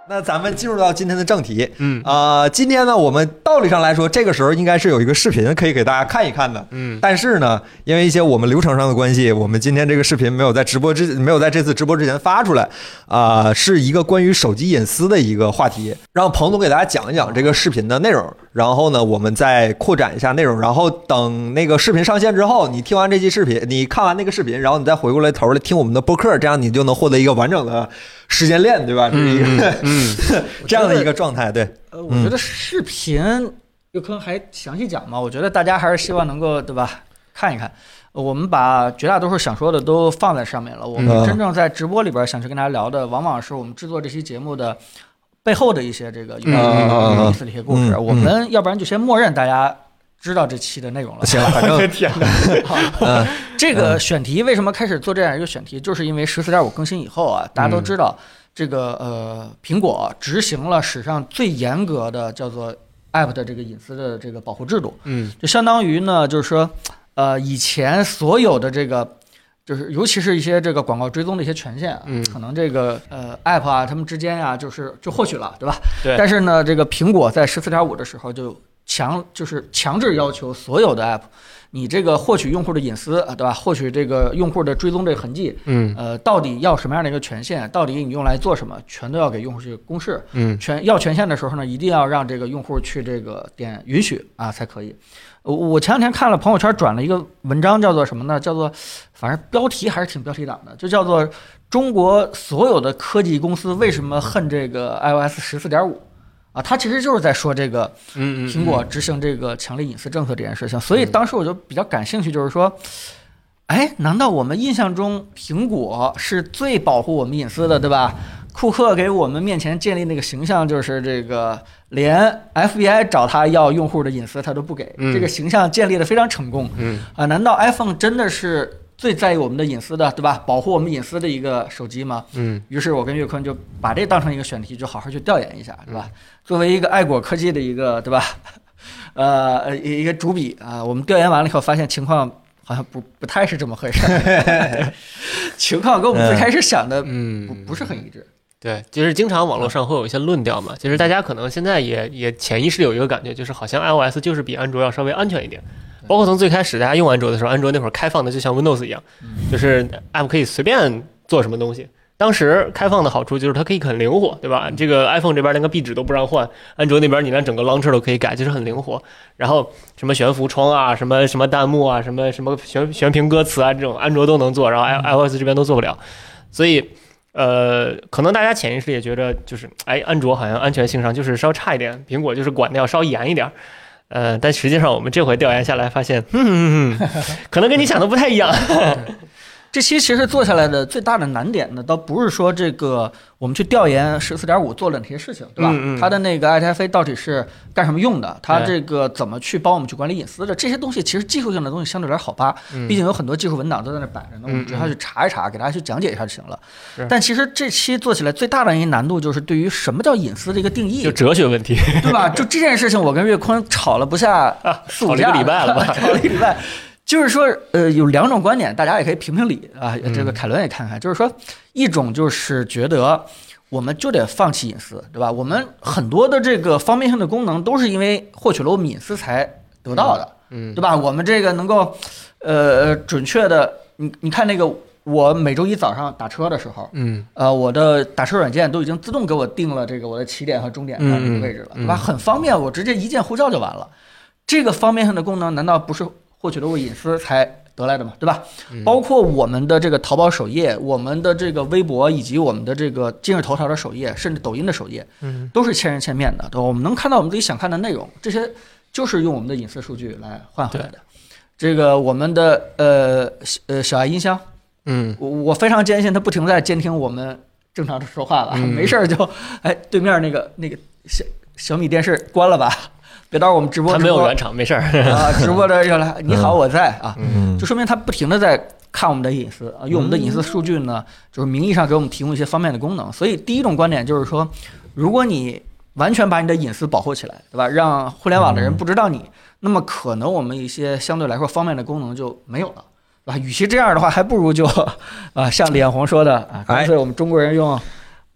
那咱们进入到今天的正题。今天呢，我们道理上来说，这个时候应该是有一个视频可以给大家看一看的。但是呢，因为一些我们流程上的关系，我们今天这个视频没有在这次直播之前发出来。是一个关于手机隐私的一个话题，让彭总给大家讲一讲这个视频的内容。然后呢，我们再扩展一下内容。然后等那个视频上线之后，你听完这期视频，你看完那个视频，然后你再回过来头来听我们的播客，这样你就能获得一个完整的时间链，对吧？这是一个这样的一个状态。对， 我觉得视频有可能还详细讲嘛，我觉得大家还是希望能够对吧看一看。我们把绝大多数想说的都放在上面了。我们真正在直播里边想去跟大家聊的，往往是我们制作这期节目的背后的一些这个有意思的一些故事。我们要不然就先默认大家知道这期的内容了。 行了，反正天哪， 这个选题为什么开始做这样一个选题，就是因为14.5更新以后啊，大家都知道这个苹果执行了史上最严格的叫做 App 的这个隐私的这个保护制度。就相当于呢，就是说。以前所有的这个，就是尤其是一些这个广告追踪的一些权限啊，可能这个App 啊，他们之间呀，就获取了，对吧？ 对。 但是呢，这个苹果在14.5的时候就是强制要求所有的 App， 你这个获取用户的隐私啊，对吧？获取这个用户的追踪这个痕迹，到底要什么样的一个权限？到底你用来做什么？全都要给用户去公示。权限的时候呢，一定要让这个用户去这个点允许啊才可以。我前两天看了朋友圈转了一个文章，叫做什么呢？叫做，反正标题还是挺标题党的，就叫做中国所有的科技公司为什么恨这个 iOS 14.5啊？他其实就是在说这个苹果执行这个强烈隐私政策这件事情。所以当时我就比较感兴趣，就是说，哎，难道我们印象中苹果是最保护我们隐私的，对吧？库克给我们面前建立那个形象，就是这个连 FBI 找他要用户的隐私他都不给，这个形象建立的非常成功。难道 iPhone 真的是最在意我们的隐私的，对吧？保护我们隐私的一个手机吗？于是我跟岳坤就把这当成一个选题，就好好去调研一下，对吧？作为一个爱国科技的一个，对吧？一个主笔啊，我们调研完了以后发现情况好像不太是这么回事，情况跟我们最开始想的不是很一致。 对，就是经常网络上会有一些论调嘛，就是大家可能现在也潜意识里有一个感觉，就是好像 iOS 就是比安卓要稍微安全一点。包括从最开始大家用安卓的时候，安卓那会儿开放的就像 Windows 一样，就是 App 可以随便做什么东西。当时开放的好处就是它可以很灵活，对吧？这个 iPhone 这边连个壁纸都不让换，安卓那边你连整个 launcher 都可以改，就是很灵活。然后什么悬浮窗啊，什么弹幕啊，什么悬屏歌词啊，这种安卓都能做，然后 iOS 这边都做不了。所以可能大家潜意识也觉得就是，哎，安卓好像安全性上就是稍差一点，苹果就是管的要稍严一点。但实际上我们这回调研下来发现，可能跟你想的不太一样。 这期其实做下来的最大的难点呢，倒不是说这个我们去调研14.5做了哪些事情，对吧？它的那个 IDFA 到底是干什么用的？它这个怎么去帮我们去管理隐私的？这些东西其实技术性的东西相对来好扒，毕竟有很多技术文档都在那摆着呢，我们只要去查一查，给大家去讲解一下就行了。但其实这期做起来最大的一个难度就是对于什么叫隐私的一个定义， 就哲学问题， 对吧？就这件事情，我跟岳坤吵了不下4-5架， 吵了一个礼拜了吧？ 吵了一个礼拜。就是说，有两种观点，大家也可以评评理啊。这个凯伦也看看，就是说，一种就是觉得我们就得放弃隐私，对吧？我们很多的这个方便性的功能都是因为获取了我们隐私才得到的，对吧？我们这个能够准确的，你看那个我每周一早上打车的时候，我的打车软件都已经自动给我定了这个我的起点和终点的这个位置了，对吧？很方便，我直接一键呼叫就完了。这个方便性的功能难道不是获取了我隐私才得来的嘛，对吧？包括我们的这个淘宝首页，我们的这个微博，以及我们的这个今日头条的首页，甚至抖音的首页，都是千人千面的，对吧？我们能看到我们自己想看的内容，这些就是用我们的隐私数据来换回来的。这个我们的小爱音箱，我非常坚信它不停在监听我们正常的说话了，没事就对面那个小米电视关了吧。别到时候我们直播他没有原厂，没事啊。直播的要来，你好，我在啊，就说明他不停的在看我们的隐私啊，用我们的隐私数据呢，就是名义上给我们提供一些方便的功能。所以第一种观点就是说，如果你完全把你的隐私保护起来，对吧？让互联网的人不知道你，那么可能我们一些相对来说方便的功能就没有了，对吧？与其这样的话，还不如就像李彦宏说的啊，干脆我们中国人用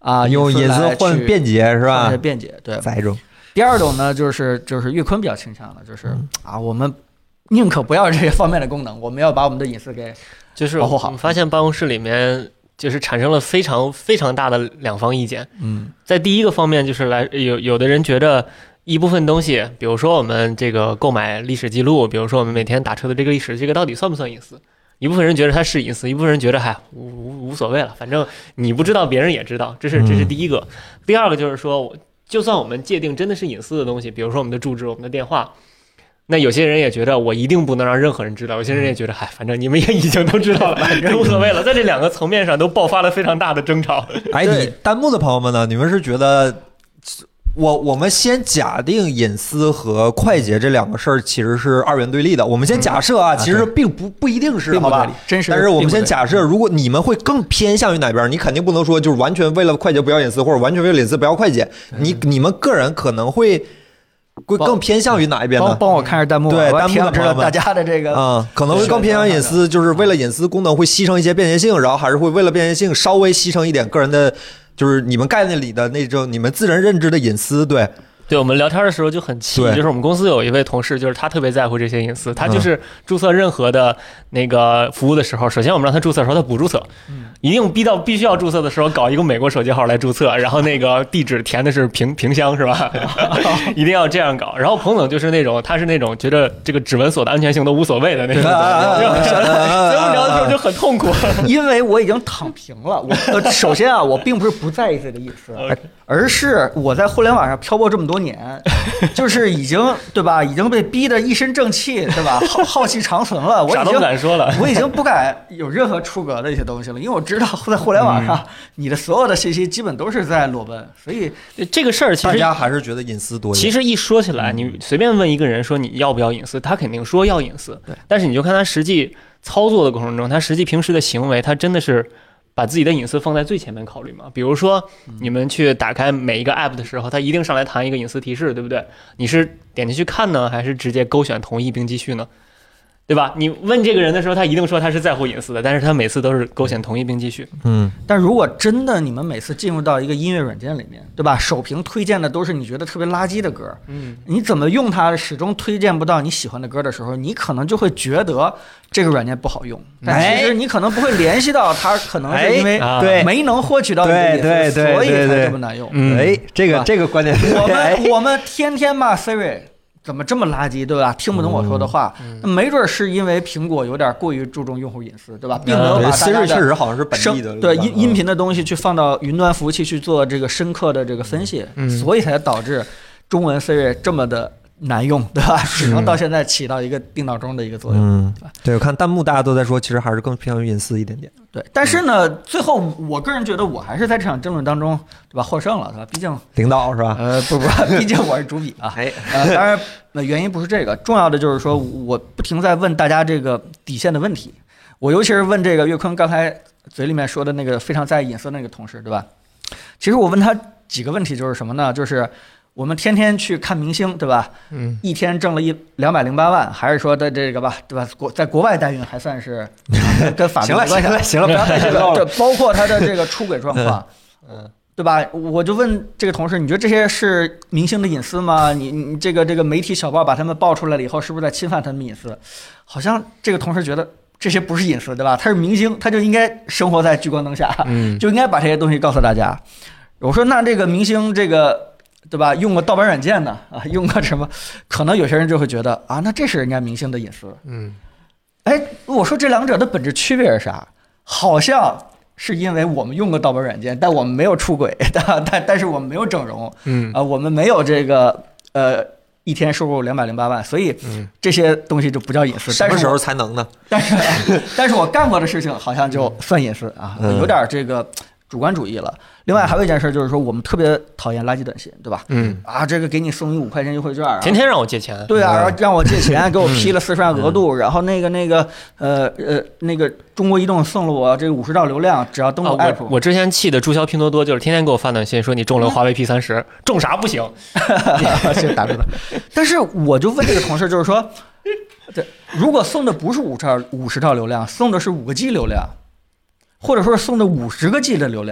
啊， 用隐私换便捷是吧？ 便捷对。 再一种。 第二种呢，就是岳坤比较倾向的，就是我们宁可不要这些方面的功能，我们要把我们的隐私给保护好。 就是发现办公室里面就是产生了非常非常大的两方意见。在第一个方面就是有的人觉得一部分东西，比如说我们这个购买历史记录，比如说我们每天打车的这个历史，这个到底算不算隐私？一部分人觉得它是隐私，一部分人觉得无所谓了，反正你不知道别人也知道，这是第一个。第二个就是说，就算我们界定真的是隐私的东西，比如说我们的住址、我们的电话，那有些人也觉得我一定不能让任何人知道，有些人也觉得反正你们也已经都知道了，无所谓了。在这两个层面上都爆发了非常大的争吵。 你弹幕的朋友们呢？你们是觉得我们先假定隐私和快捷这两个事儿其实是二元对立的。我们先假设其实并不一定是，好吧？ 真是。 但是我们先假设，如果你们会更偏向于哪边，你肯定不能说就是完全为了快捷不要隐私，或者完全为了隐私不要快捷。你们个人可能会更偏向于哪一边呢？ 帮我看着弹幕， 对，弹幕的朋友们， 大家的这个可能会更偏向隐私，就是为了隐私功能会牺牲一些便捷性，然后还是会为了便捷性稍微牺牲一点个人的，就是你们概念里的那种你们自然认知的隐私，对。 对，我们聊天的时候就很气，就是我们公司有一位同事，就是他特别在乎这些隐私，他就是注册任何的那个服务的时候，首先我们让他注册的时候他不注册，一定必须要注册的时候搞一个美国手机号来注册，然后那个地址填的是萍乡是吧？一定要这样搞。然后彭总就是那种他是那种觉得这个指纹锁的安全性都无所谓的那种，所以我们聊的时候就很痛苦， 因为我已经躺平了。首先我并不是不在意自己的隐私，而是我在互联网上漂泊这么多年，就是已经对吧？已经被逼得一身正气，对吧？浩气长存了， 啥都不敢说了， 我已经不敢有任何出格的一些东西了，因为我知道在互联网上，你的所有的信息基本都是在裸奔，所以这个事儿其实大家还是觉得隐私多一点。 其实一说起来，你随便问一个人说你要不要隐私，他肯定说要隐私，但是你就看他实际操作的过程中，他实际平时的行为，他真的是把自己的隐私放在最前面考虑嘛？比如说，你们去打开每一个 app 的时候，它一定上来弹一个隐私提示，对不对？你是点进去看呢，还是直接勾选同意并继续呢？对吧？你问这个人的时候，他一定说他是在乎隐私的，但是他每次都是勾选同意并继续。 但如果真的你们每次进入到一个音乐软件里面，对吧？首屏推荐的都是你觉得特别垃圾的歌，你怎么用它始终推荐不到你喜欢的歌的时候，你可能就会觉得这个软件不好用。但其实你可能不会联系到它可能是因为没能获取到你的隐私，所以才这么难用。 这个观点， 我们天天骂 Siri。怎么这么垃圾，对吧？听不懂我说的话，那没准是因为苹果有点过于注重用户隐私，对吧？并没有把大家的确实好像是本地的对音频的东西去放到云端服务器去做这个深刻的这个分析，所以才导致中文 Siri 这么的难用，对吧？只能到现在起到一个定闹钟的一个作用，对吧？ 对，我看弹幕大家都在说，其实还是更偏向于隐私一点点。 对，但是呢，最后我个人觉得我还是在这场争论当中，对吧？获胜了，对吧？毕竟领导是吧？ 不，毕竟我是主笔啊。当然，原因不是这个，重要的就是说我不停在问大家这个底线的问题。我尤其是问这个岳坤刚才嘴里面说的那个非常在意隐私的那个同事，对吧？其实我问他几个问题，就是什么呢？就是我们天天去看明星，对吧？一天挣了208万，还是说的这个吧，对吧？在国外代孕还算是跟法律没关系。 行了，不要再知道了。 包括他的这个出轨状况，对吧？我就问这个同事，你觉得这些是明星的隐私吗？你这个媒体小报把他们爆出来了以后，是不是在侵犯他们隐私？好像这个同事觉得这些不是隐私，对吧？他是明星，他就应该生活在聚光灯下，就应该把这些东西告诉大家。我说那这个明星这个。对吧？用个盗版软件呢？用个什么？可能有些人就会觉得那这是人家明星的隐私。我说这两者的本质区别是啥？好像是因为我们用过盗版软件，但我们没有出轨，但是我们没有整容，我们没有这个一天收入208万，所以这些东西就不叫隐私。 什么时候才能呢？ 但是我干过的事情好像就算隐私啊，有点这个主观主义了。另外还有一件事就是说，我们特别讨厌垃圾短信，对吧？这个给你送你5块钱优惠券， 天天让我借钱。 对啊，让我借钱，给我批了40万额度，然后那个中国移动送了我这个50兆流量，只要登录 app。 我之前气的注销拼多多，就是天天给我发短信说你中了华为 P30，中啥不行？ 打住了。但是我就问这个同事，就是说，如果送的不是50兆流量，送的是5个 G 流量。或者说送的50个 G 的流量，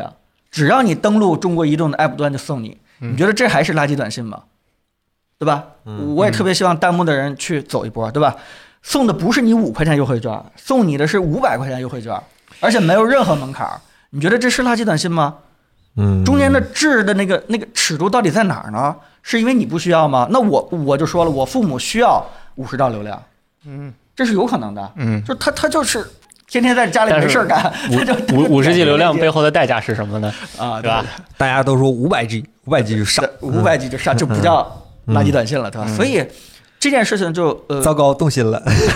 只要你登录中国移动的 App 端就送你，你觉得这还是垃圾短信吗？对吧？我也特别希望弹幕的人去走一波，对吧？送的不是你5块钱优惠券，送你的是500块钱优惠券，而且没有任何门槛，你觉得这是垃圾短信吗？中间的质的那个尺度到底在哪儿呢？是因为你不需要吗？那我就说了，我父母需要50兆流量，这是有可能的，就他就是天天在家里没事干 ，50G 流量背后的代价是什么呢？ 啊， 对吧？ 大家都说500G 就上 ，500G 就上，就不叫垃圾短信了，对吧？所以这件事情就糟糕，动心了，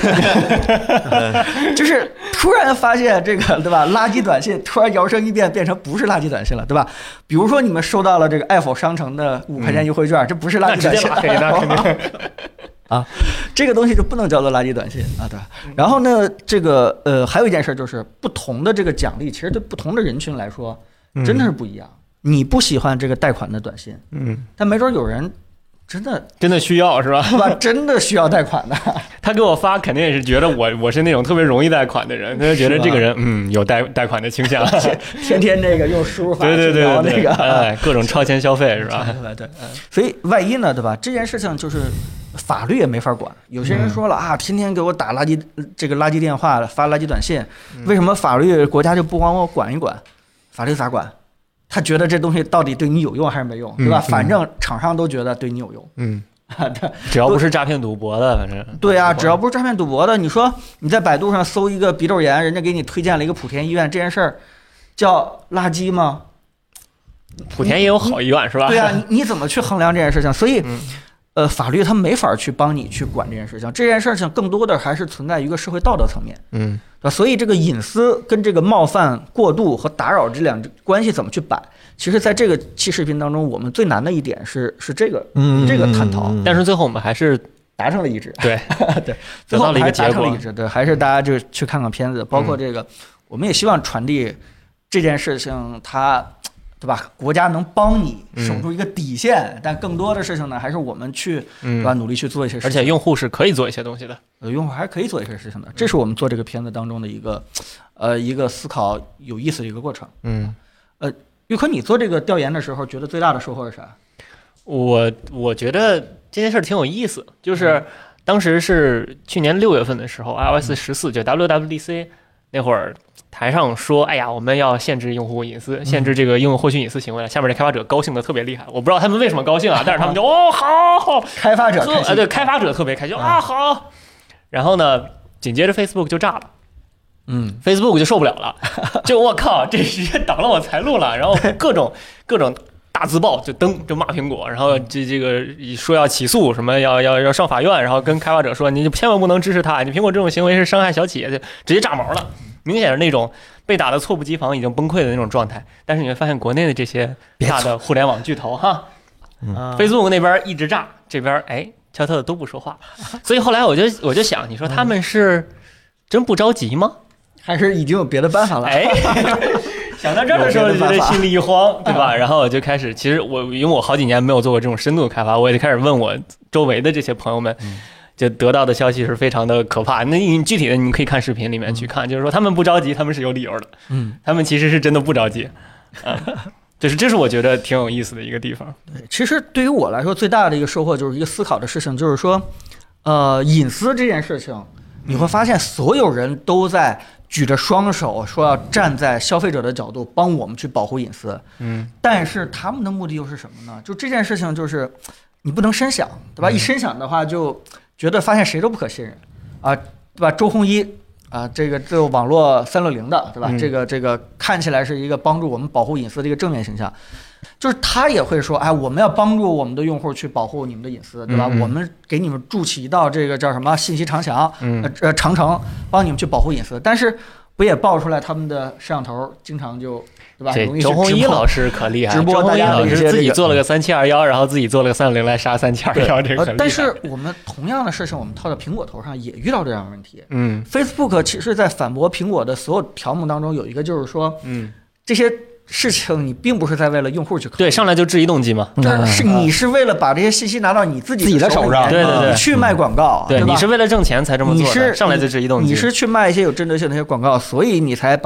就是突然发现这个，对吧？垃圾短信突然摇身一变，变成不是垃圾短信了，对吧？比如说你们收到了这个爱否商城的5块钱优惠券，这不是垃圾短信， 那肯定啊，这个东西就不能叫做垃圾短信啊，对吧？然后呢，这个还有一件事就是，不同的这个奖励，其实对不同的人群来说，真的是不一样。你不喜欢这个贷款的短信，但没准有人真的需要是吧？ 真的需要贷款的。 他给我发，肯定也是觉得我是那种特别容易贷款的人，他就觉得这个人有贷款的倾向， 天天那个用输入法对那个各种超前消费是吧？ 对，所以万一呢，对吧？这件事情就是法律也没法管。有些人说了啊，天天给我打垃圾电话，发垃圾短信，为什么法律国家就不帮我管一管？法律咋管？他觉得这东西到底对你有用还是没用，对吧？反正厂商都觉得对你有用， 只要不是诈骗赌博的，反正对啊，只要不是诈骗赌博的，你说你在百度上搜一个鼻窦炎，人家给你推荐了一个莆田医院，这件事儿叫垃圾吗？ 莆田也有好医院是吧？ 对啊，你怎么去衡量这件事情？所以，法律它没法去帮你去管这件事情，这件事情更多的还是存在一个社会道德层面，对吧？所以这个隐私跟这个冒犯、过度和打扰这两者关系怎么去摆？其实，在这个期视频当中，我们最难的一点是这个探讨， 但是最后我们还是达成了一致， 对对，最后还是达成了一致，对，还是大家就去看看片子，包括这个，我们也希望传递这件事情，它。对吧？国家能帮你守住一个底线，但更多的事情呢，还是我们去对吧努力去做一些事情。 而且用户是可以做一些东西的， 用户还是可以做一些事情的。这是我们做这个片子当中的一个思考有意思的一个过程。玉坤，你做这个调研的时候，觉得最大的收获是啥？ 我觉得这件事挺有意思，就是当时是去年6月份的时候 ，iOS 14就 WWDC 那会儿。台上说，哎呀，我们要限制用户隐私，限制这个应用获取隐私行为了。下面的开发者高兴的特别厉害，我不知道他们为什么高兴啊，但是他们就好， 开发者开心， 对，开发者特别开心啊，好。然后呢，紧接着 Facebook 就炸了，Facebook 就受不了了，就我靠，这直接挡了我财路了，然后各种大字报就骂苹果，然后这个说要起诉，什么要上法院，然后跟开发者说你千万不能支持他，你苹果这种行为是伤害小企业，就直接炸毛了。明显是那种被打得猝不及防、已经崩溃的那种状态。但是你会发现，国内的这些大的互联网巨头哈，Facebook 那边一直炸，这边悄悄的都不说话。所以后来我就想，你说他们是真不着急吗？ 还是已经有别的办法了？ 想到这儿的时候就觉得心里一慌，对吧？然后我就开始，其实因为我好几年没有做过这种深度的开发，我也就开始问我周围的这些朋友们。就得到的消息是非常的可怕。那你具体的你们可以看视频里面去看，就是说他们不着急，他们是有理由的。他们其实是真的不着急。就是这是我觉得挺有意思的一个地方。 对，其实对于我来说，最大的一个收获就是一个思考的事情，就是说，隐私这件事情，你会发现所有人都在举着双手说要站在消费者的角度帮我们去保护隐私。但是他们的目的又是什么呢？就这件事情就是你不能深想，对吧？一深想的话就。觉得发现谁都不可信任，对吧？周鸿祎这个网络360的，对吧？这个看起来是一个帮助我们保护隐私的一个正面形象，就是他也会说，我们要帮助我们的用户去保护你们的隐私，对吧？我们给你们筑起一道这个叫什么信息长墙，长城，帮你们去保护隐私，但是不也爆出来他们的摄像头经常就。对吧？ 周鸿祎老师可厉害， 直播大家的一些自己做了个3721，然后自己做了个360来杀3721，这个但是我们同样的事情，我们套到苹果头上也遇到这样的问题。Facebook 其实在反驳苹果的所有条目当中有一个就是说，这些事情你并不是在为了用户去考虑， 对，上来就质疑动机嘛， 是你是为了把这些信息拿到你自己的手上， 对， 去卖广告， 对，你是为了挣钱才这么做的，上来就质疑动机， 你是去卖一些有针对性的一些广告，所以你才把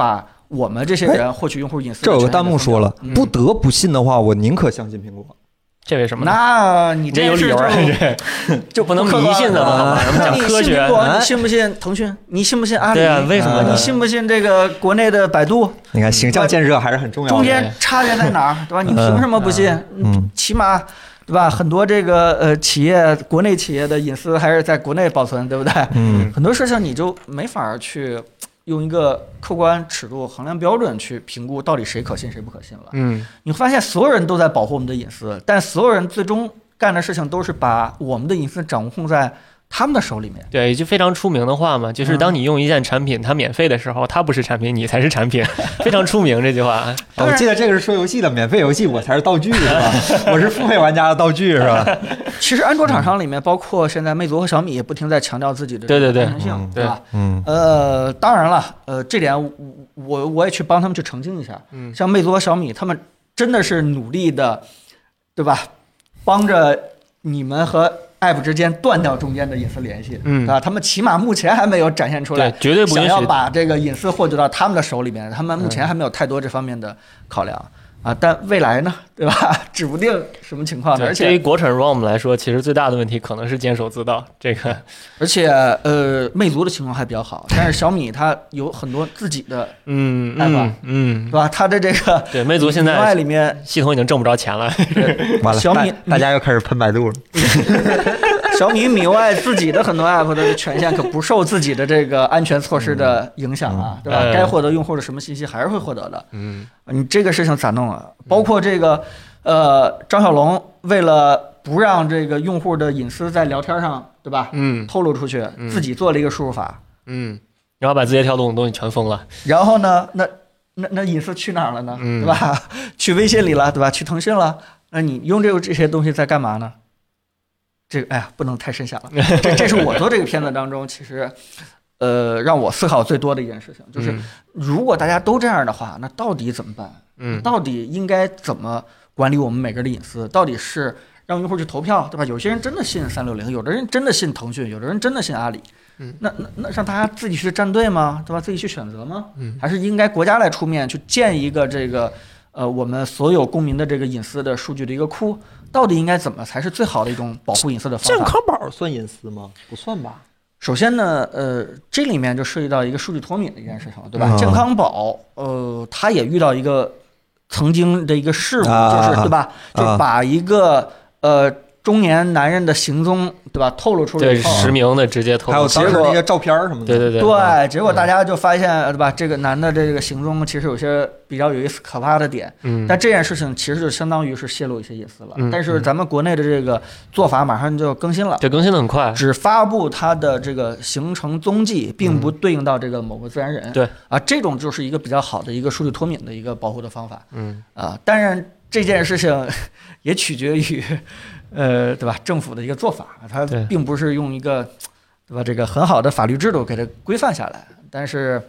我们这些人获取用户隐私。 这有个弹幕说了，不得不信的话，我宁可相信苹果。 这为什么呢？ 那你这有理由啊，就不能迷信的吗？咱们讲科学。 你信不信腾讯？你信不信阿里？ 对啊，为什么？ 你信不信这个国内的百度？ 你看形象建设还是很重要的。 中间差别在哪儿？对吧？你凭什么不信？起码对吧？很多这个企业，国内企业的隐私还是在国内保存，对不对？很多事情你就没法去用一个客观尺度衡量标准去评估到底谁可信谁不可信了。你会发现所有人都在保护我们的隐私，但所有人最终干的事情都是把我们的隐私掌控在他们的手里面。 对，就非常出名的话嘛，就是当你用一件产品它免费的时候，它不是产品，你才是产品，非常出名这句话。 我记得这个是说游戏的，免费游戏我才是道具是吧？我是付费玩家的道具是吧？ 其实安卓厂商里面，包括现在魅族和小米也不停在强调自己的安全性，对吧？当然了，这点我也去帮他们去澄清一下。像魅族和小米，他们真的是努力的，对吧？帮着你们和App 之间断掉中间的隐私联系，他们起码目前还没有展现出来， 绝对不允许想要把这个隐私获取到他们的手里面，他们目前还没有太多这方面的考量啊。但未来呢，对吧？指不定什么情况的。而且对于国产 ROM 来说，其实最大的问题可能是坚守自盗这个。 而且魅族的情况还比较好，但是小米它有很多自己的App，对吧？它的这个对魅族现在里面系统已经挣不着钱了， 完了， 小米大家又开始喷百度了。 小米米 UI 自己的很多 App 的权限可不受自己的这个安全措施的影响啊，对吧？该获得用户的什么信息还是会获得的。你这个事情咋弄啊？包括这个张小龙为了不让这个用户的隐私在聊天上，对吧？透露出去，自己做了一个输入法。 然后把字节跳动的东西全封了。 然后呢，那隐私去哪儿了呢？对吧？去微信里了，对吧？去腾讯了。那你用这些东西在干嘛呢？这个哎呀，不能太深想了。这是我做这个片子当中，其实让我思考最多的一件事情，就是如果大家都这样的话，那到底怎么办？到底应该怎么管理我们每个人的隐私？到底是让用户去投票，对吧？有些人真的信360，有的人真的信腾讯，有的人真的信阿里。那让大家自己去站队吗？对吧？自己去选择吗？还是应该国家来出面去建一个这个我们所有公民的这个隐私的数据的一个库？到底应该怎么才是最好的一种保护隐私的方法？ 健康宝算隐私吗？不算吧。 首先呢，这里面就涉及到一个数据脱敏的一件事情了，对吧？健康宝，他也遇到一个曾经的一个事故，就是对吧？就把一个中年男人的行踪，对吧？透露出来以后， 实名的直接透露， 还有当时那些照片什么的。 对，结果大家就发现，对吧？这个男的这个行踪其实有些比较有意思、可怕的点。但这件事情其实就相当于是泄露一些隐私了。但是咱们国内的这个做法马上就更新了， 对，更新的很快， 只发布它的这个行程踪迹，并不对应到这个某个自然人。 对啊，这种就是一个比较好的一个数据脱敏的一个保护的方法。当然这件事情也取决于。对吧？政府的一个做法，它并不是用一个，对吧？这个很好的法律制度给它规范下来，但是，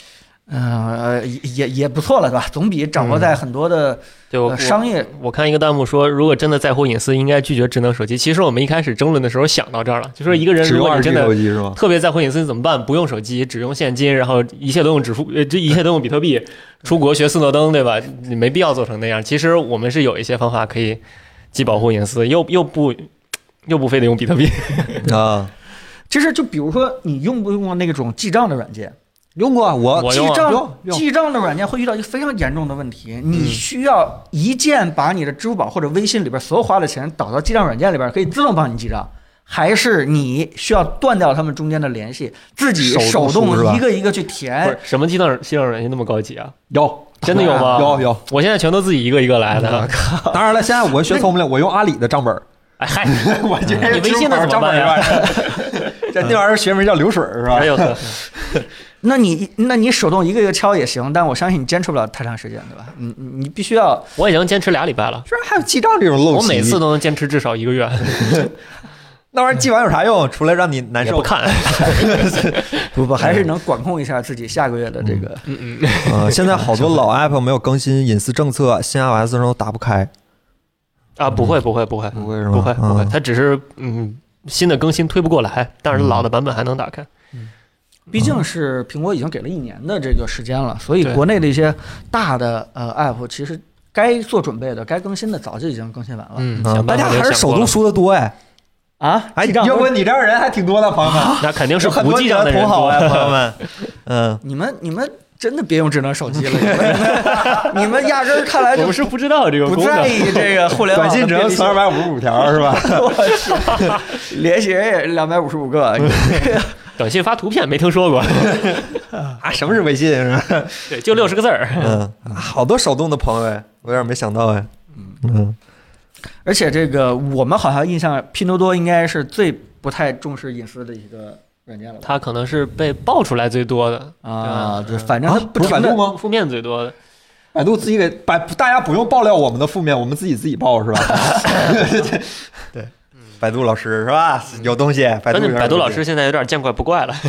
也不错了，对吧？总比掌握在很多的商业。 我看一个弹幕说，如果真的在乎隐私，应该拒绝智能手机。其实我们一开始争论的时候想到这儿了，就说一个人如果你真的特别在乎隐私怎么办？不用手机，只用现金，然后一切都用这一切都用比特币，出国学斯诺登，对吧？你没必要做成那样。其实我们是有一些方法可以。既保护隐私，又不非得用比特币啊。 其实就比如说，你用不用过那种记账的软件？ 用过，我记账的软件会遇到一个非常严重的问题，你需要一键把你的支付宝或者微信里边所有花的钱导到记账软件里边，可以自动帮你记账，还是你需要断掉他们中间的联系，自己手动一个一个去填？ 什么记账软件那么高级啊？ 有。 真的有吗？ 有， 我现在全都自己一个一个来的。 当然了，现在我学聪明了，我用阿里的账本。 哎嗨， 我觉得你微信的账本是吧？这那玩意儿学名叫流水是吧？ 还有， 那你手动一个一个敲也行，但我相信你坚持不了太长时间，对吧？你必须要。 我已经坚持2礼拜了。 居然还有记账这种陋习， 我每次都能坚持至少1个月。 那玩意儿记完有啥用？除了让你难受。 不看。 不，还是能管控一下自己下个月的这个。 现在好多老 app 没有更新隐私政策，新 iOS 上都打不开。 啊，不会是吧？不会，它只是新的更新推不过来，但是老的版本还能打开。 毕竟是苹果已经给了1年的这个时间了，所以国内的一些大的app 其实该做准备的、该更新的早就已经更新完了。 大家还是手动输的多哎。要不你这样人还挺多的，朋友们。 那肯定是很多记账的人同好哎，朋友们。 你们真的别用智能手机了，你们压根儿看来就我是不知道这个不在意这个互联网短信只能存255条是吧？ 我去，联系人也255个。 短信发图片没听说过什么是微信是吧？ 对，就60个字儿。 好多手动的朋友哎，我有点没想到哎。 而且这个我们好像印象，拼多多应该是最不太重视隐私的一个软件了吧？ 它可能是被爆出来最多的对，反正它不是百度吗？ 负面最多的。 百度自己给大家不用爆料我们的负面，我们自己爆是吧？对，百度老师是吧？有东西，百度老师现在有点见怪不怪了。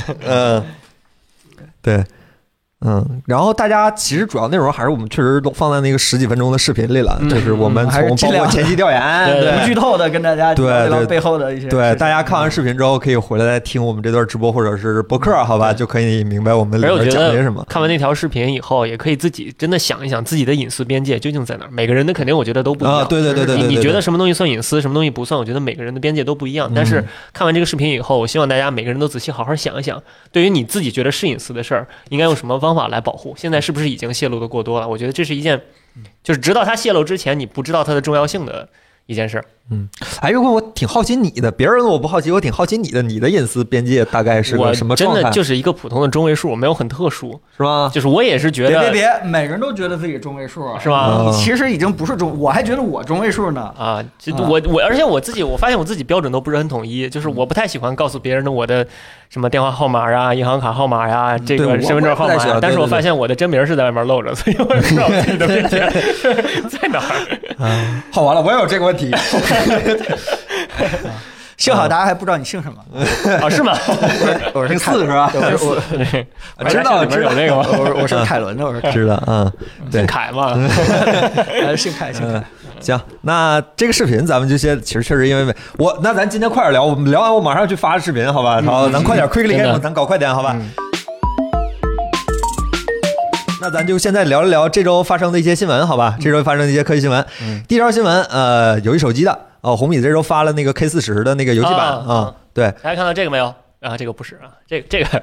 对。然后大家其实主要内容还是我们确实都放在那个10几分钟的视频里了，就是我们从包括前期调研， 不剧透的跟大家聊聊背后的一些。 对，大家看完视频之后可以回来再听我们这段直播或者是播客，好吧，就可以明白我们里面讲些什么。 看完那条视频以后，也可以自己真的想一想自己的隐私边界究竟在哪儿。每个人的肯定我觉得都不一样。 对， 你觉得什么东西算隐私，什么东西不算？我觉得每个人的边界都不一样。但是看完这个视频以后，我希望大家每个人都仔细好好想一想，对于你自己觉得是隐私的事儿，应该用什么方法来保护。现在是不是已经泄露的过多了？我觉得这是一件，就是直到它泄露之前，你不知道它的重要性的一件事。 如果我挺好奇你的，别人我不好奇，我挺好奇你的隐私边界大概是个什么状态？ 我真的就是一个普通的中位数，没有很特殊， 是吧？ 就是我也是觉得， 别，每个人都觉得自己中位数， 是吧？ 你其实已经不是我还觉得我中位数呢。 而且我发现我自己标准都不是很统一，就是我不太喜欢告诉别人的我的什么电话号码啊、银行卡号码呀、这个身份证号码呀，但是我发现我的真名是在外面露着，所以我知道自己的边界在哪儿。 好，完了，我也有这个问题。 幸好大家还不知道你姓什么是吗？ 我是 4是吧？ 我知道有这个吗？ 我是凯伦的，我是知道姓凯嘛， 姓凯。 行，那这个视频咱们就先，其实确实因为那咱今天快点聊，我们聊完我马上去发视频，好吧？好，咱快点 quickly game，咱搞快点，好吧？那咱就现在聊一聊这周发生的一些新闻，好吧？这周发生的一些科技新闻。第一条新闻，游戏手机的红米这周发了那个 K40的那个游戏版对， 大家看到这个没有？这个不是这个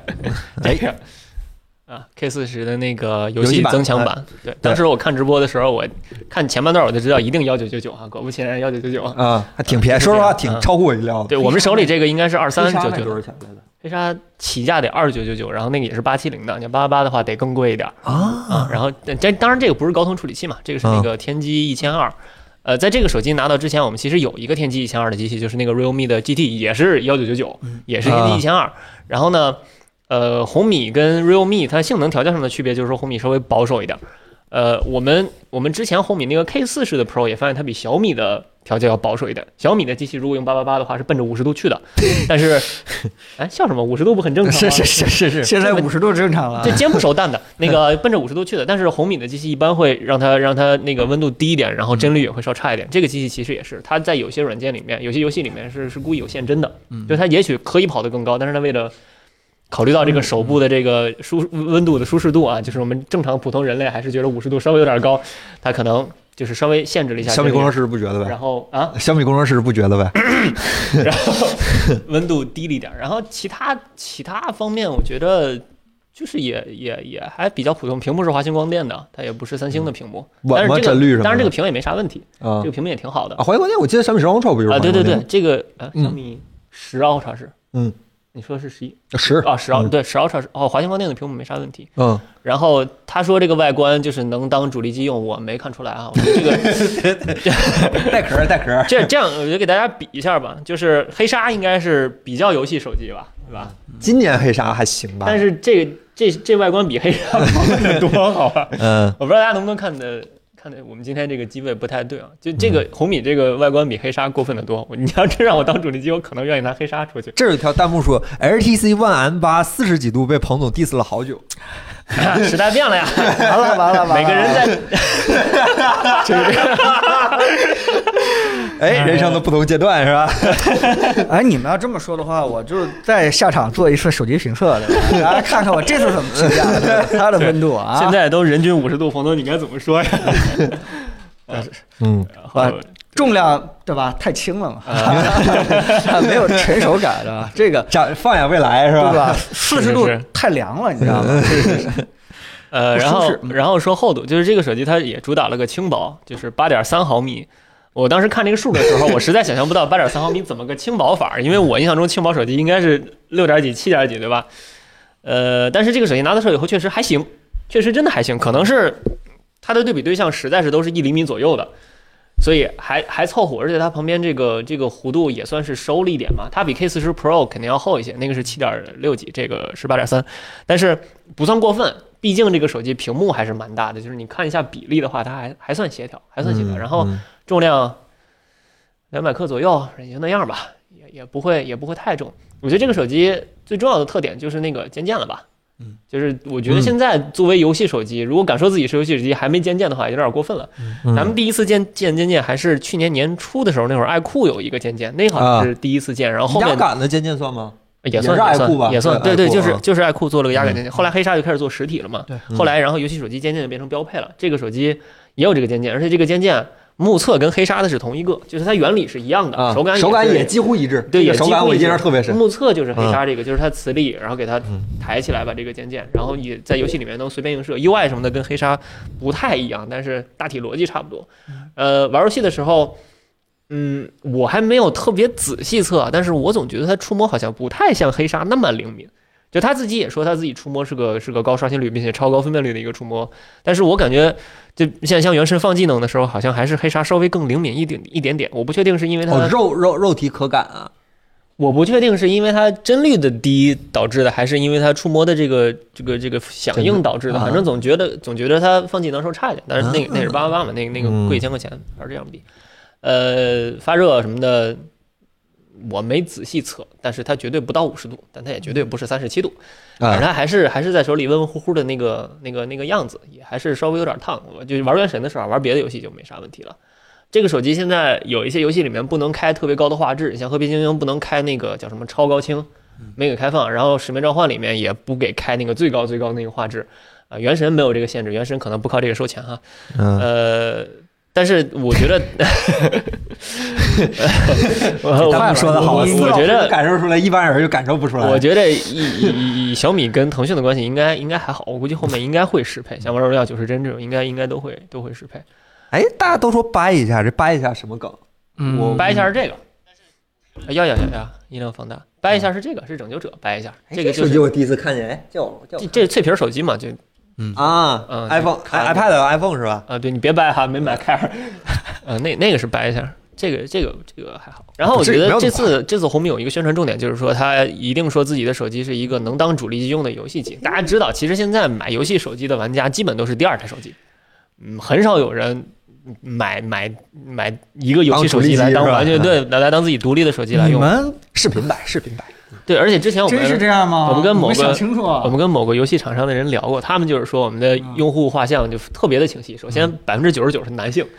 K40的那个游戏增强版。对，当时我看直播的时候，我看前半段我就知道一定1999果不其然1999 还挺便宜，说实话挺超乎我意料的。 对，我们手里这个应该是2399 多少钱来的？ 黑鲨起价得2999，然后那个也是870的，你888的话得更贵一点然后当然这个不是高通处理器嘛，这个是那个天玑1200。在这个手机拿到之前，我们其实有一个天玑1200的机器，就是那个 Realme 的 GT， 也是1999，也是天玑1200。然后呢，红米跟 Realme 它性能条件上的区别就是说红米稍微保守一点。我们之前红米那个 K40的 Pro 也发现它比小米的条件要保守一点。小米的机器如果用888的话是奔着50度去的，但是笑什么？50度不很正常吗？ 是，现在50度正常了。 这煎不熟蛋的那个奔着50度去的，但是红米的机器一般会让它那个温度低一点，然后帧率也会稍差一点。这个机器其实也是，它在有些软件里面、有些游戏里面是故意有限帧的，就是它也许可以跑得更高，但是它为了考虑到这个手部的这个温度的舒适度就是我们正常普通人类还是觉得50度稍微有点高，它可能就是稍微限制了一下。 小米工程师不觉得呗？ 然后小米工程师不觉得呗？ 然后温度低了一点，然后其他方面我觉得就是也还比较普通。屏幕是华星光电的，它也不是三星的屏幕，但是当然这个屏也没啥问题，这个屏幕也挺好的。 华星光电我记得小米10 Ultra 不就是对，这个小米10 Ultra 是你说是11对10 Ultra 是华星光电的屏幕没啥问题。然后他说这个外观就是能当主力机用，我没看出来我觉得这个带壳。 这样我就给大家比一下吧，就是黑鲨应该是比较游戏手机吧，对吧？ 今年黑鲨还行吧， 但是这外观比黑鲨过分的多，好吧？我不知道大家能不能看的我们今天这个机位不太对就这个红米这个外观比黑鲨过分的多。你要真让我当主力机，我可能愿意拿黑鲨出去。 这有一条弹幕说 HTC One M8 40几度被彭总 diss 了好久。 时代变了呀， 完了， 每个人在哎，人生的不同阶段是吧？ 哎，你们要这么说的话，我就在下场做一次手机评测的，大家看看我这次怎么评价它的温度啊。 现在都人均50度，冯总你该怎么说呀？ 重量对吧？太轻了嘛，没有成熟感的这个放眼未来是吧？ 对吧？40度太凉了，你知道吗？ 然后说厚度，就是这个手机它也主打了个轻薄，就是8.3毫米。我当时看这个数的时候，我实在想象不到8.3毫米怎么个轻薄法，因为我印象中轻薄手机应该是6点几、7点几，对吧？但是这个手机拿到手以后确实还行，确实真的还行，可能是它的对比对象实在是都是1厘米左右的。所以还凑合，而且它旁边这个弧度也算是收了一点嘛。它比 K40 Pro 肯定要厚一些，那个是7.6几，这个是8.3，但是不算过分。毕竟这个手机屏幕还是蛮大的，就是你看一下比例的话，它还算协调，还算协调。然后重量200克左右，也就那样吧，也不会太重。我觉得这个手机最重要的特点就是那个肩键了吧。就是我觉得现在作为游戏手机，如果敢说自己是游戏手机还没肩键的话，有点过分了。咱们第一次见肩键还是去年年初的时候，那会儿爱酷有一个肩键，那好像是第一次见。然后后面压感的肩键算吗？ 也算爱酷吧， 也算。对，就是爱酷做了个压感肩键。后来黑鲨就开始做实体了嘛。后来然后游戏手机肩键就变成标配了。这个手机也有这个肩键，而且这个肩键目测跟黑鲨的是同一个，就是它原理是一样的，手感也几乎一致。 对，也手感我印象特别深。 目测就是黑鲨这个，就是它磁力，然后给它抬起来把这个肩键，然后也在游戏里面能随便映射。UI 什么的跟黑鲨不太一样，但是大体逻辑差不多。玩游戏的时候，我还没有特别仔细测，但是我总觉得它触摸好像不太像黑鲨那么灵敏。就他自己也说他自己触摸是个高刷新率并且超高分辨率的一个触摸，但是我感觉就像原神放技能的时候，好像还是黑鲨稍微更灵敏一点点。我不确定是因为它肉体可感啊， 我不确定是因为它帧率的低导致的，还是因为它触摸的这个响应导致的。反正总觉得它放技能时候差一点，但是那是888嘛，那个贵1000块钱还是这样比。发热什么的。我没仔细测，但是它绝对不到50度，但它也绝对不是37度，反正它还是在手里温温乎乎的那个样子，也还是稍微有点烫。我就玩原神的时候，玩别的游戏就没啥问题了。这个手机现在有一些游戏里面不能开特别高的画质，像和平精英不能开那个叫什么超高清，没给开放，然后使命召唤里面也不给开那个最高那个画质啊。原神没有这个限制，原神可能不靠这个收钱哈。但是我觉得我说的好， 我觉得感受出来，一般人就感受不出来。 我觉得以小米跟腾讯的关系应该还好，我估计后面应该会适配，像王者荣耀90帧这种应该都会适配。 哎，大家都说掰一下，这掰一下什么梗？ 我掰一下是这个，要音量放大，掰一下是这个，是拯救者，掰一下这个手机我第一次看见，哎， 这脆皮手机嘛，就。 iPhone 是吧？ 啊，对你别掰哈，没买开。那个是掰一下，这个还好。然后我觉得这次红米有一个宣传重点，就是说它一定说自己的手机是一个能当主力机用的游戏机。大家知道，其实现在买游戏手机的玩家基本都是第二台手机，很少有人买一个游戏手机来当完全对来当自己独立的手机来用。 你们视频摆。 对，而且之前我们真是这样吗？ 我们跟某个游戏厂商的人聊过，他们就是说我们的用户画像就特别的清晰。首先99%是男性，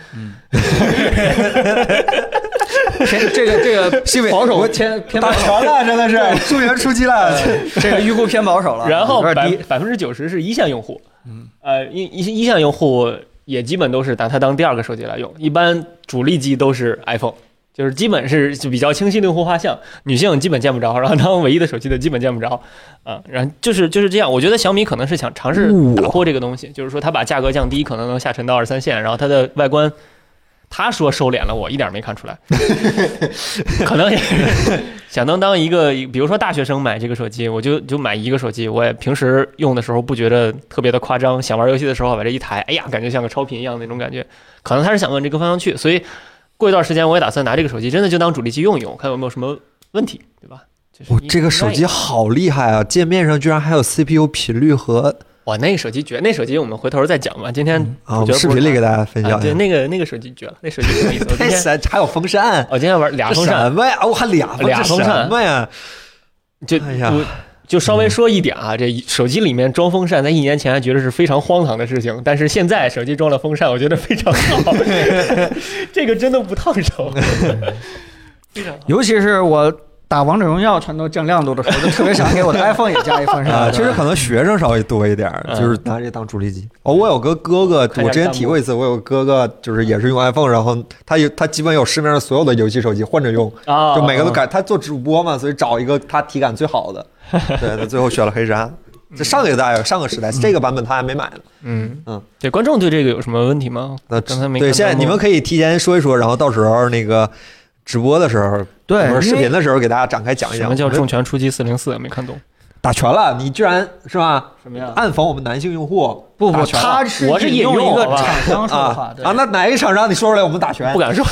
这个保守偏打全了，真的是溯源出击了， 这个预估偏保守了。 然后90%是一线用户，一线用户也基本都是拿它当第二个手机来用，一般主力机都是 iPhone。就是基本是比较清晰的用户画像，女性基本见不着，然后当唯一的手机的基本见不着，然后就是这样。我觉得小米可能是想尝试打破这个东西，就是说它把价格降低，可能能下沉到2-3线，然后它的外观，他说收敛了，我一点没看出来，可能也是想当一个，比如说大学生买这个手机，我就买一个手机，我也平时用的时候不觉得特别的夸张，想玩游戏的时候把这一抬，哎呀，感觉像个超频一样那种感觉，可能他是想往这个方向去，所以。过一段时间我也打算拿这个手机真的就当主力机用一用，看有没有什么问题，对吧？ 这个手机好厉害啊！界面上居然还有 CPU 频率和哇，那个手机绝，那手机我们回头再讲吧。今天我视频里给大家分享。 对，那个手机绝了，那手机什么意思？ 太神，还有风扇。 我今天玩俩风扇， 什么呀？我还俩风扇什么呀？ 就就稍微说一点啊，这手机里面装风扇，在1年前还觉得是非常荒唐的事情，但是现在手机装了风扇，我觉得非常好，这个真的不烫手，非常好。 尤其是我打王者荣耀全都降亮度的时候，就特别想给我的 iPhone 也加一风扇。 其实可能学生稍微多一点，就是拿这当助力机。我有个哥哥，我之前提过一次，我有个哥哥就是也是用 iPhone， 然后他基本有市面上所有的游戏手机换着用，就每个都改。他做直播嘛，所以找一个他体感最好的。对，他最后选了黑鲨。这上个时代，这个版本他还没买呢。 对，观众对这个有什么问题吗？刚才没。 对，现在你们可以提前说一说，然后到时候那个直播的时候， 对， 视频的时候给大家展开讲一讲。 什么叫重拳出击404？没看懂。 打拳了，你居然是吧？ 什么呀？ 暗讽我们男性用户？ 不，他是我是引用一个厂商说的话。 那哪一个厂商你说出来？我们打拳不敢说。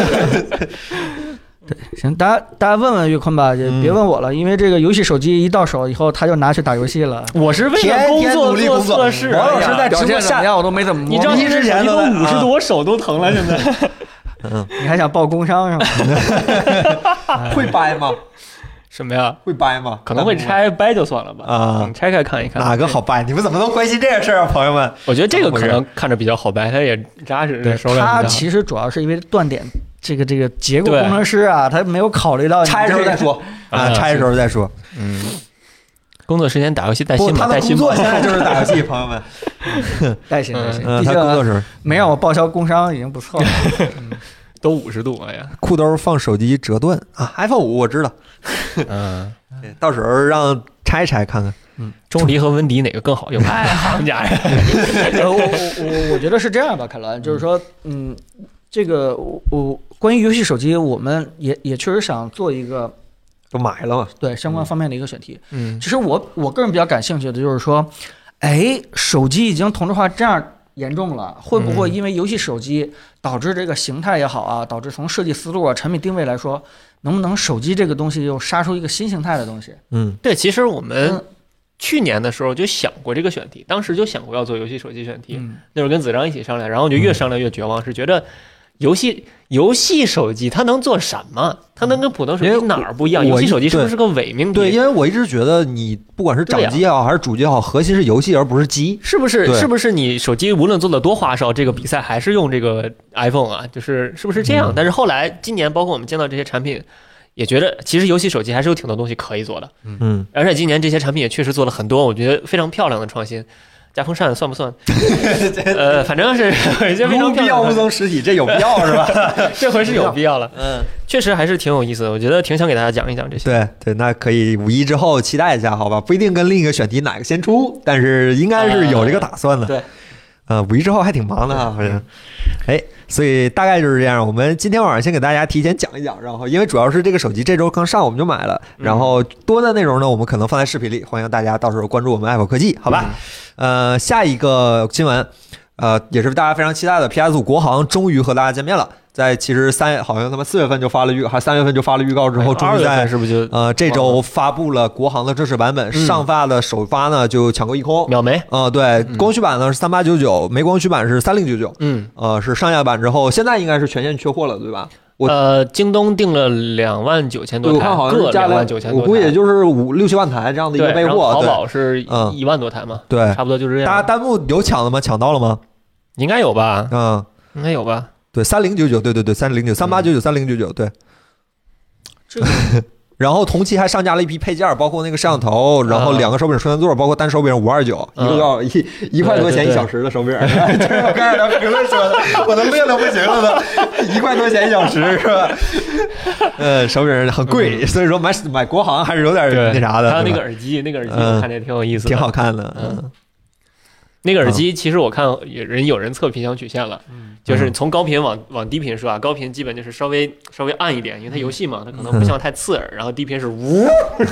对，行，大家问问岳坤吧，也别问我了，因为这个游戏手机一到手以后，他就拿去打游戏了。 我是为了工作做测试， 王老师在直播下我都没怎么摸。 你知道之前都50度，我手都疼了，现在。 你还想报工伤是吗？ 会掰吗？ 什么呀？ 会掰吗？ 可能会拆，掰就算了吧。拆开看一看， 哪个好掰？你们怎么能关心这个事儿啊，朋友们？ 我觉得这个可能看着比较好掰，它也扎实。对， 它其实主要是因为断点。这个结构工程师啊，他没有考虑到拆的时候再说拆的时候再说。 工作时间打游戏带薪吗？ 他的工作现在就是打游戏，朋友们。 带薪。 他工作时没让我报销工伤已经不错了。 都50度，哎呀， 裤兜放手机折断啊 ！iPhone 5我知道。到时候让拆一拆看看。 钟离和温迪哪个更好用？哎，好家伙！ 我觉得是这样吧，凯伦，就是说，这个我关于游戏手机，我们也确实想做一个， 都买了嘛， 对相关方面的一个选题。其实我个人比较感兴趣的就是说，手机已经同质化这样严重了，会不会因为游戏手机导致这个形态也好啊，导致从设计思路啊、产品定位来说，能不能手机这个东西又杀出一个新形态的东西？ 对，其实我们去年的时候就想过这个选题，当时就想过要做游戏手机选题，那会儿跟子章一起商量，然后就越商量越绝望，是觉得。游戏手机它能做什么？它能跟普通手机哪儿不一样？游戏手机是不是个伪命题？ 对，因为我一直觉得你不管是掌机也好，还是主机也好，核心是游戏而不是机， 是不是？是不是你手机无论做的多花哨，这个比赛还是用这个 iPhone 啊？是不是这样？但是后来今年包括我们见到这些产品，也觉得其实游戏手机还是有挺多东西可以做的。而且今年这些产品也确实做了很多，我觉得非常漂亮的创新。加风扇算不算？反正是有一些非常必要物增实体，这有必要是吧？ 这回是有必要了。确实还是挺有意思的，我觉得挺想给大家讲一讲这些。 对，那可以5一之后期待一下，好吧？不一定跟另一个选题哪个先出，但是应该是有这个打算的。 对 ，5一之后还挺忙的啊，好像。所以大概就是这样。我们今天晚上先给大家提前讲一讲，然后因为主要是这个手机这周刚上我们就买了，然后多的内容呢我们可能放在视频里，欢迎大家到时候关注我们爱否科技，好吧？下一个新闻，也是大家非常期待的 PS5 国行终于和大家见面了。其实好像他们4月份就发了还3月份就发了预告之后，终于在是不是就这周发布了国行的正式版本，上发的首发呢就抢购一空， 秒没。 对，光驱版呢是3899，没光驱版是3099，是上下版之后，现在应该是全线缺货了，对吧？ 京东订了29000多台， 我看好像是加了 29000多台， 我估计也就是5-6-7万台这样的一个备货。 淘宝是1万多台嘛， 对， 差不多就是这样。 大家弹幕有抢的吗？抢到了吗？ 应该有吧，应该有吧。 对，3099，对，3099，3899，3099，对。 这个然后同期还上架了一批配件，包括那个摄像头，然后2个手柄充电座，包括单手柄529，一个要1块多钱1小时的手柄。这是我刚才评论说的，我都乐得不行了都，1块多钱1小时是吧？手柄很贵，所以说买国行还是有点那啥的。 还有那个耳机，我看着挺有意思的， 挺好看的。 那个耳机其实我看有人测频响曲线了。就是从高频往低频说啊，高频基本就是稍微暗一点，因为它游戏嘛，它可能不像太刺耳，然后低频是呜，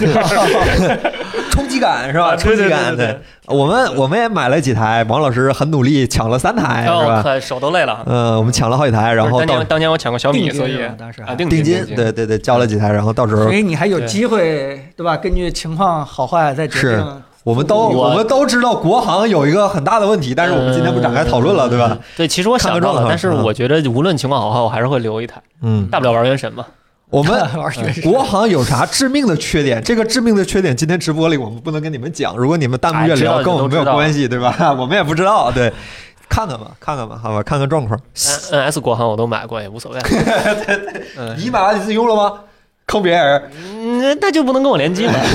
冲击感是吧？冲击感对。我们也买了几台，王老师很努力抢了3台，是吧？ 手都累了。 我们抢了好几台，然后当年我抢过小米，所以定金，对，交了几台，然后到时候， 所以你还有机会对吧？根据情况好坏再决定。 我们都知道国行有一个很大的问题，但是我们今天不展开讨论了，对吧？ 对，其实我想到了，但是我觉得无论情况好坏，我还是会留一台，大不了玩原神嘛。 我们国行有啥致命的缺点？这个致命的缺点，今天直播里我们不能跟你们讲。如果你们弹幕越聊，跟我们没有关系，对吧？我们也不知道，对。看看吧，好吧，看看状况。 NS 国行我都买过，也无所谓。 对，你买完你自己用了吗？抠别人， 那就不能跟我联机了。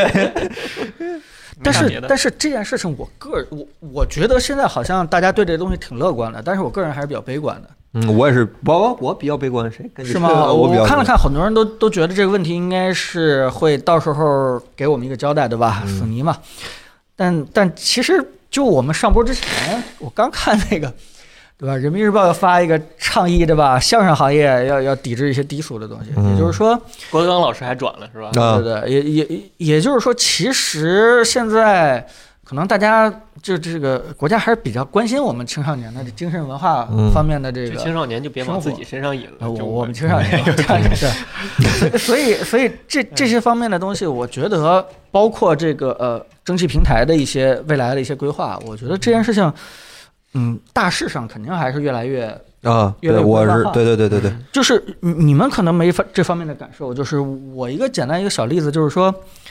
但是这件事情，我觉得现在好像大家对这东西挺乐观的，但是我个人还是比较悲观的。 我也是，我比较悲观，谁跟你是吗？我看了看，很多人都觉得这个问题应该是会到时候给我们一个交代，对吧？索尼嘛，但其实就我们上播之前，我刚看那个，对吧？人民日报要发一个倡议，对吧？相声行业要抵制一些低俗的东西，也就是说， 郭德纲老师还转了是吧？ 对，也就是说，其实现在。可能大家就这个国家还是比较关心我们青少年的精神文化方面的这个， 青少年就别往自己身上引了。 我们青少年是，所以这些方面的东西，我觉得包括这个蒸汽平台的一些未来的一些规划，我觉得这件事情，大势上肯定还是越来越对，我是对， 就是你们可能没这方面的感受，就是我一个简单一个小例子，就是说。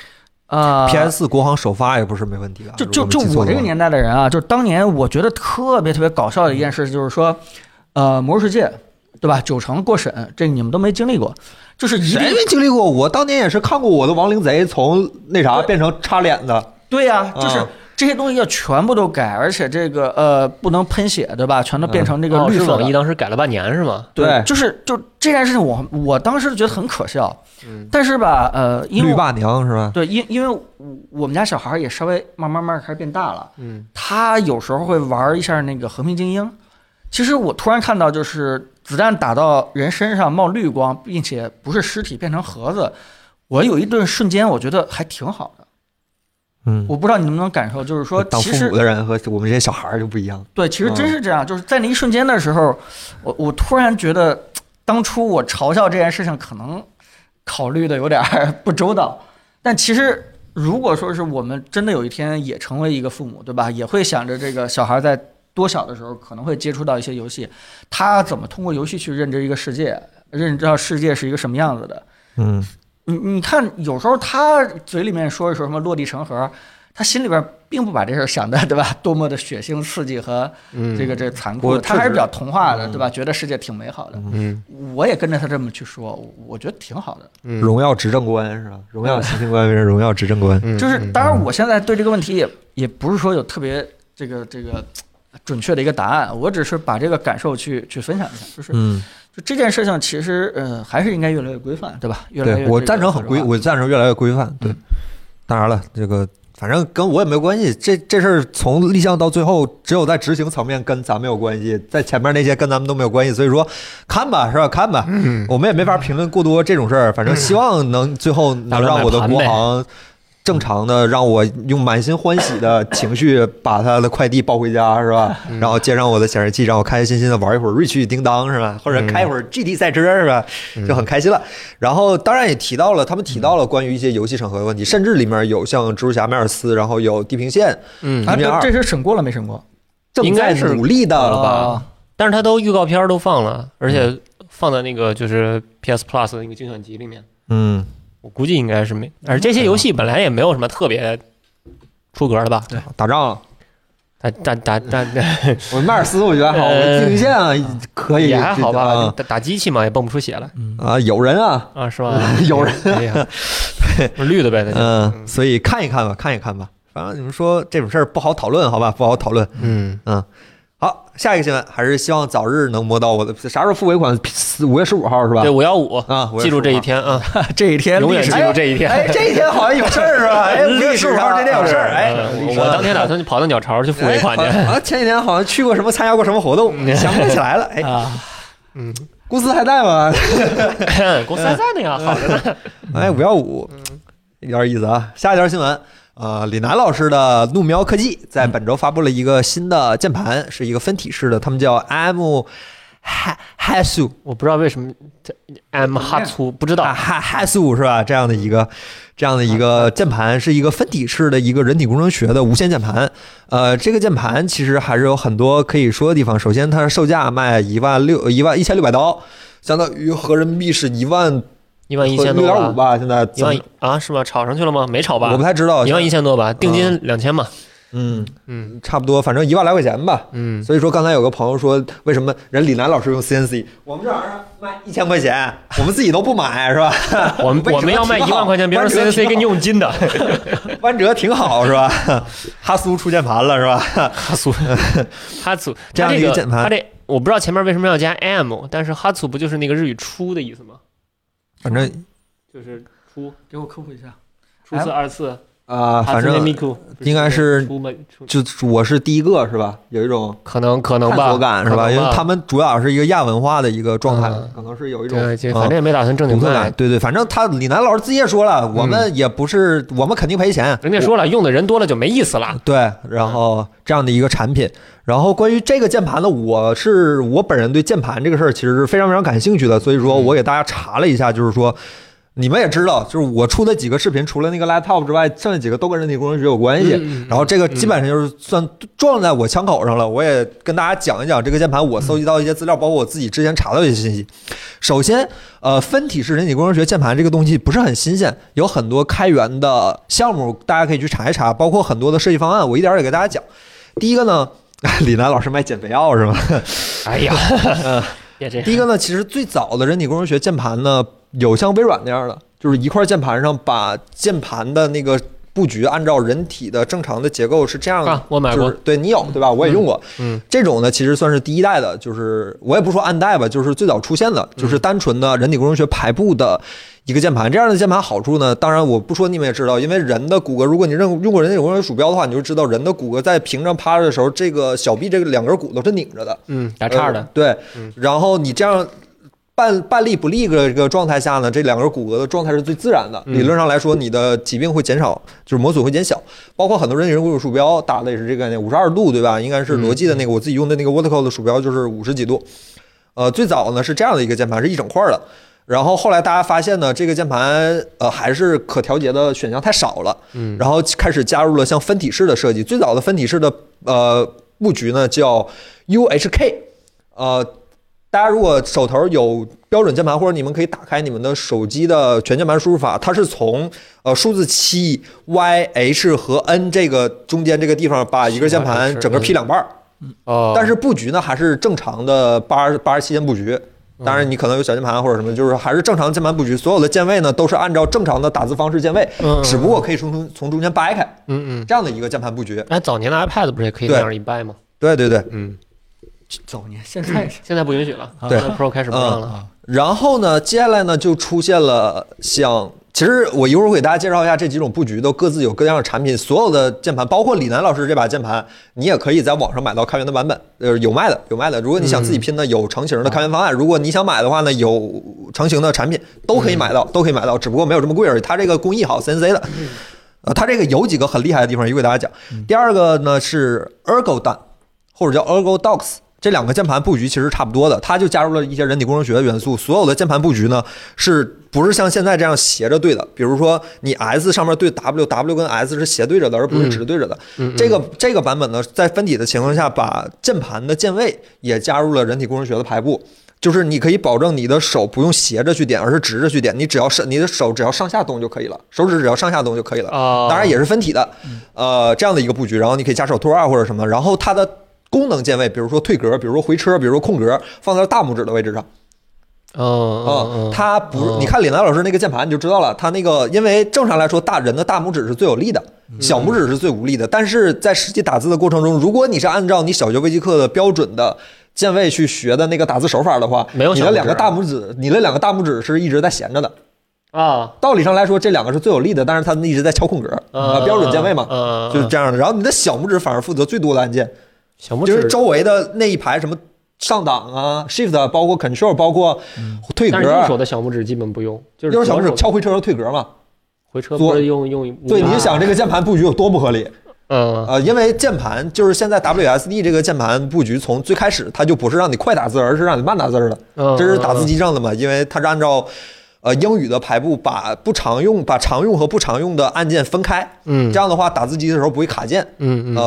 PS4 国行首发也不是没问题的。 就我这个年代的人啊，就是当年我觉得特别搞笑的一件事，就是说，魔兽世界，对吧？9成过审，这个你们都没经历过，就是谁没经历过？我当年也是看过我的亡灵贼从那啥变成插脸的。 对呀，就是这些东西要全部都改，而且这个不能喷血，对吧？全都变成这个绿色的。 网易当时改了半年是吗？ 对，就这件事情我当时觉得很可笑。但是吧，因为绿霸娘是吧？ 对，因为我们家小孩也稍微慢慢开始变大了，他有时候会玩一下那个和平精英。其实我突然看到，就是子弹打到人身上冒绿光，并且不是尸体变成盒子，我有一顿瞬间我觉得还挺好的。我不知道你能不能感受，就是说， 当父母的人和我们这些小孩就不一样。 对，其实真是这样，就是在那一瞬间的时候，我突然觉得，当初我嘲笑这件事情可能考虑的有点不周到，但其实如果说是我们真的有一天也成为一个父母，对吧？也会想着这个小孩在多小的时候可能会接触到一些游戏，他怎么通过游戏去认知一个世界，认知到世界是一个什么样子的。你看，有时候他嘴里面说一说什么落地成盒，他心里边并不把这事想的，对吧？多么的血腥刺激和这残酷，他还是比较童话的，对吧？觉得世界挺美好的。我也跟着他这么去说，我觉得挺好的。 荣耀执政官是吧？荣耀行星官为荣耀执政官。 就是当然，我现在对这个问题也不是说有特别这个准确的一个答案，我只是把这个感受去分享一下，就是就这件事情其实还是应该越来越规范，对吧？越来越我赞成我赞成越来越规范。对，当然了，这个反正跟我也没有关系，这事儿从立项到最后，只有在执行层面跟咱们有关系，在前面那些跟咱们都没有关系，所以说看吧，是吧？看吧，我们也没法评论过多这种事儿，反正希望能最后能让我的国行正常的让我用满心欢喜的情绪把他的快递抱回家，是吧？然后接上我的显示器，让我开开心心的玩一会儿瑞趣叮当，是吧？或者开一会儿 GT 赛车，是吧？就很开心了。然后当然也提到了，他们提到了关于一些游戏审核的问题，甚至里面有像蜘蛛侠、迈尔斯，然后有地平线， 这是审过了没审过？ 正在努力的了吧？ 但是他都预告片都放了，而且放在那个就是 PS Plus 的那个精选集里面。我估计应该是没，而这些游戏本来也没有什么特别出格的吧？ 对，打仗， 打， 我迈尔斯我觉得还好，地平线啊可以也还好吧，打机器嘛也蹦不出血来。 有人啊是吧？ 有人， 绿的呗， 所以看一看吧，反正你们说这种事儿不好讨论，好吧？不好讨论。好，下一个新闻还是希望早日能摸到我的，啥时候付尾款？5月15号是吧？ 对，515 啊， 记住这一天啊， 这一天永远记住这一天。 这一天好像有事儿是吧？5月15号这天有事儿。 我当天打算跑到鸟巢去付尾款去。 前几天好像去过参加过什么活动，想不起来了。公司还在吗？ 公司还在呢呀，好着呢。 515，有点意思啊。下一条新闻。李楠老师的怒喵科技在本周发布了一个新的键盘，是一个分体式的，他们叫 M Hatsu， 我不知道为什么 M Hatsu 不知道 Hatsu 是吧？这样的一个键盘，是一个分体式的一个人体工程学的无线键盘。这个键盘其实还是有很多可以说的地方。首先，它售价卖11600刀，相当于合人民币是1万 6.5吧，现在 11000啊？是吗？炒上去了吗？没炒吧？ 我不太知道 ，11000多吧，定金2000嘛。 差不多，反正1万来块钱吧。所以说刚才有个朋友说，为什么人李楠老师用 CNC， 我们这玩意儿卖1000块钱，我们自己都不买是吧？ 我们要卖1万块钱，别人 CNC 给你用金的。 弯折挺好是吧？哈苏出键盘了是吧？ 哈苏这样的一个键盘， 它这我不知道前面为什么要加 M， 但是哈苏不就是那个日语出的意思吗？ 反正就是出， 给我科普一下， 初次二次。 反正应该是，就我是第一个是吧？有一种可能吧， 探索感是吧？因为他们主要是一个亚文化的一个状态，可能是有一种， 对，反正也没打算正经卖。 对，反正李楠老师自己也说了，我们也不是，我们肯定赔钱。 人家说了，用的人多了就没意思了。 对，然后这样的一个产品，然后关于这个键盘呢，我本人对键盘这个事儿其实是非常非常感兴趣的，所以说我给大家查了一下，就是说。你们也知道，就是我出的几个视频，除了那个 laptop 之外，剩下几个都跟人体工程学有关系。然后这个基本上就是算撞在我枪口上了。我也跟大家讲一讲这个键盘，我搜集到一些资料，包括我自己之前查到一些信息。首先，分体式人体工程学键盘这个东西不是很新鲜，有很多开源的项目，大家可以去查一查，包括很多的设计方案，我一点也给大家讲。第一个呢，李楠老师卖减肥药是吗？ 哎呀， 第一个呢，其实最早的人体工程学键盘呢。有像微软那样的，就是一块键盘上把键盘的那个布局按照人体的正常的结构是这样的。 我买过， 对你有对吧？我也用过。这种呢其实算是第一代的，就是我也不说暗代吧，就是最早出现的，就是单纯的人体工程学排布的一个键盘。这样的键盘好处呢，当然我不说你们也知道，因为人的骨骼，如果你用过人体工程学鼠标的话，你就知道人的骨骼在平着趴着的时候，这个小臂这个2根骨头是拧着的， 打叉的。 对，然后你这样。半立不立这个状态下呢，这2根骨骼的状态是最自然的。理论上来说，你的疾病会减少，就是磨损会减小。包括很多人体工程鼠标打的也是这个概念，52度对吧？应该是罗技的那个，我自己用的那个 Vertical 的鼠标就是50几度。最早呢是这样的一个键盘，是一整块的。然后后来大家发现呢，这个键盘还是可调节的选项太少了，然后开始加入了像分体式的设计。最早的分体式的布局呢叫 UHK，大家如果手头有标准键盘，或者你们可以打开你们的手机的全键盘输入法，它是从数字7 YH 和 N 这个中间这个地方把一个键盘整个劈2半。但是布局呢还是正常的87键布局。当然你可能有小键盘或者什么，就是还是正常键盘布局，所有的键位呢都是按照正常的打字方式键位，只不过可以从中间掰开。这样的一个键盘布局。 早年的 iPad 不是也可以那样一掰吗？ 对。 早年现在不允许了， 对 ，Pro 开始不让了。 然后呢，接下来呢就出现了像，其实我一会儿会给大家介绍一下这几种布局都各自有各样的产品。所有的键盘，包括李楠老师这把键盘，你也可以在网上买到开源的版本，有卖的。如果你想自己拼呢，有成型的开源方案；如果你想买的话呢，有成型的产品都可以买到，只不过没有这么贵而已。它这个工艺好 ，CNC 的。它这个有几个很厉害的地方，一会儿给大家讲。第二个呢是 Ergodan， 或者叫 Ergodox。这2个键盘布局其实差不多的，它就加入了一些人体工程学的元素。所有的键盘布局呢，是不是像现在这样斜着对的？比如说你 S 上面对 W 跟 S 是斜对着的，而不是直对着的。这个版本呢，在分体的情况下，把键盘的键位也加入了人体工程学的排布。就是你可以保证你的手不用斜着去点，而是直着去点。你的手只要上下动就可以了，手指只要上下动就可以了。当然也是分体的，这样的一个布局。然后你可以加手托啊或者什么。然后它的功能键位，比如说退格，比如说回车，比如说空格，放在大拇指的位置上。它不，你看李楠老师那个键盘你就知道了，它那个因为正常来说人的大拇指是最有力的，小拇指是最无力的。但是在实际打字的过程中，如果你是按照你小学微机课的标准的键位去学的那个打字手法的话，你的2个大拇指是一直在闲着的。道理上来说，这2个是最有力的，但是它一直在敲空格标准键位嘛，就是这样的。然后你的小拇指反而负责最多的按键。 小拇指就是周围的那一排什么上档啊 Shift 包括 Control 包括退格。 但是右手的小拇指基本不用，就是右手小拇指敲回车和退格嘛。 回车不是用对，你就想这个键盘布局有多不合理。因为键盘就是现在 WSD 这个键盘布局从最开始它就不是让你快打字，而是让你慢打字的。这是打字机上的嘛，因为它是按照英语的排布把常用和不常用的按键分开。这样的话打字机的时候不会卡键。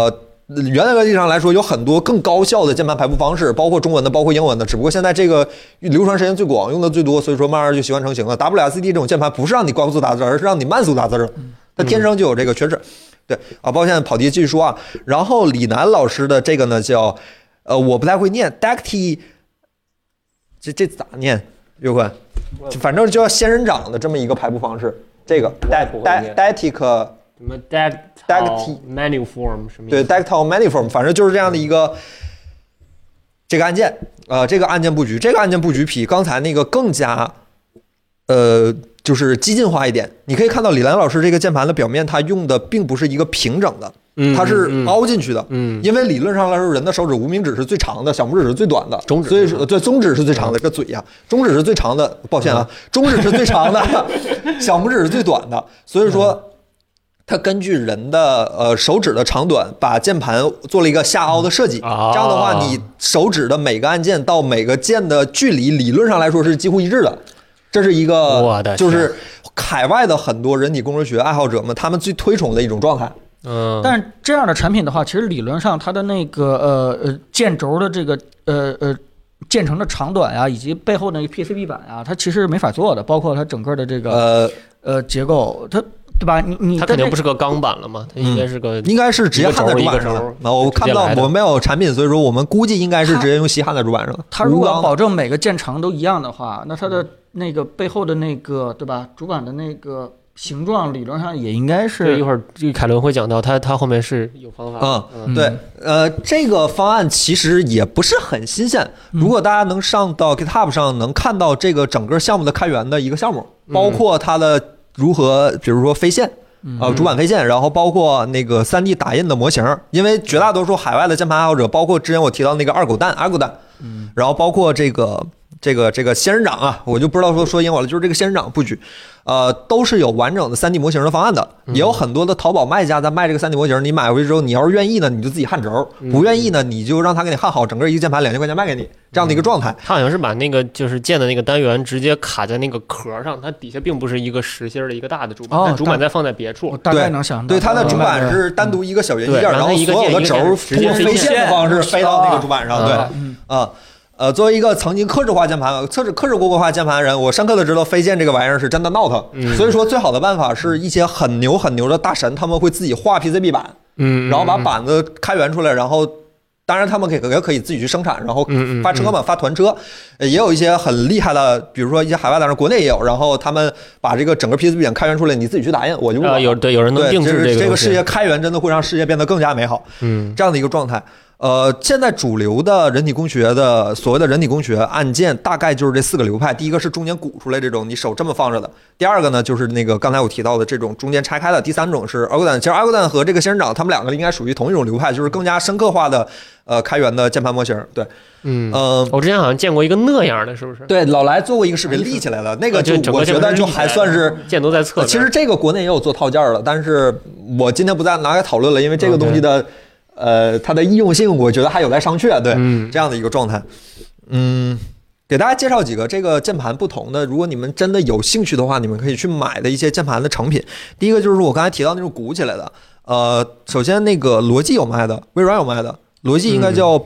原来意义上来说，有很多更高效的键盘排布方式，包括中文的，包括英文的。只不过现在这个流传时间最广，用的最多，所以说慢慢就习惯成型了。WSD 这种键盘不是让你快速打字，而是让你慢速打字，它天生就有这个缺失。对啊，抱歉，跑题继续说啊。然后李楠老师的这个呢叫我不太会念 ，Dacty， 这咋念？岳坤，反正就叫仙人掌的这么一个排布方式。这个 Dactic 什么 Dactyl Maniform 什么？ 对 ，Dactyl Maniform， 反正就是这样的一个这个按键，这个按键布局，这个按键布局比刚才那个更加就是激进化一点。你可以看到李楠老师这个键盘的表面，它用的并不是一个平整的，它是凹进去的。因为理论上来说，人的手指无名指是最长的，小拇指是最短的， 中指， 所以说对中指是最长的，这嘴呀，中指是最长的，抱歉啊，中指是最长的，小拇指是最短的，所以说。它根据人的手指的长短，把键盘做了一个下凹的设计。这样的话，你手指的每个按键到每个键的距离，理论上来说是几乎一致的。这是一个，就是海外的很多人体工程学爱好者们他们最推崇的一种状态。 但是这样的产品的话，其实理论上它的那个键轴的这个键程的长短呀，以及背后的那个 PCB 板呀，它其实没法做的，包括它整个的这个结构，它。对吧？ 它肯定不是个钢板了嘛，它应该是直接焊在主板上的。我看到我们没有产品，所以说我们估计应该是直接用锡焊在主板上的。 它如果保证每个键长都一样的话，那它的那个背后的那个对吧？主板的那个形状理论上也应该是。 对，一会儿凯伦会讲到，它后面是有方法。 对，这个方案其实也不是很新鲜。如果大家能上到 GitHub 上，能看到这个整个项目的开源的一个项目，包括它的。如何，比如说飞线，主板飞线，然后包括那个3D 打印的模型，因为绝大多数海外的键盘爱好者，包括之前我提到那个二狗蛋，然后包括这个仙人掌啊，我就不知道说英文了，就是这个仙人掌布局，都是有完整的3D 模型的方案的，也有很多的淘宝卖家在卖这个3D 模型，你买回去之后，你要是愿意呢，你就自己焊轴，不愿意呢，你就让他给你焊好，整个一个键盘2000块钱卖给你，这样的一个状态。 他好像是把那个就是键的那个单元直接卡在那个壳上，它底下并不是一个实心的一个大的主板，但主板再放在别处。 大概能想到。 对，它的主板是单独一个小元件，然后所有的轴通过飞线的方式飞到那个主板上，对，作为一个曾经客制化键盘、克制过化键盘人，我深刻的知道飞线这个玩意儿是真的闹腾。所以说，最好的办法是一些很牛的大神，他们会自己画 PCB 板，然后把板子开源出来，然后当然他们也可以自己去生产，然后发车嘛，发团车。也有一些很厉害的，比如说一些海外的，国内也有，然后他们把这个整个 PCB 板开源出来，你自己去打印，我就有人能定制这个世界开源真的会让世界变得更加美好。这样的一个状态。现在主流的人体工学的所谓的人体工学按键大概就是这4个流派。第一个是中间鼓出来这种你手这么放着的，第二个呢就是那个刚才我提到的这种中间拆开的，第三种是 Algodan。其实 Algodan 和这个仙人掌他们两个应该属于同一种流派，就是更加深刻化的开源的键盘模型。对， 我之前好像见过一个那样的，是不是？ 对，老来做过一个视频立起来的那个，就我觉得就还算是键都在侧。 其实这个国内也有做套件的，但是我今天不再拿来讨论了，因为这个东西的。它的易用性我觉得还有待商榷，对，这样的一个状态。给大家介绍几个这个键盘不同的，如果你们真的有兴趣的话，你们可以去买的一些键盘的成品。第一个就是我刚才提到那种鼓起来的，首先那个罗技有卖的，微软有卖的，罗技应该叫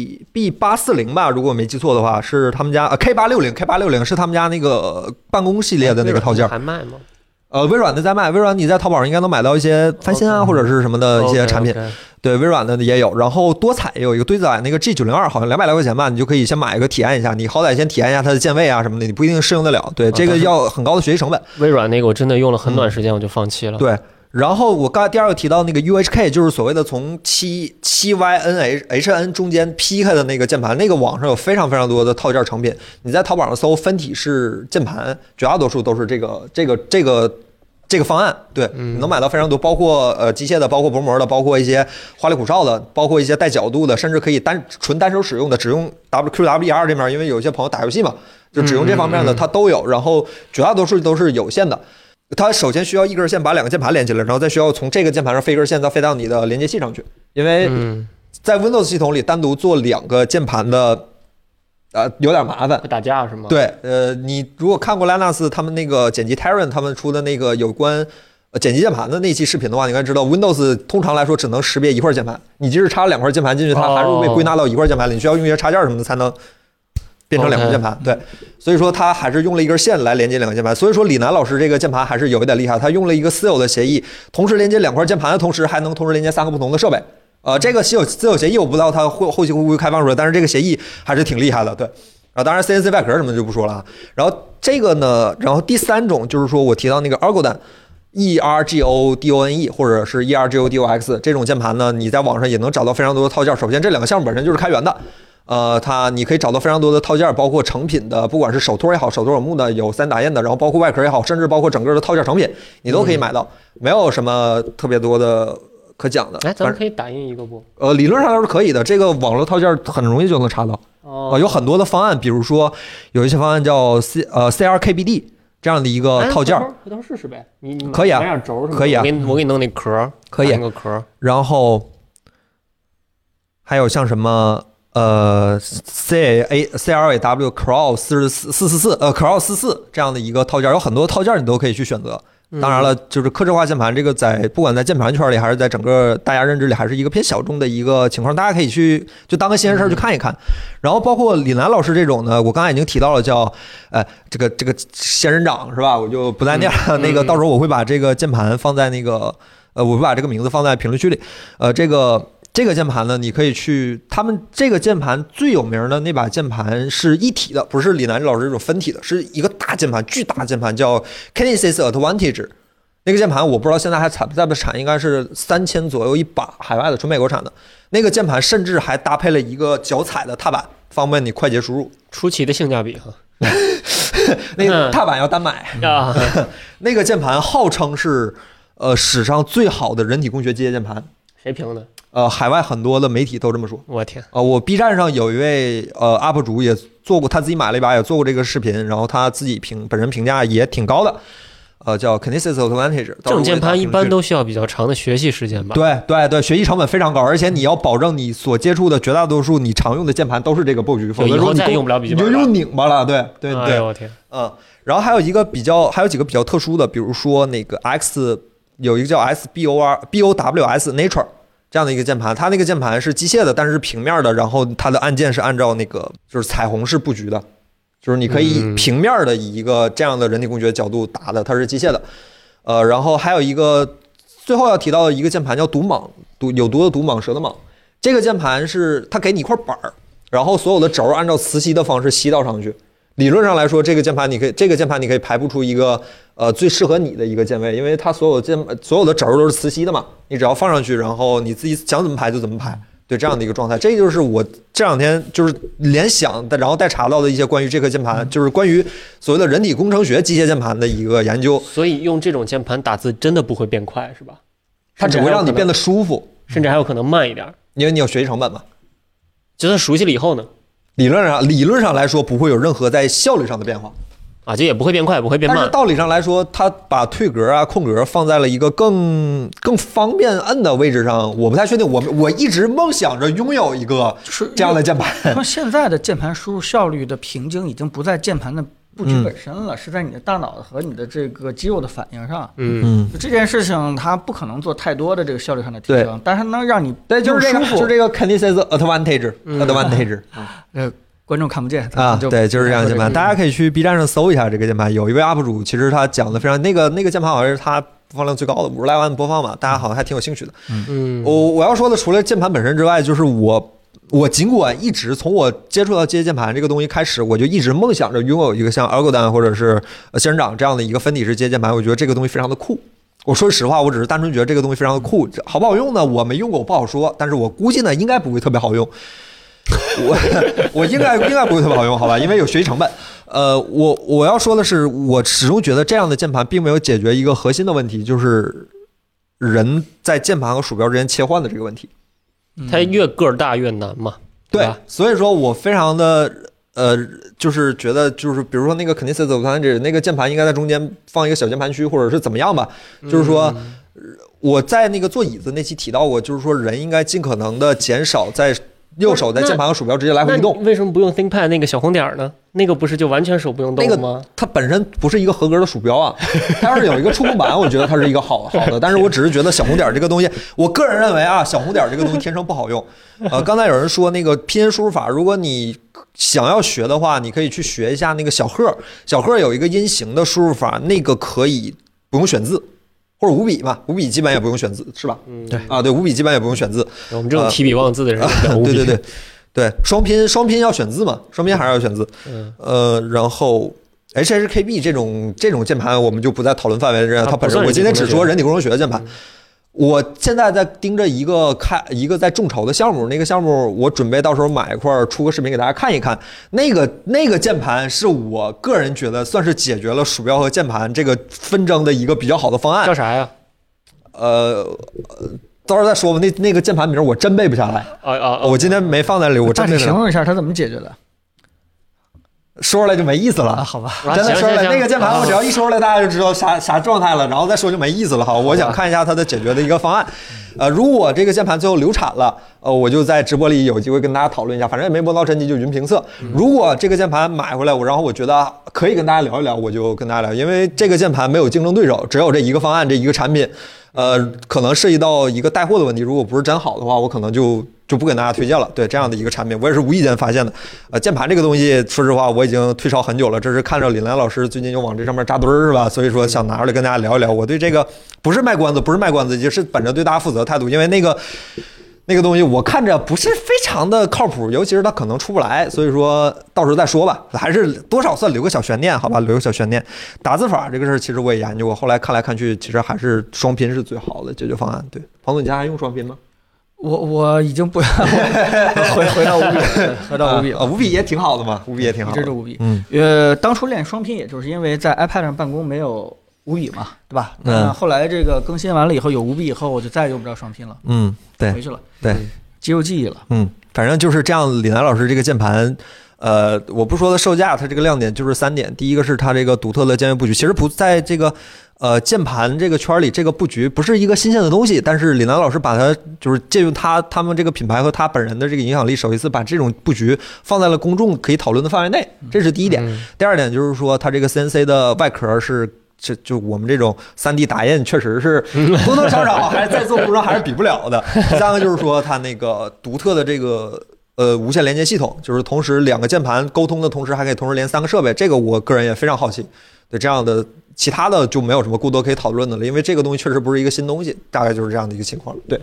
B840吧，如果我没记错的话，是他们家K860 是他们家那个办公系列的那个套件。 还卖吗？ 微软的在卖，微软你在淘宝上应该能买到一些翻新啊，或者是什么的一些产品。对，微软的也有，然后多彩也有一个堆子矮那个 G902，好像200来块钱吧，你就可以先买一个体验一下，你好歹先体验一下它的键位啊什么的，你不一定适应得了。对，这个要很高的学习成本。 微软那个我真的用了很短时间我就放弃了。 对。然后我刚才第二个提到那个 UHK， 就是所谓的从7YNHN 中间劈开的那个键盘，那个网上有非常多的套件成品，你在淘宝上搜分体式键盘，绝大多数都是这个方案。对，你能买到非常多，包括机械的，包括薄膜的，包括一些花里胡哨的，包括一些带角度的，甚至可以纯单手使用的，只用 QWER 这面，因为有些朋友打游戏嘛，就只用这方面的它都有，然后绝大多数都是有线的。它首先需要一根线把2个键盘连起来，然后再需要从这个键盘上飞一根线再飞到你的连接器上去，因为在 Windows 系统里单独做2个键盘的有点麻烦， 会打架是吗？ 对，你如果看过 Linux 他们那个剪辑 Terran 他们出的那个有关剪辑键盘的那期视频的话，你应该知道 Windows 通常来说只能识别一块键盘，你即使插了2块键盘进去，它还是会被归纳到一块键盘里，你需要用一些插件什么的才能变成2个键盘。对，所以说它还是用了一根线来连接2个键盘。所以说李楠老师这个键盘还是有一点厉害，他用了一个私有的协议，同时连接2块键盘的同时，还能同时连接3个不同的设备。这个私有协议我不知道它后期会不会开放出来，但是这个协议还是挺厉害的。对，当然 CNC 外壳什么就不说了啊。然后这个呢，然后第3种就是说我提到那个 Ergodone。ERGODONE 或者是 ERGODOX 这种键盘呢，你在网上也能找到非常多的套件。首先，这2个项目本身就是开源的，你可以找到非常多的套件，包括成品的，不管是手托也好，手托有木的，有3D打印的，然后包括外壳也好，甚至包括整个的套件成品，你都可以买到，没有什么特别多的可讲的。 咱们可以打印一个不？ 理论上都是可以的，这个网络套件很容易就能查到。有很多的方案，比如说有一些方案叫CRKBD。这样的一个套件， 回头试试呗。你可以啊， 买点轴可以啊， 我给你弄那壳， 可以弄个壳。 然后还有像什么CLAW Crawl 444Crawl 44这样的一个套件，有很多套件你都可以去选择。当然了，就是客制化键盘这个不管在键盘圈里还是在整个大家认知里，还是一个偏小众的一个情况，大家可以去就当个新鲜事去看一看。然后包括李楠老师这种呢，我刚才已经提到了叫这个仙人掌是吧？我就不再念了。那个到时候我会把这个键盘放在那个我会把这个名字放在评论区里。这个键盘呢，你可以去他们这个键盘最有名的那把键盘是一体的，不是李楠老师这种分体的，是一个大键盘，巨大键盘叫 Kinesis Advantage。那个键盘我不知道现在还在不产，应该是3000左右一把，海外的，纯美国产的。那个键盘甚至还搭配了一个脚踩的踏板，方便你快捷输入。 出奇的性价比哈。 那个踏板要单买啊。 那个键盘号称是史上最好的人体工学机械键盘。 谁评的？ 海外很多的媒体都这么说。 我天！ 我 B 站上有一位UP 主也做过，他自己买了一把，也做过这个视频，然后他自己本人评价也挺高的。叫 Kinesis Advantage。 这种键盘一般都需要比较长的学习时间吧？ 对，学习成本非常高，而且你要保证你所接触的绝大多数你常用的键盘都是这个布局，否则说你再用不了笔记本， 你就用拧巴了。对。 哎呦我天！ 然后还有几个比较特殊的，比如说那个 X 有一个叫 BOWS Nature。这样的一个键盘，它那个键盘是机械的，但是是平面的，然后它的按键是按照那个就是彩虹式布局的，就是你可以平面的以一个这样的人体工学角度打的，它是机械的。然后还有一个最后要提到的一个键盘叫毒蟒，有毒的毒，蟒蛇的蟒。这个键盘是它给你一块板儿，然后所有的轴按照磁吸的方式吸到上去。理论上来说，这个键盘你可以排布出一个最适合你的一个键位，因为它所有的轴都是磁吸的嘛，你只要放上去，然后你自己想怎么排就怎么排，对，这样的一个状态。这就是我这2天就是联想的，然后再查到的一些关于这个键盘，就是关于所谓的人体工程学机械键盘的一个研究。 所以用这种键盘打字真的不会变快是吧？ 它只会让你变得舒服， 甚至还有可能慢一点， 因为你有学习成本嘛。 就算熟悉了以后呢？ 理论上来说不会有任何在效率上的变化啊，就也不会变快，不会变慢。 但是道理上来说，它把退格啊、空格放在了一个更方便摁的位置上，我不太确定。我一直梦想着拥有一个这样的键盘。 说现在的键盘输入效率的瓶颈已经不在键盘的布局本身了，是在你的大脑和你的这个肌肉的反应上。就这件事情它不可能做太多的这个效率上的提升，但是能让你对，就是舒服。 就这个 Kinesis Advantage。 观众看不见啊，对，就是这样的键盘，大家可以去 B 站上搜一下这个键盘。有一位 UP 主，其实他讲的非常那个键盘好像是他播放量最高的50来万播放嘛，大家好像还挺有兴趣的。我要说的除了键盘本身之外，就是我尽管一直从我接触到机械键盘这个东西开始，我就一直梦想着拥有一个像 Ergodone 或者是仙人掌这样的一个分体式机械键盘，我觉得这个东西非常的酷。我说实话，我只是单纯觉得这个东西非常的酷，好不好用呢？我没用过，我不好说，但是我估计呢，应该不会特别好用。我应该不会特别好用，好吧？因为有学习成本。我要说的是，我始终觉得这样的键盘并没有解决一个核心的问题，就是人在键盘和鼠标之间切换的这个问题。 它越个大越难嘛。 对，所以说我非常的就是觉得就是比如说那个 Kinesis Advantage 那个键盘应该在中间放一个小键盘区，或者是怎么样吧，就是说。我在那个坐椅子那期提到过，就是说人应该尽可能的减少在右手在键盘和鼠标之间来回移动。 为什么不用 ThinkPad 那个小红点呢？那个不是就完全手不用动吗？ 那个它本身不是一个合格的鼠标啊，它要是有一个触控板，我觉得它是一个好的。但是我只是觉得小红点这个东西，我个人认为啊，小红点这个东西天生不好用。刚才有人说那个拼音输入法，如果你想要学的话，你可以去学一下那个小贺。小贺有一个音型的输入法，那个可以不用选字。或者五笔嘛，五笔基本也不用选字，是吧？ 对啊，对，五笔基本也不用选字。 我们这种提笔忘字的人， 对，双拼要选字嘛，双拼还是要选字。然后 HHKB 这种键盘我们就不在讨论范围之内，它本身我今天只说人体工程学的键盘。我现在在盯着一个在众筹的项目，那个项目我准备到时候买一块出个视频给大家看一看。那个键盘是我个人觉得算是解决了鼠标和键盘这个纷争的一个比较好的方案。 叫啥呀？ 到时候再说吧。那个键盘名我真背不下来。我今天没放在里，我真背不下来。 形容一下它怎么解决的？ 说出来就没意思了， 好吧？ 真的说出来，那个键盘我只要一说出来，大家就知道啥状态了，然后再说就没意思了。好，我想看一下它的解决的一个方案。如果这个键盘最后流产了，我就在直播里有机会跟大家讨论一下，反正也没摸到真机，就云评测。如果这个键盘买回来，然后我觉得可以跟大家聊一聊，我就跟大家聊，因为这个键盘没有竞争对手，只有这一个方案，这一个产品。可能涉及到一个带货的问题，如果不是真好的话，我可能就不给大家推荐了。对这样的一个产品，我也是无意间发现的。键盘这个东西，说实话我已经推烧很久了，这是看着李楠老师最近又往这上面扎堆儿是吧？所以说想拿出来跟大家聊一聊。我对这个不是卖关子，也是本着对大家负责的态度，因为那个东西我看着不是非常的靠谱，尤其是它可能出不来，所以说到时候再说吧，还是多少算留个小悬念，好吧，留个小悬念。打字法这个事儿其实我也研究过，后来看来看去，其实还是双拼是最好的解决方案。对，彭总，你家还用双拼吗？ 我已经不回到五笔，回到五笔了。 五笔也挺好的嘛，五笔也挺好的。 这是五笔。当初练双拼，也就是因为在 iPad 上办公没有五笔嘛，对吧？后来这个更新完了以后有五笔以后，我就再也用不着双拼了。 对， 回去了。 对， 肌肉记忆了。 反正就是这样。李楠老师这个键盘，我不说它售价，它这个亮点就是3点。第一个是它这个独特的键位布局，其实不在这个键盘这个圈里，这个布局不是一个新鲜的东西，但是李楠老师把它就是借用他们这个品牌和他本人的这个影响力，首一次把这种布局放在了公众可以讨论的范围内，这是第一点。第二点就是说，它这个 CNC 的外壳是。就我们这种3D 打印确实是多多少少还是在做工上还是比不了的。第三个就是说它那个独特的这个无线连接系统，就是同时2个键盘沟通的同时还可以同时连3个设备，这个我个人也非常好奇。对这样的其他的就没有什么过多可以讨论的了，因为这个东西确实不是一个新东西，大概就是这样的一个情况。对，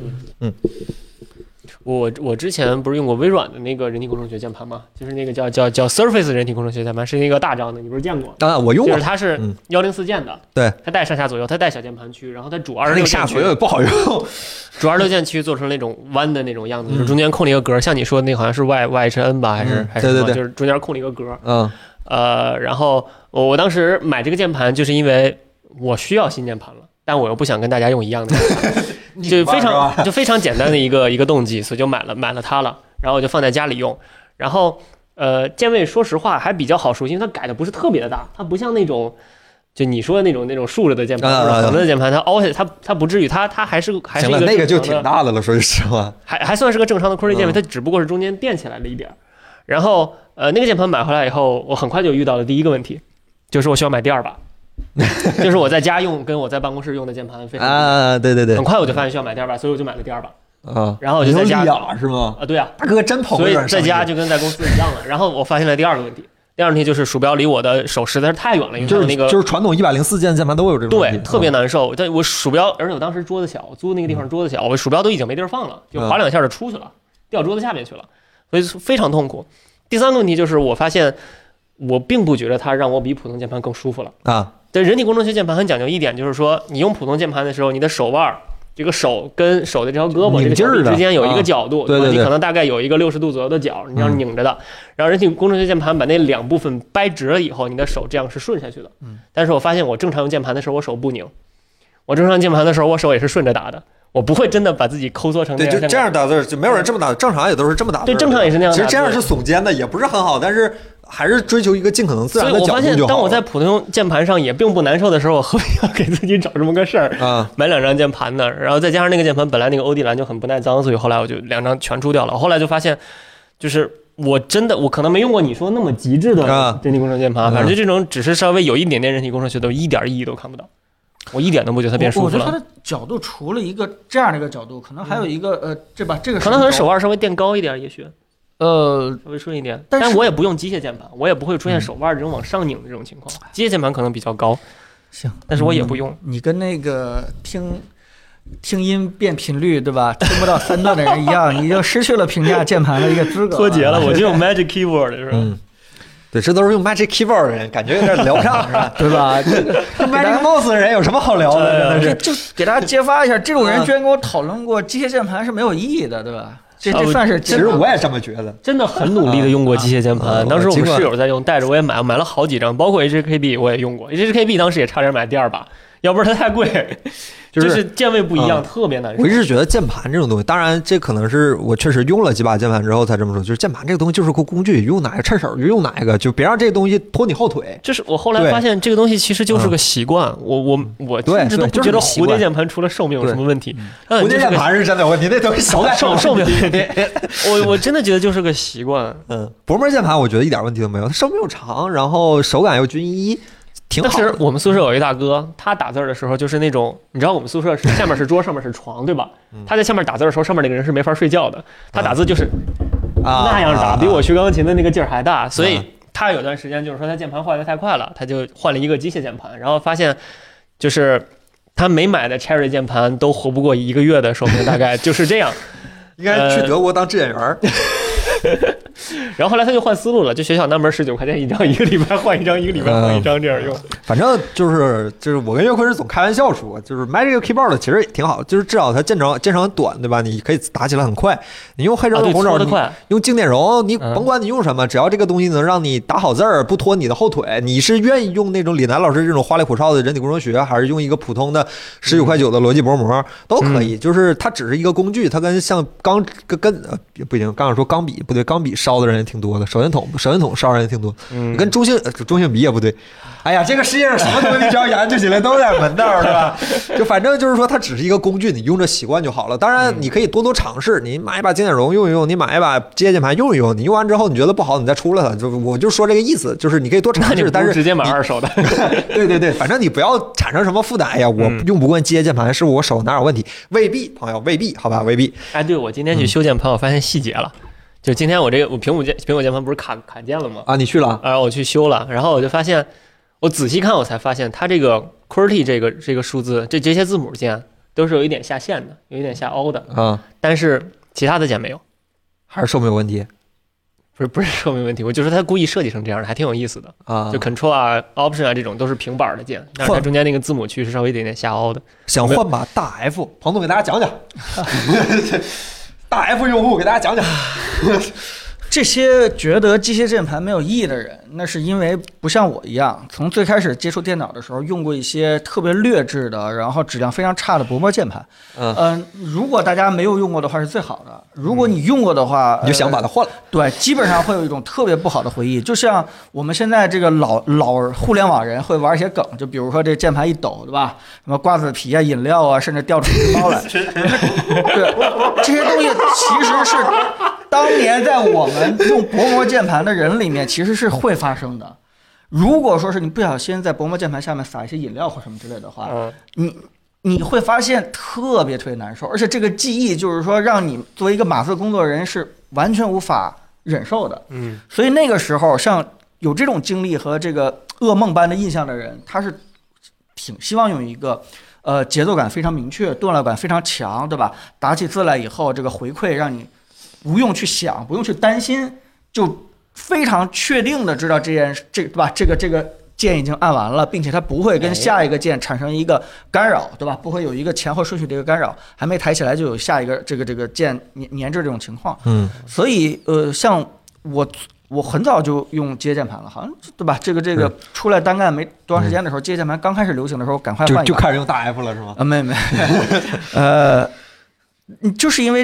我之前不是用过微软的那个人体工程学键盘吗？就是那个叫 Surface 人体工程学键盘，是那个大张的，你不是见过？ 我用过。 就是它是104键的， 对， 它带上下左右，它带小键盘区，然后它主26键下左右也不好用， 主26键区做成那种弯的那种样子，就是中间空了一个格，像你说的那个好像是 YHN 吧，还是什么？ 对， 就是中间空了一个格。然后我当时买这个键盘就是因为我需要新键盘了，但我又不想跟大家用一样的键盘。就非常简单的一个动机，所以就买了它了，然后我就放在家里用。然后键位说实话还比较好熟悉，因为它改的不是特别的大，它不像那种就你说的那种竖着的键盘或者横着的键盘，它凹下它不至于，它还是一个行了，那个就挺大的了，说句实话， 还算是个正常的 QWERTY 键位，它只不过是中间垫起来了一点。然后那个键盘买回来以后，我很快就遇到了第一个问题，就是我需要买第2把。就是我在家用跟我在办公室用的键盘非常对，很快我就发现需要买第2把，所以我就买了第2把。然后我就在家是吗？ 对啊， 大哥真捧， 所以在家就跟在公司一样了。然后我发现了第2个问题，第2个问题就是鼠标离我的手实在是太远了，因为它那个就是传统104键键盘都有这种问题， 对，特别难受。但我鼠标，而且我当时桌子小，租那个地方桌子小，我鼠标都已经没地儿放了，就滑2下就出去了，掉桌子下面去了，所以非常痛苦。第3个问题就是我发现我并不觉得它让我比普通键盘更舒服了啊。对，人体工程学键盘很讲究一点，就是说你用普通键盘的时候，你的手腕这个手跟手的这条胳膊这个脚臂之间有一个角度， 对， 你可能大概有一个60度左右的角，你要拧着的。然后人体工程学键盘把那2部分掰直了以后，你的手这样是顺下去的。但是我发现我正常用键盘的时候，我手不拧；我正常用键盘的时候，我手也是顺着打的。我不会真的把自己抠缩成那样， 对，就这样打字，就没有人这么打，正常也都是这么打字。 对，正常也是那样打字。 其实这样是耸肩的，也不是很好，但是还是追求一个尽可能自然的角度就好。 所以我发现，当我在普通键盘上也并不难受的时候，我何必要给自己找这么个事儿啊？买2张键盘呢，然后再加上那个键盘本来那个欧蒂蓝就很不耐脏，所以后来我就2张全出掉了。我后来就发现，就是我可能没用过你说那么极致的人体工程键盘，反正这种只是稍微有一点点人体工程学的，一点意义都看不到。我一点都不觉得它变舒服了。 我觉得它的角度除了一个这样的一个角度，可能还有一个这个可能手腕稍微垫高一点，也许稍微顺一点。但我也不用机械键盘，我也不会出现手腕这种往上拧的这种情况。机械键盘可能比较高， 行， 但是我也不用。 你跟那个听音变频率对吧？听不到3段的人一样，你就失去了评价键盘的一个资格， 脱节了。我就用 Magic Keyboard 是吧？ 对，这都是用 Magic Keyboard 的人，感觉有点聊不上，是吧？ 对吧 ？Magic Mouse 的人有什么好聊的？真的是， 就给大家揭发一下，这种人居然跟我讨论过机械键盘是没有意义的，对吧？这算是， 其实我也这么觉得， 真的很努力的用过机械键盘。当时我们室友在用，带着我也买了好几张，包括 HKB 我也用过。HKB 当时也差点买第2把，要不然它太贵。就是键位不一样，特别难受。 我一直觉得键盘这种东西，当然这可能是我确实用了几把键盘之后才这么说，就是键盘这个东西就是个工具，用哪个趁手就用哪个，就别让这个东西拖你后腿。 就是我后来发现这个东西其实就是个习惯，我甚至都不觉得蝴蝶键盘除了寿命有什么问题。 蝴蝶键盘是真的有问题，那东西寿命问题。我真的觉得就是个习惯。 薄膜键盘我觉得一点问题都没有，它寿命又长，然后手感又均一。 当时我们宿舍有一大哥，他打字的时候就是那种，你知道我们宿舍是下面是桌，上面是床，对吧？他在下面打字的时候，上面那个人是没法睡觉的。他打字就是那样打，比我学钢琴的那个劲儿还大。所以他有段时间就是说他键盘坏得太快了，他就换了一个机械键盘，然后发现就是他没买的 Cherry 键盘都活不过1个月的寿命，大概就是这样。 应该去德国当志愿员。 然后后来他就换思路了，就学校那门19块钱一张，1个礼拜换一张，1个礼拜换一张这样用。 反正就是我跟岳坤是总开玩笑说，就是 Magic Keyboard 其实也挺好，就是至少它键程很短，对吧？你可以打起来很快。你用黑轴、红轴，用经典轴，你甭管你用什么，只要这个东西能让你打好字儿，不拖你的后腿，你是愿意用那种李楠老师这种花里胡哨的人体工程学，还是用一个普通的19块9的逻辑薄膜都可以。就是它只是一个工具，它跟像不行，刚刚说钢笔不对，钢笔烧的人也挺多的，手电筒烧人也挺多，跟中性笔也不对。哎呀，这个世界上什么东西只要研究起来都有点门道，对吧？就反正就是说，它只是一个工具，你用着习惯就好了。当然，你可以多尝试，你买一把经典绒用一用，你买一把机械键盘用一用，你用完之后你觉得不好，你再出了它。我就说这个意思，就是你可以多尝试，但是直接买2手的。 对，反正你不要产生什么负担。哎呀，我用不惯机械键盘，是我手哪有问题？未必，朋友，未必，好吧，未必。 哎，对，我今天去修键盘，我发现细节了。就今天我苹果键盘不是卡键了吗？ 啊，你去了？ 我去修了，然后我就发现，我仔细看我才发现，它这个 QWERTY 这个数字，这些字母键都是有一点下陷的，有一点下凹的啊。但是其他的键没有， 还是寿命问题？ 不是寿命问题，我就说它故意设计成这样的，还挺有意思的啊。就 Control 啊、Option 啊这种都是平板的键，但是它中间那个字母区是稍微有点下凹的。 想换把大 F， 彭总给大家讲讲。大 F 用户给大家讲讲。 这些觉得机械键盘没有意义的人，那是因为不像我一样，从最开始接触电脑的时候用过一些特别劣质的，然后质量非常差的薄膜键盘。如果大家没有用过的话是最好的，如果你用过的话， 你就想把它换了。 对，基本上会有一种特别不好的回忆，就像我们现在这个老互联网人会玩一些梗，就比如说这键盘一抖，对吧？什么瓜子皮啊、饮料啊，甚至掉出纸包来。对，这些东西其实是当年在我们用薄膜键盘的人里面其实是会发生的。如果说是你不小心在薄膜键盘下面撒一些饮料或什么之类的话，你会发现特别难受，而且这个记忆就是说让你作为一个码字工作人是完全无法忍受的。所以那个时候像有这种经历和这个噩梦般的印象的人，他是挺希望用一个节奏感非常明确、段落感非常强，对吧？打起字来以后，这个回馈让你不用去想，不用去担心，就非常确定的知道对吧？这个键已经按完了，并且它不会跟下一个键产生一个干扰，对吧？不会有一个前后顺序的一个干扰，还没抬起来就有下一个这个键粘着这种情况。所以像我很早就用机械键盘了，好像对吧？这个出来单干没多长时间的时候，机械键盘刚开始流行的时候，赶快换一个。 就开始用大 F 了是吗？ 没，就是因为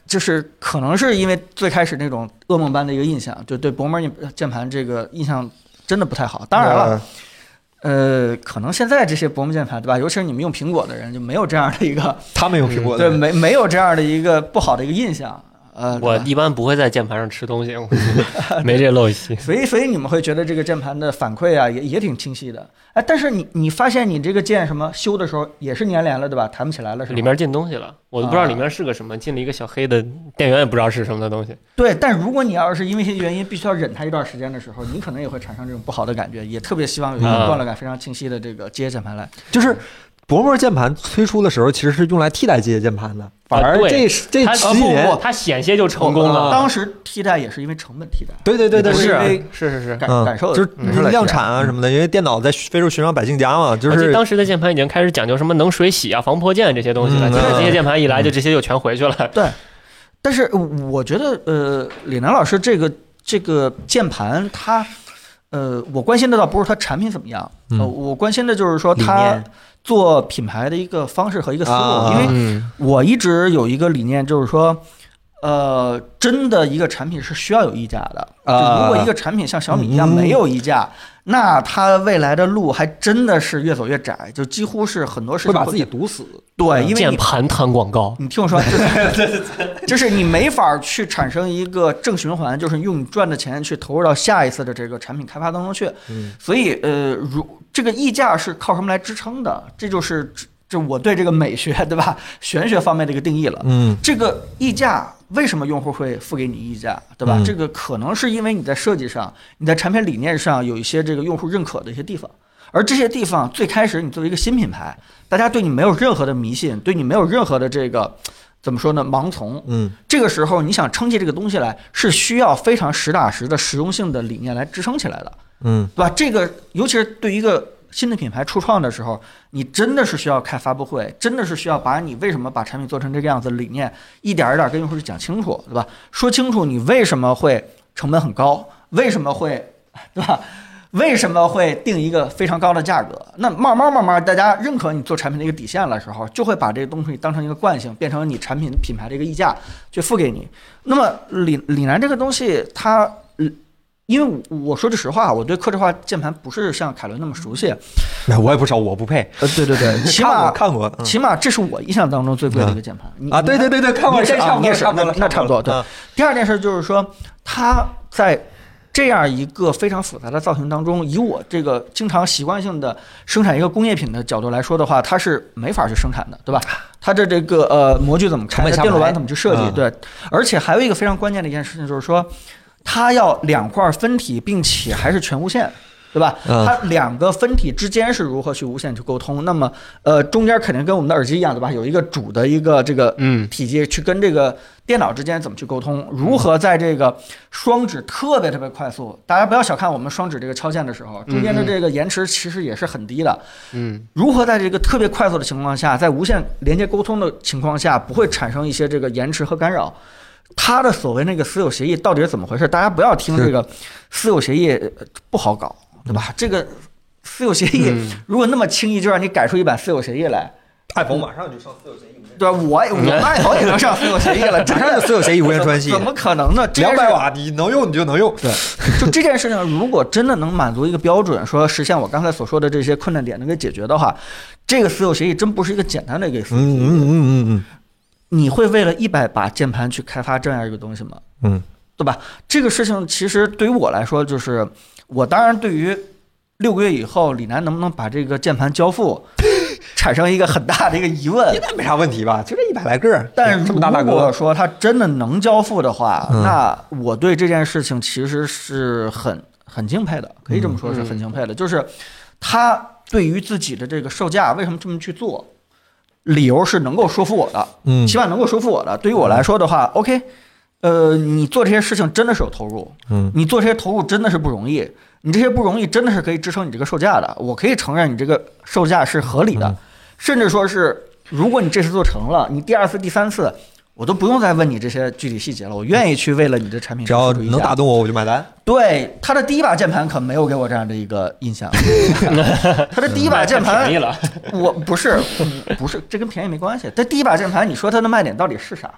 就是可能是因为最开始那种噩梦般的一个印象，就对薄膜键盘这个印象真的不太好。当然了，可能现在这些薄膜键盘，对吧？尤其是你们用苹果的人，就没有这样的一个， 他们用苹果的，对，没有这样的一个不好的一个印象。 我一般不会在键盘上吃东西，没这陋习。 所以你们会觉得这个键盘的反馈啊，也挺清晰的。哎，但是你发现你这个键什么修的时候也是粘连了，对吧？弹不起来了，是吧？ 里面进东西了，我都不知道里面是个什么，进了一个小黑的电源，也不知道是什么的东西。 对，但如果你要是因为一些原因必须要忍它一段时间的时候，你可能也会产生这种不好的感觉，也特别希望有一个断了感非常清晰的这个机械键盘来， 就是。薄膜键盘推出的时候，其实是用来替代机械键盘的，反而这十几年， 它险些就成功了。 当时替代也是因为成本替代， 对， 是感受， 就是量产啊什么的，因为电脑在非洲寻找百姓家嘛，就是当时的键盘已经开始讲究什么能水洗啊、防泼溅这些东西了。现在机械键盘一来，就这些就全回去了。 对，但是我觉得李楠老师这个键盘它。我关心的倒不是它产品怎么样，我关心的就是说它做品牌的一个方式和一个思路，因为我一直有一个理念，就是说，真的一个产品是需要有溢价的。如果一个产品像小米一样没有溢价，那它未来的路还真的是越走越窄，就几乎是很多事情会把自己堵死。 对，因为键盘谈广告， 你听我说，就是你没法去产生一个正循环，就是用你赚的钱去投入到下一次的这个产品开发当中去。所以这个溢价是靠什么来支撑的？这我对这个美学，对吧？玄学方面的一个定义了。这个溢价为什么用户会付给你溢价，对吧？这个可能是因为你在设计上、你在产品理念上有一些这个用户认可的一些地方，而这些地方最开始你作为一个新品牌，大家对你没有任何的迷信，对你没有任何的这个怎么说呢？盲从。这个时候你想撑起这个东西来，是需要非常实打实的实用性的理念来支撑起来的。对吧？这个尤其是对于一个新的品牌初创的时候，你真的是需要开发布会，真的是需要把你为什么把产品做成这个样子的理念一点一点跟用户去讲清楚，对吧？说清楚你为什么会成本很高，为什么会，对吧？为什么会定一个非常高的价格？那慢慢大家认可你做产品的一个底线的时候，就会把这个东西当成一个惯性，变成你产品品牌的一个溢价去付给你。那么李楠这个东西它因为我说句实话，我对客制化键盘不是像凯伦那么熟悉， 我也不熟，我不配。 对，起码看过， 起码这是我印象当中最贵的一个键盘。 对，看过， 那差不多。对，第二件事就是说，它在这样一个非常复杂的造型当中，以我这个经常习惯性的生产一个工业品的角度来说的话，它是没法去生产的，对吧？它的这个模具怎么开，电路板怎么去设计？对，而且还有一个非常关键的一件事情就是说。它要两块分体，并且还是全无线，对吧？它两个分体之间是如何去无线去沟通？那么，中间肯定跟我们的耳机一样，对吧？有一个主的一个这个体积去跟这个电脑之间怎么去沟通？如何在这个双指特别快速？大家不要小看我们双指这个敲键的时候，中间的这个延迟其实也是很低的。如何在这个特别快速的情况下，在无线连接沟通的情况下，不会产生一些这个延迟和干扰？他的所谓那个私有协议到底是怎么回事？大家不要听这个私有协议不好搞，对吧？这个私有协议如果那么轻易就让你改出一版私有协议来 ，iPhone 马上就上私有协议。 对吧？我iPhone也能上私有协议了， 马上就私有协议无线传系， 怎么可能呢 ？200瓦你能用你就能用。 对，就这件事情，如果真的能满足一个标准，说实现我刚才所说的这些困难点能给解决的话，这个私有协议真不是一个简单的一个私有协议。你会为了100把键盘去开发这样一个东西吗？对吧？这个事情其实对于我来说，就是我当然对于6个月以后李楠能不能把这个键盘交付，产生一个很大的一个疑问。 应该没啥问题吧？就这100来个。 但如果说他真的能交付的话，那我对这件事情其实是很敬佩的，可以这么说是很敬佩的。就是他对于自己的这个售价为什么这么去做？理由是能够说服我的，起码能够说服我的。对于我来说的话 ，OK， 你做这些事情真的是有投入，你做这些投入真的是不容易，你这些不容易真的是可以支撑你这个售价的。我可以承认你这个售价是合理的，甚至说是如果你这次做成了，你第2次、第3次，我都不用再问你这些具体细节了，我愿意去为了你的产品， 只要能打动我，我就买单。 对，他的第一把键盘可没有给我这样的一个印象。他的第一把键盘， 便宜了。 我不是，这跟便宜没关系。他第一把键盘，你说它的卖点到底是啥？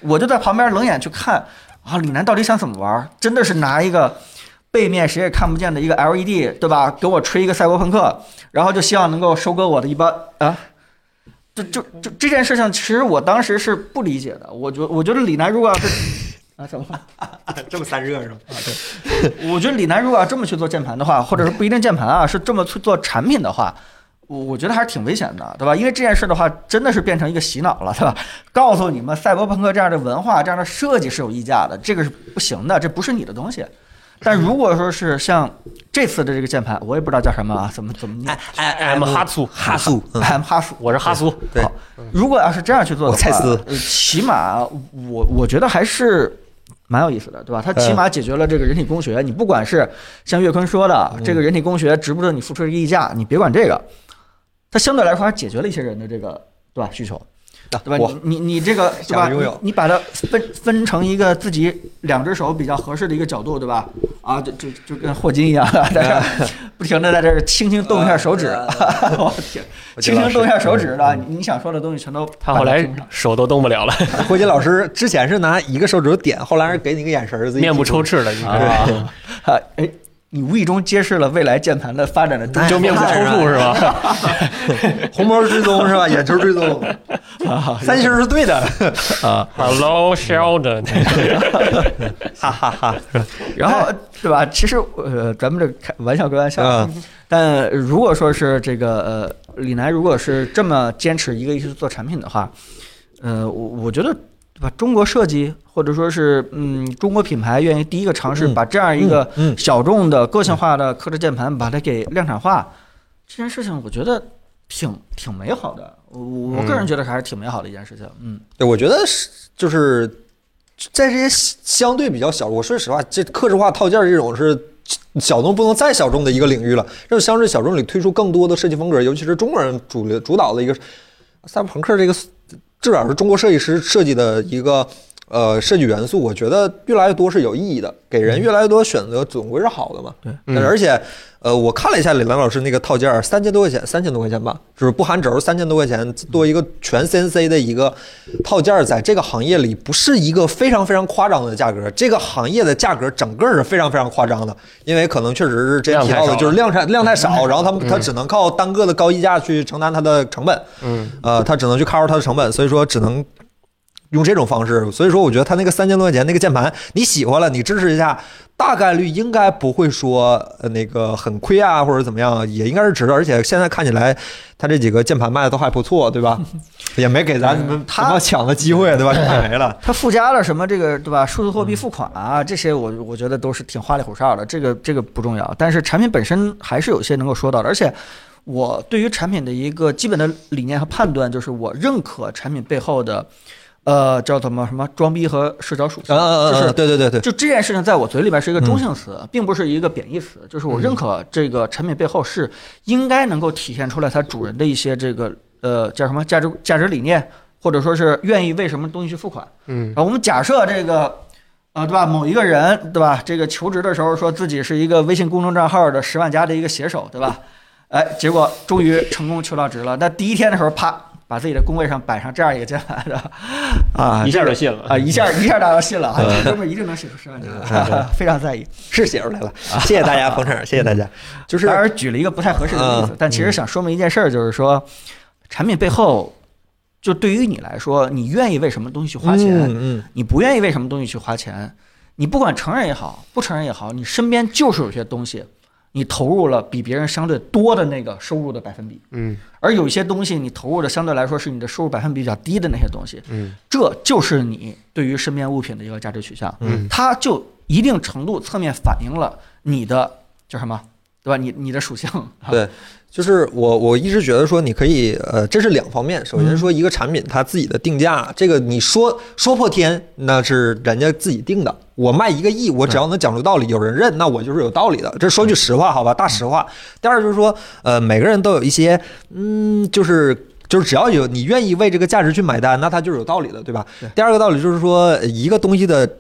我就在旁边冷眼去看啊，李楠到底想怎么玩？真的是拿一个背面谁也看不见的一个 LED， 对吧？给我吹一个赛博朋克，然后就希望能够收割我的一帮啊。这件事情，其实我当时是不理解的。我觉得李楠如果要是啊什么这么散热是吗？ 啊对，我觉得李楠如果要这么去做键盘的话，或者是不一定键盘啊，是这么去做产品的话，我觉得还是挺危险的，对吧？因为这件事的话，真的是变成一个洗脑了，对吧？告诉你们，赛博朋克这样的文化、这样的设计是有溢价的，这个是不行的，这不是你的东西。但如果说是像这次的这个键盘，我也不知道叫什么啊，怎么念 ？M 哈苏 ，M 哈苏， 我是哈苏。 对， 如果要是这样去做的话， 我蔡司， 起码我觉得还是蛮有意思的，对吧？它起码解决了这个人体工学。你不管是像岳坤说的，这个人体工学值不值你付出这个溢价，你别管这个，它相对来说还解决了一些人的这个对吧需求。对吧？你这个对吧？你把它分成一个自己2只手比较合适的一个角度，对吧？啊，就跟霍金一样，在这不停的在这轻轻动一下手指，我天，轻轻动一下手指的，你想说的东西全都。 他后来手都动不了了。 霍金老师之前是拿一个手指头点，后来是给你个眼神， 面部抽搐了， 哎。你无意中揭示了未来键盘的发展的就面部抽搐是吧？ 虹膜追踪是吧？眼球追踪，三星是对的啊。Hello Sheldon， 哈哈哈。 然后对吧？其实咱们这开玩笑归玩笑，但如果说是这个李楠如果是这么坚持一个去做产品的话，我觉得对吧？中国设计。或者说是中国品牌愿意第一个尝试把这样一个小众的个性化的刻制键盘把它给量产化，这件事情我觉得挺美好的。我个人觉得还是挺美好的一件事情。 对，我觉得是就是在这些相对比较小，我说实话，这刻制化套件这种是小众不能再小众的一个领域了。这种相对小众里推出更多的设计风格，尤其是中国人主导的一个赛博朋克这个，至少是中国设计师设计的一个。设计元素，我觉得越来越多是有意义的，给人越来越多选择，总归是好的嘛。 对， 而且我看了一下李楠老师那个套件，3000多块钱，3000多块钱吧，就是不含轴，3000多块钱做一个全 CNC 的一个套件，在这个行业里不是一个非常非常夸张的价格，这个行业的价格整个是非常非常夸张的，因为可能确实是之前提到的，就是量太少，然后他只能靠单个的高溢价去承担它的成本，他只能去 cover 它的成本，所以说只能。用这种方式，所以说我觉得他那个3000多块钱那个键盘，你喜欢了，你支持一下，大概率应该不会说那个很亏啊，或者怎么样，也应该是值的。而且现在看起来，他这几个键盘卖的都还不错，对吧？也没给咱什么抢的机会，对吧？太没了。 他附加了什么这个对吧？数字货币付款啊，这些我觉得都是挺花里胡哨的，这个不重要。但是产品本身还是有些能够说到的，而且我对于产品的一个基本的理念和判断，就是我认可产品背后的。叫什么装逼和社交属性，就是对， 就这件事情在我嘴里面是一个中性词，并不是一个贬义词，就是我认可这个产品背后是应该能够体现出来它主人的一些这个叫什么价值理念，或者说是愿意为什么东西去付款。然后我们假设这个对吧，某一个人对吧，这个求职的时候说自己是一个微信公众账号的10万加的一个写手，对吧？哎，结果终于成功求到职了，那第一天的时候啪。把自己的工位上摆上这样一个键盘的一下就信了啊！一下大家信了，这哥们一定能写出10万加，非常在意， 是写出来了，谢谢大家捧场，谢谢大家。就是当然举了一个不太合适的例子，但其实想说明一件事儿，就是说产品背后，就对于你来说，你愿意为什么东西去花钱，你不愿意为什么东西去花钱，你不管承认也好，不承认也好，你身边就是有些东西。你投入了比别人相对多的那个收入的百分比，而有一些东西你投入的相对来说是你的收入百分比比较低的那些东西，这就是你对于身边物品的一个价值取向，它就一定程度侧面反映了你的叫什么，对吧？你的属性， 对。就是我一直觉得说你可以这是2方面。首先说一个产品它自己的定价，这个你说破天那是人家自己定的。我卖1个亿，我只要能讲出道理，有人认，那我就是有道理的。这说句实话，好吧，大实话。第二就是说，每个人都有一些就是只要有你愿意为这个价值去买单，那它就是有道理的，对吧？第二个道理就是说，一个东西的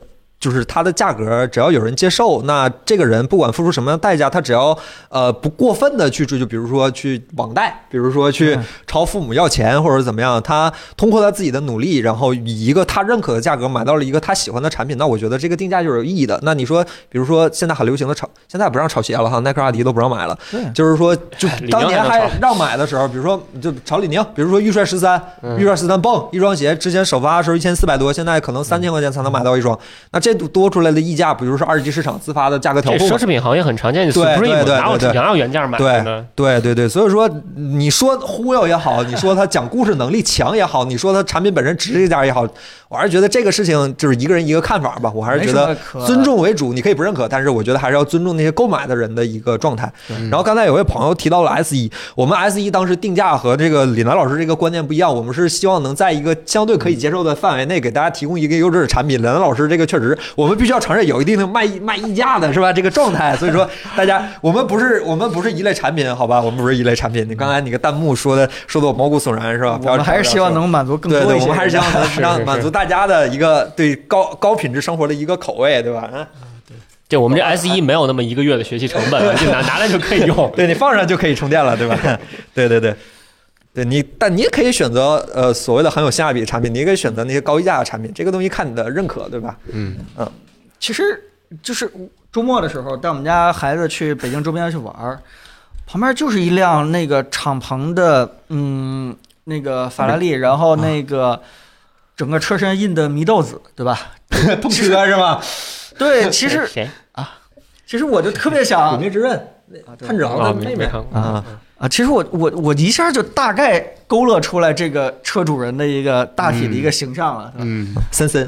就是它的价格只要有人接受，那这个人不管付出什么样的代价，他只要不过分的去追求，比如说去网贷，比如说去朝父母要钱或者怎么样，他通过他自己的努力，然后以一个他认可的价格买到了一个他喜欢的产品，那我觉得这个定价就是有意义的。那你说，比如说现在很流行的现在不让炒鞋了哈，耐克、阿迪都不让买了，就是说就当年还让买的时候，比如说就炒李宁，比如说预帅13，预帅13蹦一双鞋，之前首发的时候1400多，现在可能3000块钱才能买到一双，那这多出来的溢价，比如说二级市场自发的价格调控， 奢侈品行业很常见，你 Supreme 哪有原价买的呢？ 对，所以说你说忽悠也好，你说他讲故事能力强也好，你说他产品本身值这个价也好，我还是觉得这个事情就是一个人一个看法吧。我还是觉得尊重为主，你可以不认可，但是我觉得还是要尊重那些购买的人的一个状态。然后刚才有位朋友提到了 S1，我们 S1当时定价和这个李楠老师这个观念不一样，我们是希望能在一个相对可以接受的范围内给大家提供一个优质的产品。李楠老师这个确实，我们必须要承认有一定的卖溢价的是吧？这个状态，所以说大家我们不是一类产品，好吧？我们不是一类产品。你刚才那个弹幕说的我毛骨悚然是吧？ 我们还是希望能满足更多一些， 对，我们还是希望能让满足大家的一个对高品质生活的一个口味，对吧？ 对，我们这 S1 没有那么1个月的学习成本，就拿来就可以用。 对，你放上就可以充电了，对吧？对，但你也可以选择所谓的很有性价比的产品，你也可以选择那些高溢价的产品，这个东西看你的认可，对吧？ 其实就是周末的时候带我们家孩子去北京周边去玩，旁边就是一辆那个敞篷的那个法拉利，然后那个整个车身印的祢豆子，对吧？ 碰车是吧？ 对，其实其实我就特别想《 鬼灭之刃》炭治郎的妹妹其实我一下就大概勾勒出来这个车主人的一个大体的一个形象了， 森森。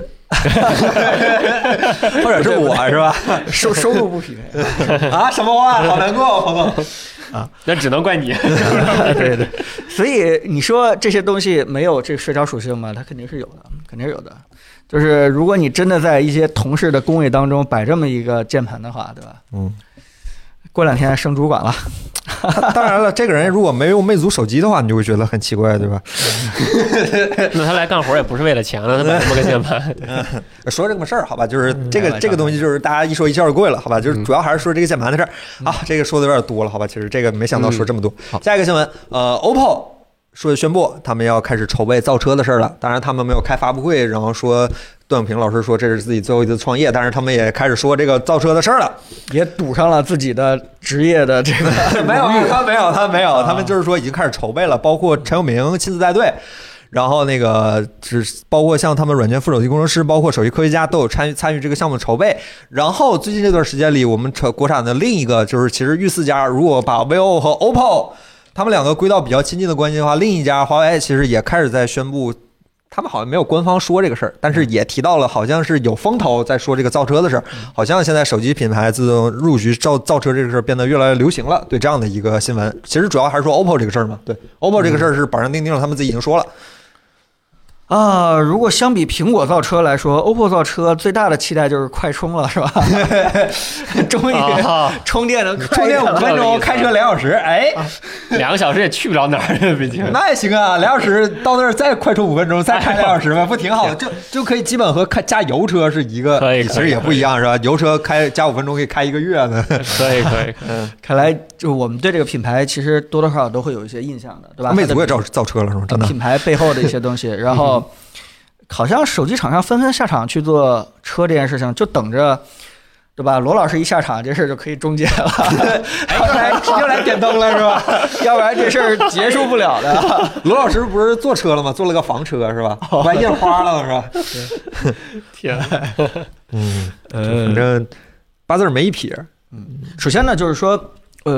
或者是我是吧？ 收入不匹配啊？什么话？好难过，朋友啊！那只能怪你。 对，所以你说这些东西没有这个社交属性吗？它肯定是有的，肯定是有的。就是如果你真的在一些同事的工位当中摆这么一个键盘的话，对吧？过2天升主管了。 当然了，这个人如果没用魅族手机的话，你就会觉得很奇怪，对吧？ 那他来干活也不是为了钱了，他摆这么个键盘。 说这么事儿，好吧，就是这个东西，就是大家一说一笑就过了，好吧？就是主要还是说这个键盘的事儿啊，这个说的有点多了，好吧？其实这个没想到说这么多。下一个新闻，OPPO 宣布他们要开始筹备造车的事儿了。当然他们没有开发布会，然后说段永平老师说这是自己最后一次创业，但是他们也开始说这个造车的事儿了， 也赌上了自己的职业的这个没有，他们就是说已经开始筹备了，包括陈友明亲自带队。然后那个包括像他们软件副手机工程师，包括手机科学家都有参与这个项目的筹备。然后最近这段时间里，我们国产的另一个就是其实御4家如果把 vivo 和 OPPO 他们两个归到比较亲近的关系的话，另一家华为其实也开始在宣布，他们好像没有官方说这个事儿，但是也提到了好像是有风头在说这个造车的事儿，好像现在手机品牌自动入局造车这个事儿变得越来越流行了。对这样的一个新闻，其实主要还是说 OPPO 这个事儿嘛。对 OPPO 这个事儿是板上钉钉了，他们自己已经说了。 如果相比苹果造车来说 ，OPPO 造车最大的期待就是快充了，是吧？终于充电能充电5分钟，开车2小时，哎 ，2个小时也去不着哪儿了，毕竟。 那也行啊，2小时到那儿再快充5分钟，再开2小时呗，不挺好的？就可以基本和加油车是一个，其实也不一样是吧？油车加5分钟可以开1个月呢。 可以。 看来就我们对这个品牌其实多多少少都会有一些印象的，对吧？ 魅族也造车了是吗？真的。 品牌背后的一些东西，然后。好像手机厂商纷纷下场去做车这件事情，就等着，对吧？罗老师一下场，这事就可以终结了。 又来点灯了是吧？ 要不然这事儿结束不了的。 罗老师不是坐车了吗？坐了个房车是吧？还印花了是吧？ 天， 反正8字没一撇。 首先呢，就是说，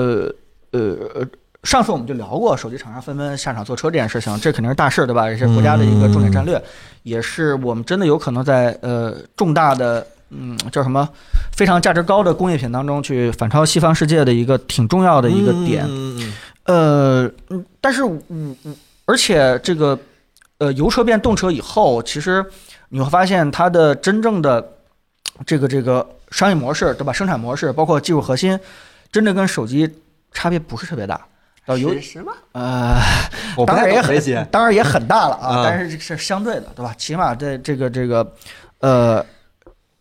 上次我们就聊过手机厂商纷纷下场做车这件事情，这肯定是大事，对吧？也是国家的一个重点战略，也是我们真的有可能在重大的叫什么非常价值高的工业品当中去反超西方世界的一个挺重要的一个点。但是而且这个油车变动车以后，其实你会发现它的真正的这个商业模式，对吧？生产模式包括技术核心，真的跟手机差别不是特别大。 是吗？ 我当然也很大了啊，但是这是相对的，对吧？起码在这个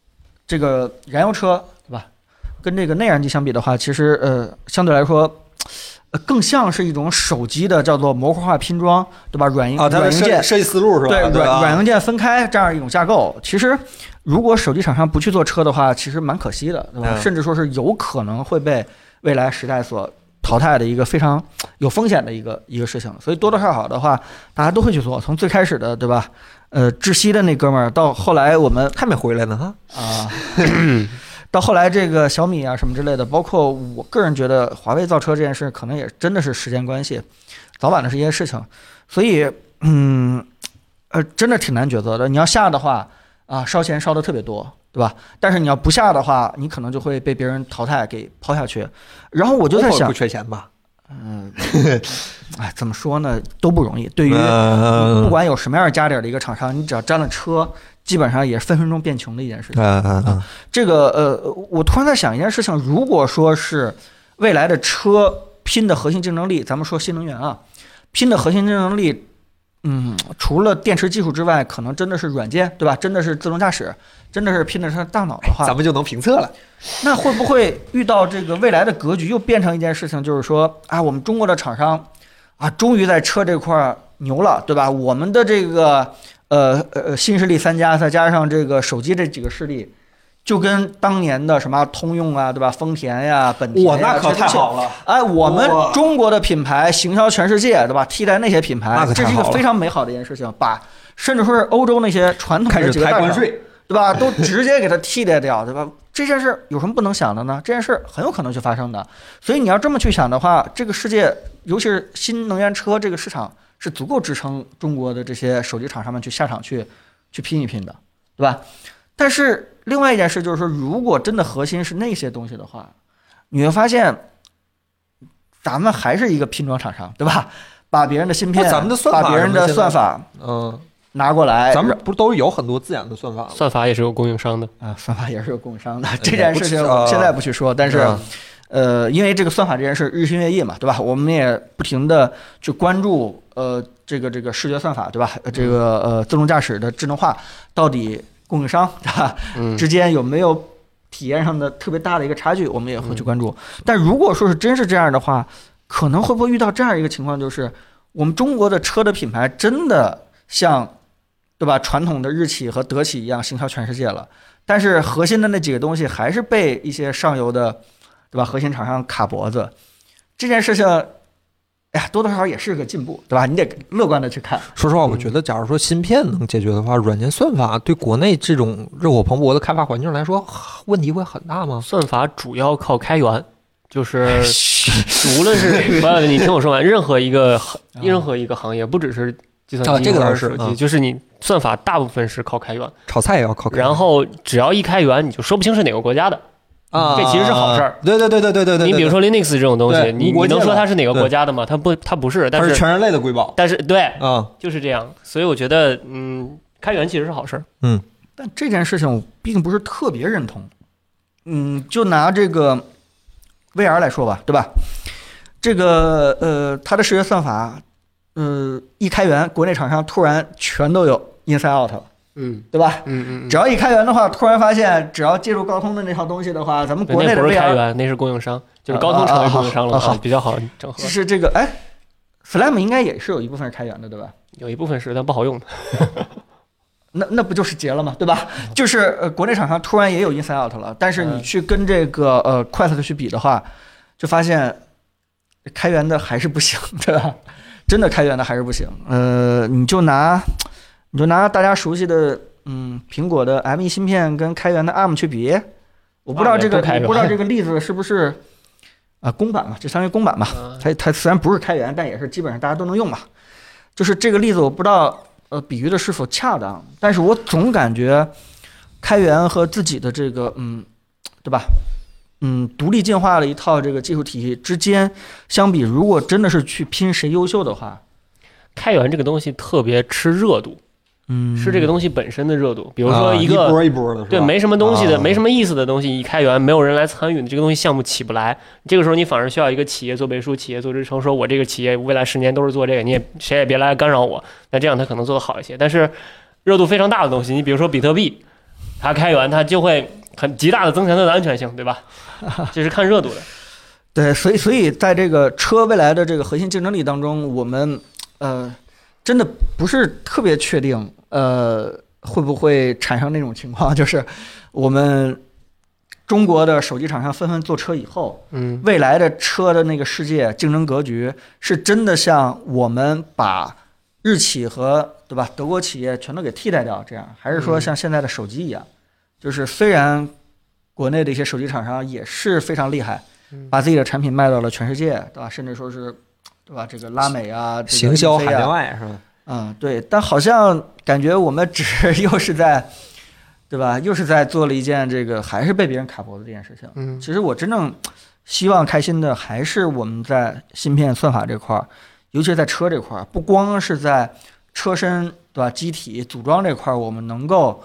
这个燃油车，对吧？跟这个内燃机相比的话，其实相对来说。更像是一种手机的叫做模块化拼装，对吧？软硬件设计思路是吧？ 对，软硬件分开这样一种架构。其实，如果手机厂商不去做车的话，其实蛮可惜的，对吧？甚至说是有可能会被未来时代所淘汰的一个非常有风险的一个事情。所以多多少少的话，大家都会去做。从最开始的，对吧？窒息的那哥们儿，到后来我们还没回来呢哈啊。到后来，这个小米啊什么之类的，包括我个人觉得华为造车这件事，可能也真的是时间关系，早晚的是一件事情。所以，真的挺难抉择的。你要下的话啊，烧钱烧的特别多，对吧？但是你要不下的话，你可能就会被别人淘汰给抛下去。然后我就在想， 不缺钱吧？ 哎，怎么说呢，都不容易。对于不管有什么样家底的一个厂商，你只要沾了车。基本上也是分分钟变穷的一件事情。这个我突然在想一件事情，如果说是未来的车拼的核心竞争力，咱们说新能源啊，拼的核心竞争力，除了电池技术之外，可能真的是软件，对吧？真的是自动驾驶，真的是拼的是大脑的话， 咱们就能评测了。 那会不会遇到这个未来的格局又变成一件事情，就是说啊，我们中国的厂商啊，终于在车这块牛了，对吧？我们的这个。新势力3家，再加上这个手机这几个势力，就跟当年的什么通用啊，对吧？丰田呀、本田呀， 那可太好了！ 哎，我们中国的品牌行销全世界，对吧？替代那些品牌，这是一个非常美好的一件事情。把甚至说是欧洲那些传统的几个大厂，对吧？都直接给它替代掉，对吧？这件事有什么不能想的呢？这件事很有可能去发生的。所以你要这么去想的话，这个世界，尤其是新能源车这个市场。是足够支撑中国的这些手机厂商们去下场去拼一拼的，对吧？但是另外一件事就是说，如果真的核心是那些东西的话，你会发现，咱们还是一个拼装厂商，对吧？把别人的芯片， 咱们的算法， 把别人的算法，拿过来， 咱们不是都有很多自研的算法吗？ 算法也是有供应商的啊，算法也是有供应商的。这件事情我现在不去说，但是。因为这个算法这件事日新月异嘛，对吧？我们也不停的去关注这个视觉算法，对吧？这个自动驾驶的智能化到底供应商对吧之间有没有体验上的特别大的一个差距，我们也会去关注。但如果说是真是这样的话，可能会不会遇到这样一个情况，就是我们中国的车的品牌真的像对吧传统的日企和德企一样行销全世界了，但是核心的那几个东西还是被一些上游的。对吧？核心厂商卡脖子这件事情，哎呀，多多少少也是个进步，对吧？你得乐观的去看。 说实话，我觉得，假如说芯片能解决的话，软件算法对国内这种热火蓬勃的开发环境来说，问题会很大吗？ 算法主要靠开源，就是无论是不要你听我说完，任何一个行业，不只是计算机， 这个倒是， 就是你算法大部分是靠开源， 炒菜也要靠开源。 然后只要一开源，你就说不清是哪个国家的。这其实是好事儿。 对。 你比如说 Linux 这种东西，你能说它是哪个国家的吗？它不是，但是全人类的瑰宝。 但是对，就是这样。所以我觉得，开源其实是好事儿。 但这件事情我并不是特别认同。就拿这个 VR 来说吧，对吧？这个它的视觉算法，一开源，国内厂商突然全都有 Inside Out 了。对吧？只要一开源的话，突然发现，只要介入高通的那套东西的话，咱们国内的 VR 那不是开源，那是供应商，就是高通成为供应商了，比较好整合。 是这个，哎 ，Slam 应该也是有一部分是开源的，对吧？ 有一部分是，但不好用。 那不就是结了吗？对吧？就是国内厂商突然也有 Inside Out 了，但是你去跟这个Quest 去比的话，就发现开源的还是不行，对吧？真的开源的还是不行。你就拿大家熟悉的苹果的 M1 芯片跟开源的 ARM 去比，我不知道这个例子是不是公版嘛，就相当于公版嘛。它虽然不是开源，但也是基本上大家都能用嘛。就是这个例子我不知道比喻的是否恰当，但是我总感觉开源和自己的这个对吧？独立进化的一套这个技术体系之间相比，如果真的是去拼谁优秀的话， 开源这个东西特别吃热度。是这个东西本身的热度，比如说一个一波一波的， 对，没什么东西的，没什么意思的东西，一开源没有人来参与，这个东西项目起不来。这个时候你反而需要一个企业做背书，企业做支撑，说我这个企业未来10年都是做这个，谁也别来干扰我。那这样它可能做得好一些。但是热度非常大的东西，你比如说比特币，它开源它就会很极大的增强它的安全性，对吧？这是看热度的。 对，所以在这个车未来的这个核心竞争力当中，我们真的不是特别确定会不会产生那种情况，就是我们中国的手机厂商纷纷做车以后，未来的车的那个世界竞争格局是真的像我们把日企和对吧德国企业全都给替代掉这样，还是说像现在的手机一样，就是虽然国内的一些手机厂商也是非常厉害，把自己的产品卖到了全世界，对吧？甚至说是，对吧？这个拉美啊， 行销海内外是吧？ 对。但好像感觉我们又是在，对吧？又是在做了一件这个还是被别人卡脖子这件事情。其实我真正希望开心的还是我们在芯片算法这块，尤其是在车这块，不光是在车身对吧机体组装这块，我们能够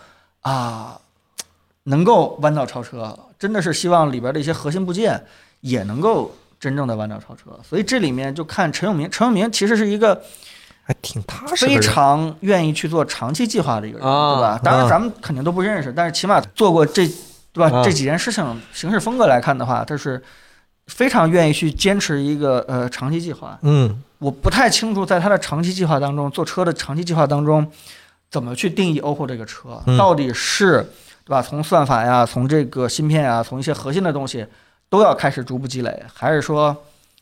弯道超车，真的是希望里边的一些核心部件也能够真正的弯道超车。所以这里面就看陈永明其实是一个还挺踏实的， 非常愿意去做长期计划的一个人，对吧？当然咱们肯定都不认识，但是起码做过对吧？这几件事情行事风格来看的话，他是非常愿意去坚持一个长期计划。我不太清楚在他的长期计划当中，做车的长期计划当中，怎么去定义 OPPO 这个车，到底是对吧？从算法呀，从这个芯片呀，从一些核心的东西都要开始逐步积累，还是说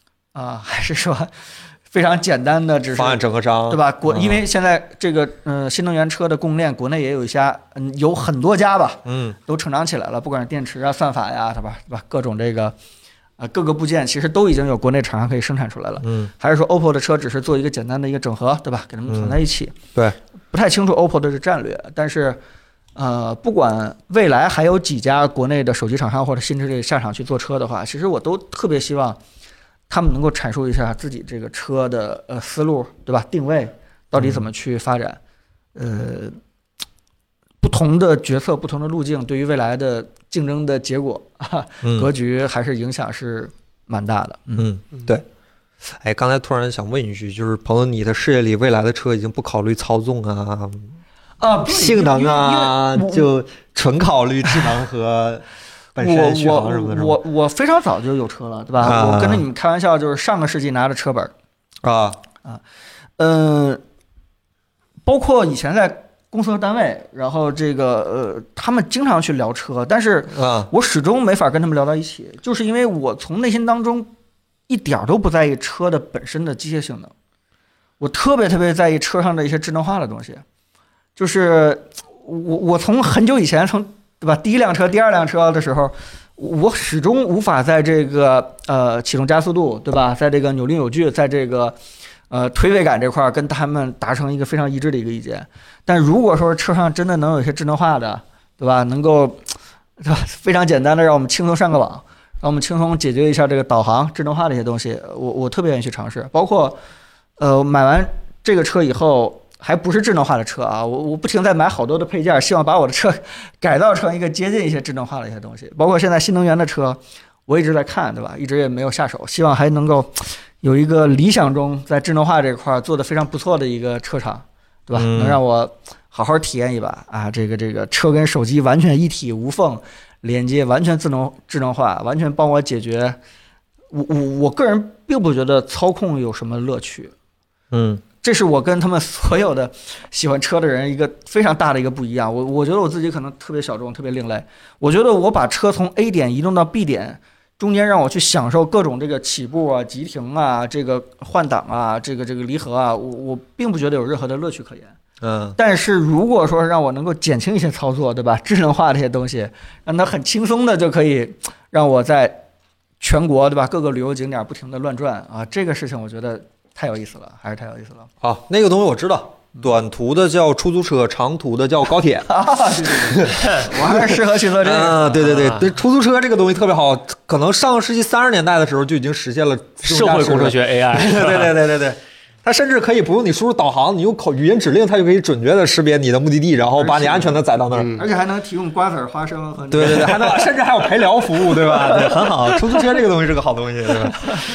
非常简单的只是方案整合商， 对吧？因为现在这个新能源车的供应链，国内也有一家有很多家吧，都成长起来了，不管是电池啊、算法呀，对吧？各种这个各个部件其实都已经有国内厂商可以生产出来了。还是说 OPPO 的车只是做一个简单的一个整合，对吧？给他们团在一起。 对， 不太清楚 OPPO 的战略，但是不管未来还有几家国内的手机厂商或者新势力下场去做车的话，其实我都特别希望他们能够阐述一下自己这个车的思路，对吧？定位到底怎么去发展？不同的决策、不同的路径，对于未来的竞争的结果格局还是影响是蛮大的。 对。哎，刚才突然想问一句，就是朋友，你的视野里未来的车已经不考虑操纵性能就纯考虑智能和本身续航什么的。 我非常早就有车了，对吧？我跟着你们开玩笑，就是上个世纪拿着车本包括以前在公司和单位，然后这个他们经常去聊车，但是我始终没法跟他们聊到一起，就是因为我从内心当中一点都不在意车的本身的机械性能，我特别在意车上的一些智能化的东西。就是我从很久以前，对吧？第一辆车、第二辆车的时候，我始终无法在这个启动加速度，对吧？在这个扭力扭矩，在这个推背感这块跟他们达成一个非常一致的一个意见。但如果说车上真的能有一些智能化的，对吧？能够对吧非常简单的让我们轻松上个网，让我们轻松解决一下这个导航智能化的一些东西，我特别愿意去尝试。包括买完这个车以后。还不是智能化的车啊！我不停在买好多的配件，希望把我的车改造成一个接近一些智能化的一些东西。包括现在新能源的车，我一直在看，对吧？一直也没有下手，希望还能够有一个理想中在智能化这块做得非常不错的一个车厂，对吧？能让我好好体验一把啊！这个车跟手机完全一体无缝连接，完全智能化，完全帮我解决。我个人并不觉得操控有什么乐趣，这是我跟他们所有的喜欢车的人一个非常大的一个不一样。我觉得我自己可能特别小众，特别另类。我觉得我把车从 A 点移动到 B 点，中间让我去享受各种这个起步啊、急停啊、这个换挡啊、这个离合啊，我并不觉得有任何的乐趣可言。但是如果说让我能够减轻一些操作，对吧？智能化这些东西，让它很轻松的就可以让我在全国，对吧？各个旅游景点不停的乱转啊，这个事情我觉得太有意思了，还是太有意思了。 好，那个东西我知道，短途的叫出租车，长途的叫高铁。 对，我还是适合去做这个。 对，出租车这个东西特别好，可能上个世纪30年代的时候就已经实现了社会工程学 AI。 对，它甚至可以不用你输入导航，你用语音指令，它就可以准确的识别你的目的地，然后把你安全的载到那儿， 而且还能提供瓜子、花生和对，还能甚至还有陪聊服务，对吧？对，很好，出租车这个东西是个好东西，对吧？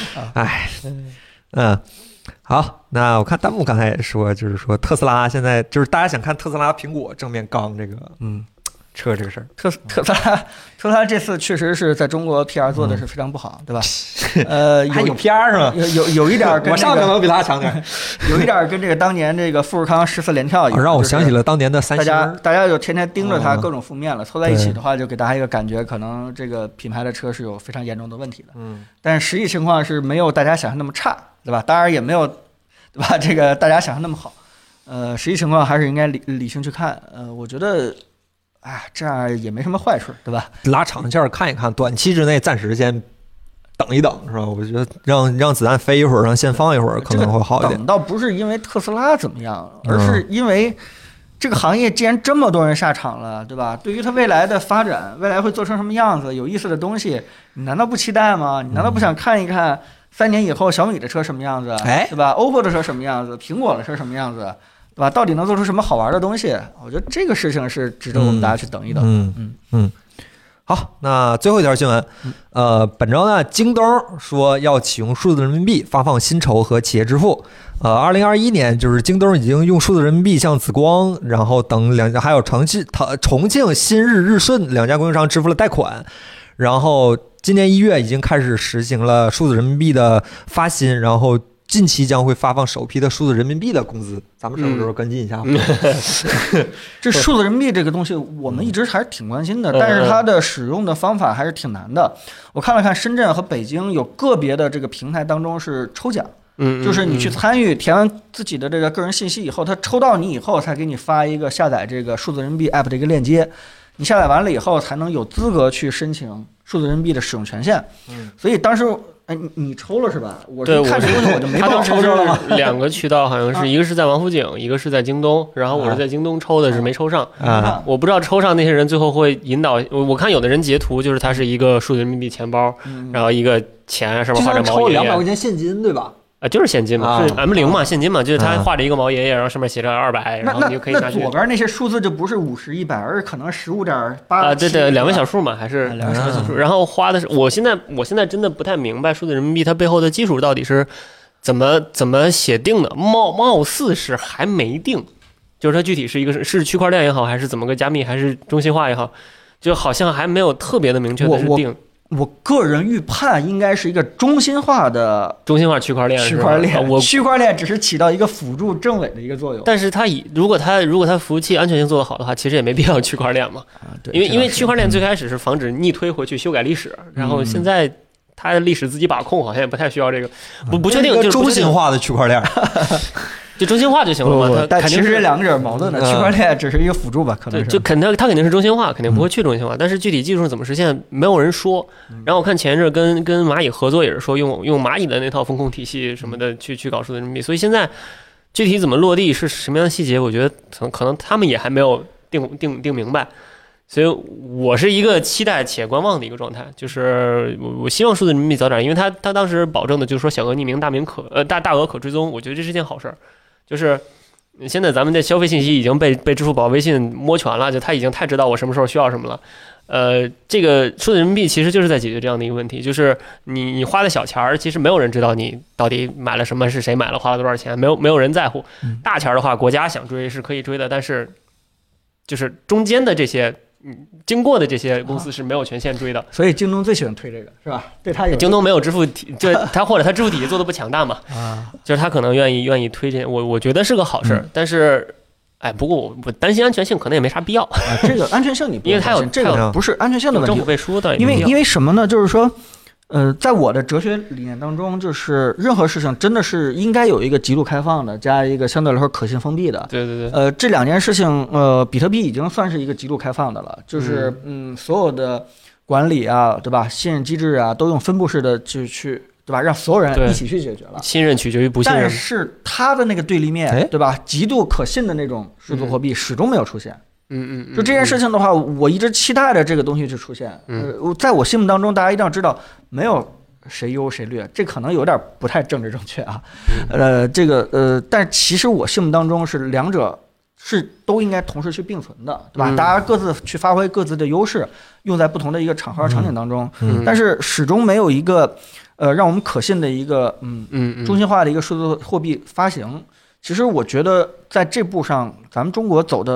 好，那我看弹幕刚才也说，就是说特斯拉现在就是大家想看特斯拉、苹果正面刚这个， 车这个事儿。 特斯拉这次确实是在中国 PR 做的是非常不好，对吧？ 还有 PR 是吗？ 有一点跟我上可能比他强点， 有一点跟这个当年这个富士康14连跳一样， 让我想起了当年的三星。 大家就天天盯着它各种负面了，凑在一起的话，就给大家一个感觉，可能这个品牌的车是有非常严重的问题的。但是实际情况是没有大家想象那么差，对吧？当然也没有，对吧？这个大家想象那么好。实际情况还是应该理性去看。我觉得。这样也没什么坏处，对吧？ 拉长线看一看，短期之内暂时先等一等，是吧？我觉得让子弹飞一会儿，让线放一会儿，可能会好一点。 等倒不是因为特斯拉怎么样，而是因为这个行业既然这么多人下场了，对吧？对于它未来的发展，未来会做成什么样子，有意思的东西，你难道不期待吗？你难道不想看一看3年以后小米的车什么样子，对吧 ？OPPO 的车什么样子，苹果的车什么样子？对吧？到底能做出什么好玩的东西？我觉得这个事情是值得我们大家去等一等。 好，那最后一条新闻，本周呢，京东说要启用数字人民币发放薪酬和企业支付。2021年就是京东已经用数字人民币向紫光，然后等两家还有重庆新日日顺2家供应商支付了贷款，然后今年1月已经开始实行了数字人民币的发薪，然后。近期将会发放首批的数字人民币的工资，咱们什么时候跟进一下？ 这数字人民币这个东西，我们一直还是挺关心的，但是它的使用的方法还是挺难的。我看了看深圳和北京有个别的这个平台当中是抽奖，就是你去参与填完自己的这个个人信息以后，它抽到你以后才给你发一个下载这个数字人民币 app 的一个链接，你下载完了以后才能有资格去申请数字人民币的使用权限。所以当时。你抽了是吧？我是看这东西我就没报抽着了吗 ？2个渠道好像是一个是在王府井，一个是在京东，然后我是在京东抽的，是没抽上。我不知道抽上那些人最后会引导，我看有的人截图就是它是一个数字人民币钱包，然后一个钱上面画着毛爷爷 ，200块钱现金对吧？ 就是现金嘛，是 M0嘛，现金嘛，就是他画着一个毛爷爷，然后上面写着200，然后你就可以拿去。 那左边那些数字就不是50、100，而是可能15.8。 对，两位小数嘛，还是两位小数。然后花的是，我现在真的不太明白数字人民币它背后的技术到底是怎么写定的，貌似是还没定，就是它具体是一个是区块链也好，还是怎么个加密，还是中心化也好，就好像还没有特别的明确的是定。 我个人预判应该是一个中心化区块链， 区块链只是起到一个辅助政委的一个作用。 但是如果它服务器安全性做得好的话，其实也没必要区块链嘛。 对， 因为区块链最开始是防止逆推回去修改历史，然后现在它的历史自己把控好像也不太需要这个，不确定就是中心化的区块链。 就中心化就行了嘛， 但其实这两者矛盾的，区块链只是一个辅助吧，可能是。 就它肯定是中心化，肯定不会去中心化，但是具体技术怎么实现，没有人说。然后我看前一阵跟蚂蚁合作也是说用蚂蚁的那套风控体系什么的去搞数字人民币，所以现在具体怎么落地是什么样的细节，我觉得可能他们也还没有定明白。所以我是一个期待且观望的一个状态，就是我希望数字人民币早点，因为他当时保证的就是说小额匿名、大额可追踪，我觉得这是件好事儿。就是现在咱们的消费信息已经被支付宝、微信摸全了，就他已经太知道我什么时候需要什么了。这个数字人民币其实就是在解决这样的一个问题，就是你花的小钱儿，其实没有人知道你到底买了什么，是谁买了，花了多少钱，没有人在乎。大钱的话，国家想追是可以追的，但是就是中间的这些。经过的这些公司是没有权限追的， 所以京东最喜欢推这个，是吧？对他有京东没有支付体，就是他或者他支付体系做的不强大嘛，就是他可能愿意推这，我觉得是个好事，但是，不过我担心安全性可能也没啥必要。 这个安全性你不因为它有这个不是安全性的问题， 政府背书的， 因为什么呢？就是说。在我的哲学理念当中，就是任何事情真的是应该有一个极度开放的，加一个相对来说可信封闭的。 对。 这2件事情，比特币已经算是一个极度开放的了，就是所有的管理啊，对吧？信任机制啊，都用分布式的去，对吧？让所有人一起去解决了。 信任取决于不信任。 但是它的那个对立面，对吧？极度可信的那种数字货币始终没有出现。就这件事情的话，我一直期待着这个东西去出现。在我心目当中，大家一定要知道，没有谁优谁劣，这可能有点不太政治正确啊。但其实我心目当中是两者是都应该同时去并存的，对吧？大家各自去发挥各自的优势，用在不同的一个场合场景当中。但是始终没有一个让我们可信的一个中心化的一个数字货币发行。其实我觉得在这步上，咱们中国走的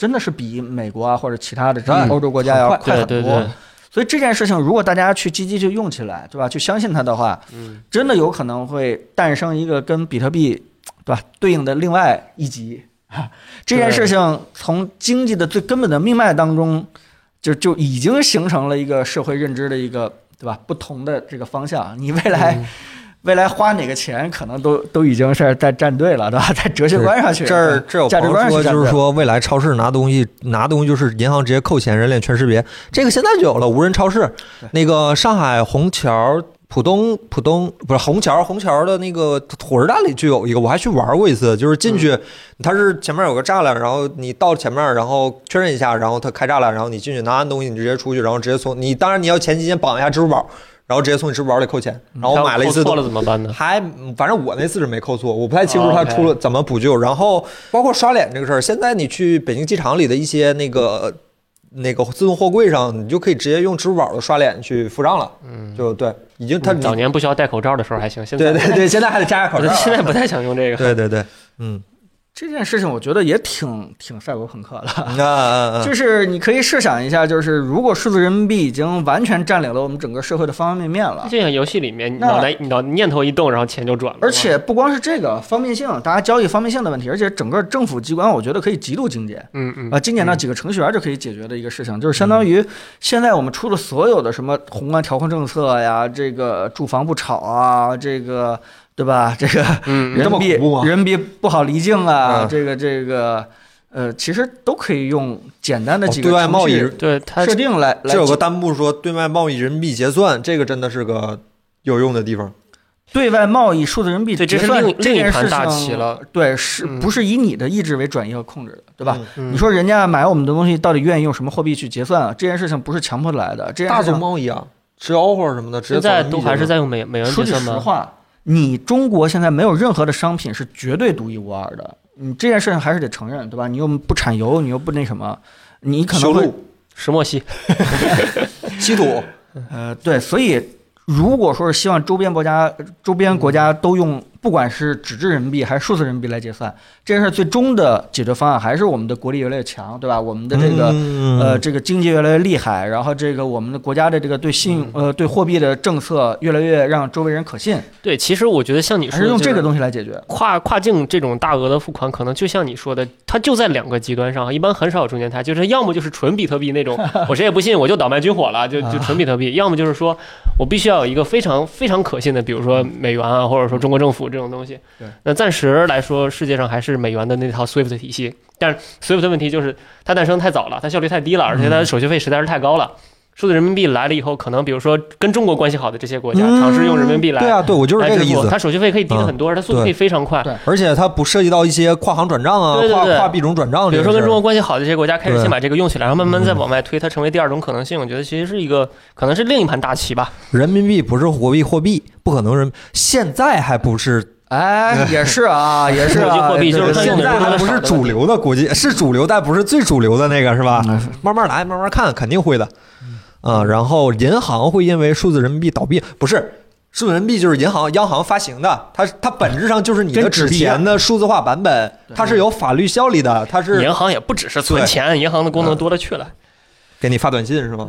真的是比美国啊或者其他的这些欧洲国家要快很多。 对， 所以这件事情，如果大家去积极去用起来，对吧？去相信它的话，真的有可能会诞生一个跟比特币，对吧？对应的另外一级。这件事情从经济的最根本的命脉当中，就已经形成了一个社会认知的一个，对吧？不同的这个方向，你未来花哪个钱，可能都已经是在站队了，对吧？在哲学观上去， 这有朋友说，就是说未来超市拿东西就是银行直接扣钱，人脸全识别，这个现在就有了无人超市。那个上海虹桥。浦东不是虹桥的那个火车站里就有一个，我还去玩过一次，就是进去，它是前面有个栅栏，然后你到前面，然后确认一下，然后它开栅栏，然后你进去拿完东西，你直接出去，然后直接从你，当然你要前期先绑一下支付宝，然后直接从你支付宝里扣钱。然后我买了一次， 错了怎么办呢？ 反正我那次是没扣错，我不太清楚它出了怎么补救。然后包括刷脸这个事儿，现在你去北京机场里的一些那个自动货柜上，你就可以直接用支付宝的刷脸去付账了。就对，已经他早年不需要戴口罩的时候还行，现在对，现在还得加口罩。 现在不太想用这个。 对， 这件事情我觉得也挺赛博朋克的，就是你可以设想一下，就是如果数字人民币已经完全占领了我们整个社会的方方面面了， 就像游戏里面，你念头一动，然后钱就转了。 而且不光是这个方便性，大家交易方便性的问题，而且整个政府机关我觉得可以极度精简，精简到几个程序员就可以解决的一个事情，就是相当于现在我们出了所有的什么宏观调控政策呀，这个住房不炒啊，这个。对吧？这个人民币不好离境啊，这个其实都可以用简单的几个对外贸易设定来。 这有个弹幕说对外贸易人民币结算，这个真的是个有用的地方。 对外贸易数字人民币结算另一盘大棋了。 对，不是以你的意志为转移和控制的，对吧？你说人家买我们的东西到底愿意用什么货币去结算啊？这件事情不是强迫来的。这大宗贸易啊，吃吆喝什么的， 现在都还是在用美元结算吗？ 说句实话。你中国现在没有任何的商品是绝对独一无二的，你这件事情还是得承认，对吧？你又不产油，你又不那什么，你可能会石墨烯、 稀土， 对，所以如果说是希望周边国家都用，不管是纸质人民币还是数字人民币来结算，这件事最终的解决方案还是我们的国力越来越强，对吧？我们的这个经济越来越厉害，然后这个我们的国家的这个对货币的政策越来越让周围人可信。 对，其实我觉得像你说的， 还是用这个东西来解决跨境这种大额的付款，可能就像你说的，它就在两个极端上，一般很少有中间态，就是要么就是纯比特币那种，我谁也不信，我就倒卖军火了，就纯比特币；要么就是说我必须要有一个非常非常可信的，比如说美元啊，或者说中国政府这种东西。那暂时来说，世界上还是美元的那套 SWIFT 体系，但是 SWIFT 的问题就是它诞生太早了，它效率太低了，而且它的手续费实在是太高了。数字人民币来了以后，可能比如说跟中国关系好的这些国家，尝试用人民币来， 对啊，对我就是这个意思。 它手续费可以低很多，它速度可以非常快， 而且它不涉及到一些跨行转账啊，跨币种转账。 比如说跟中国关系好的这些国家，开始先把这个用起来，然后慢慢再往外推，它成为第二种可能性。我觉得其实是一个，可能是另一盘大棋吧。 人民币不是货币，不可能现在还不是。 也是啊，也是啊， 货币就是现在还不是主流的国际，是主流，但不是最主流的那个，是吧？慢慢来，慢慢看，肯定会的。然后银行会因为数字人民币倒闭，不是数字人民币就是央行发行的，它本质上就是你的纸钱的数字化版本，它是有法律效力的，它是银行也不只是存钱，银行的功能多了去了。 给你发短信是吗？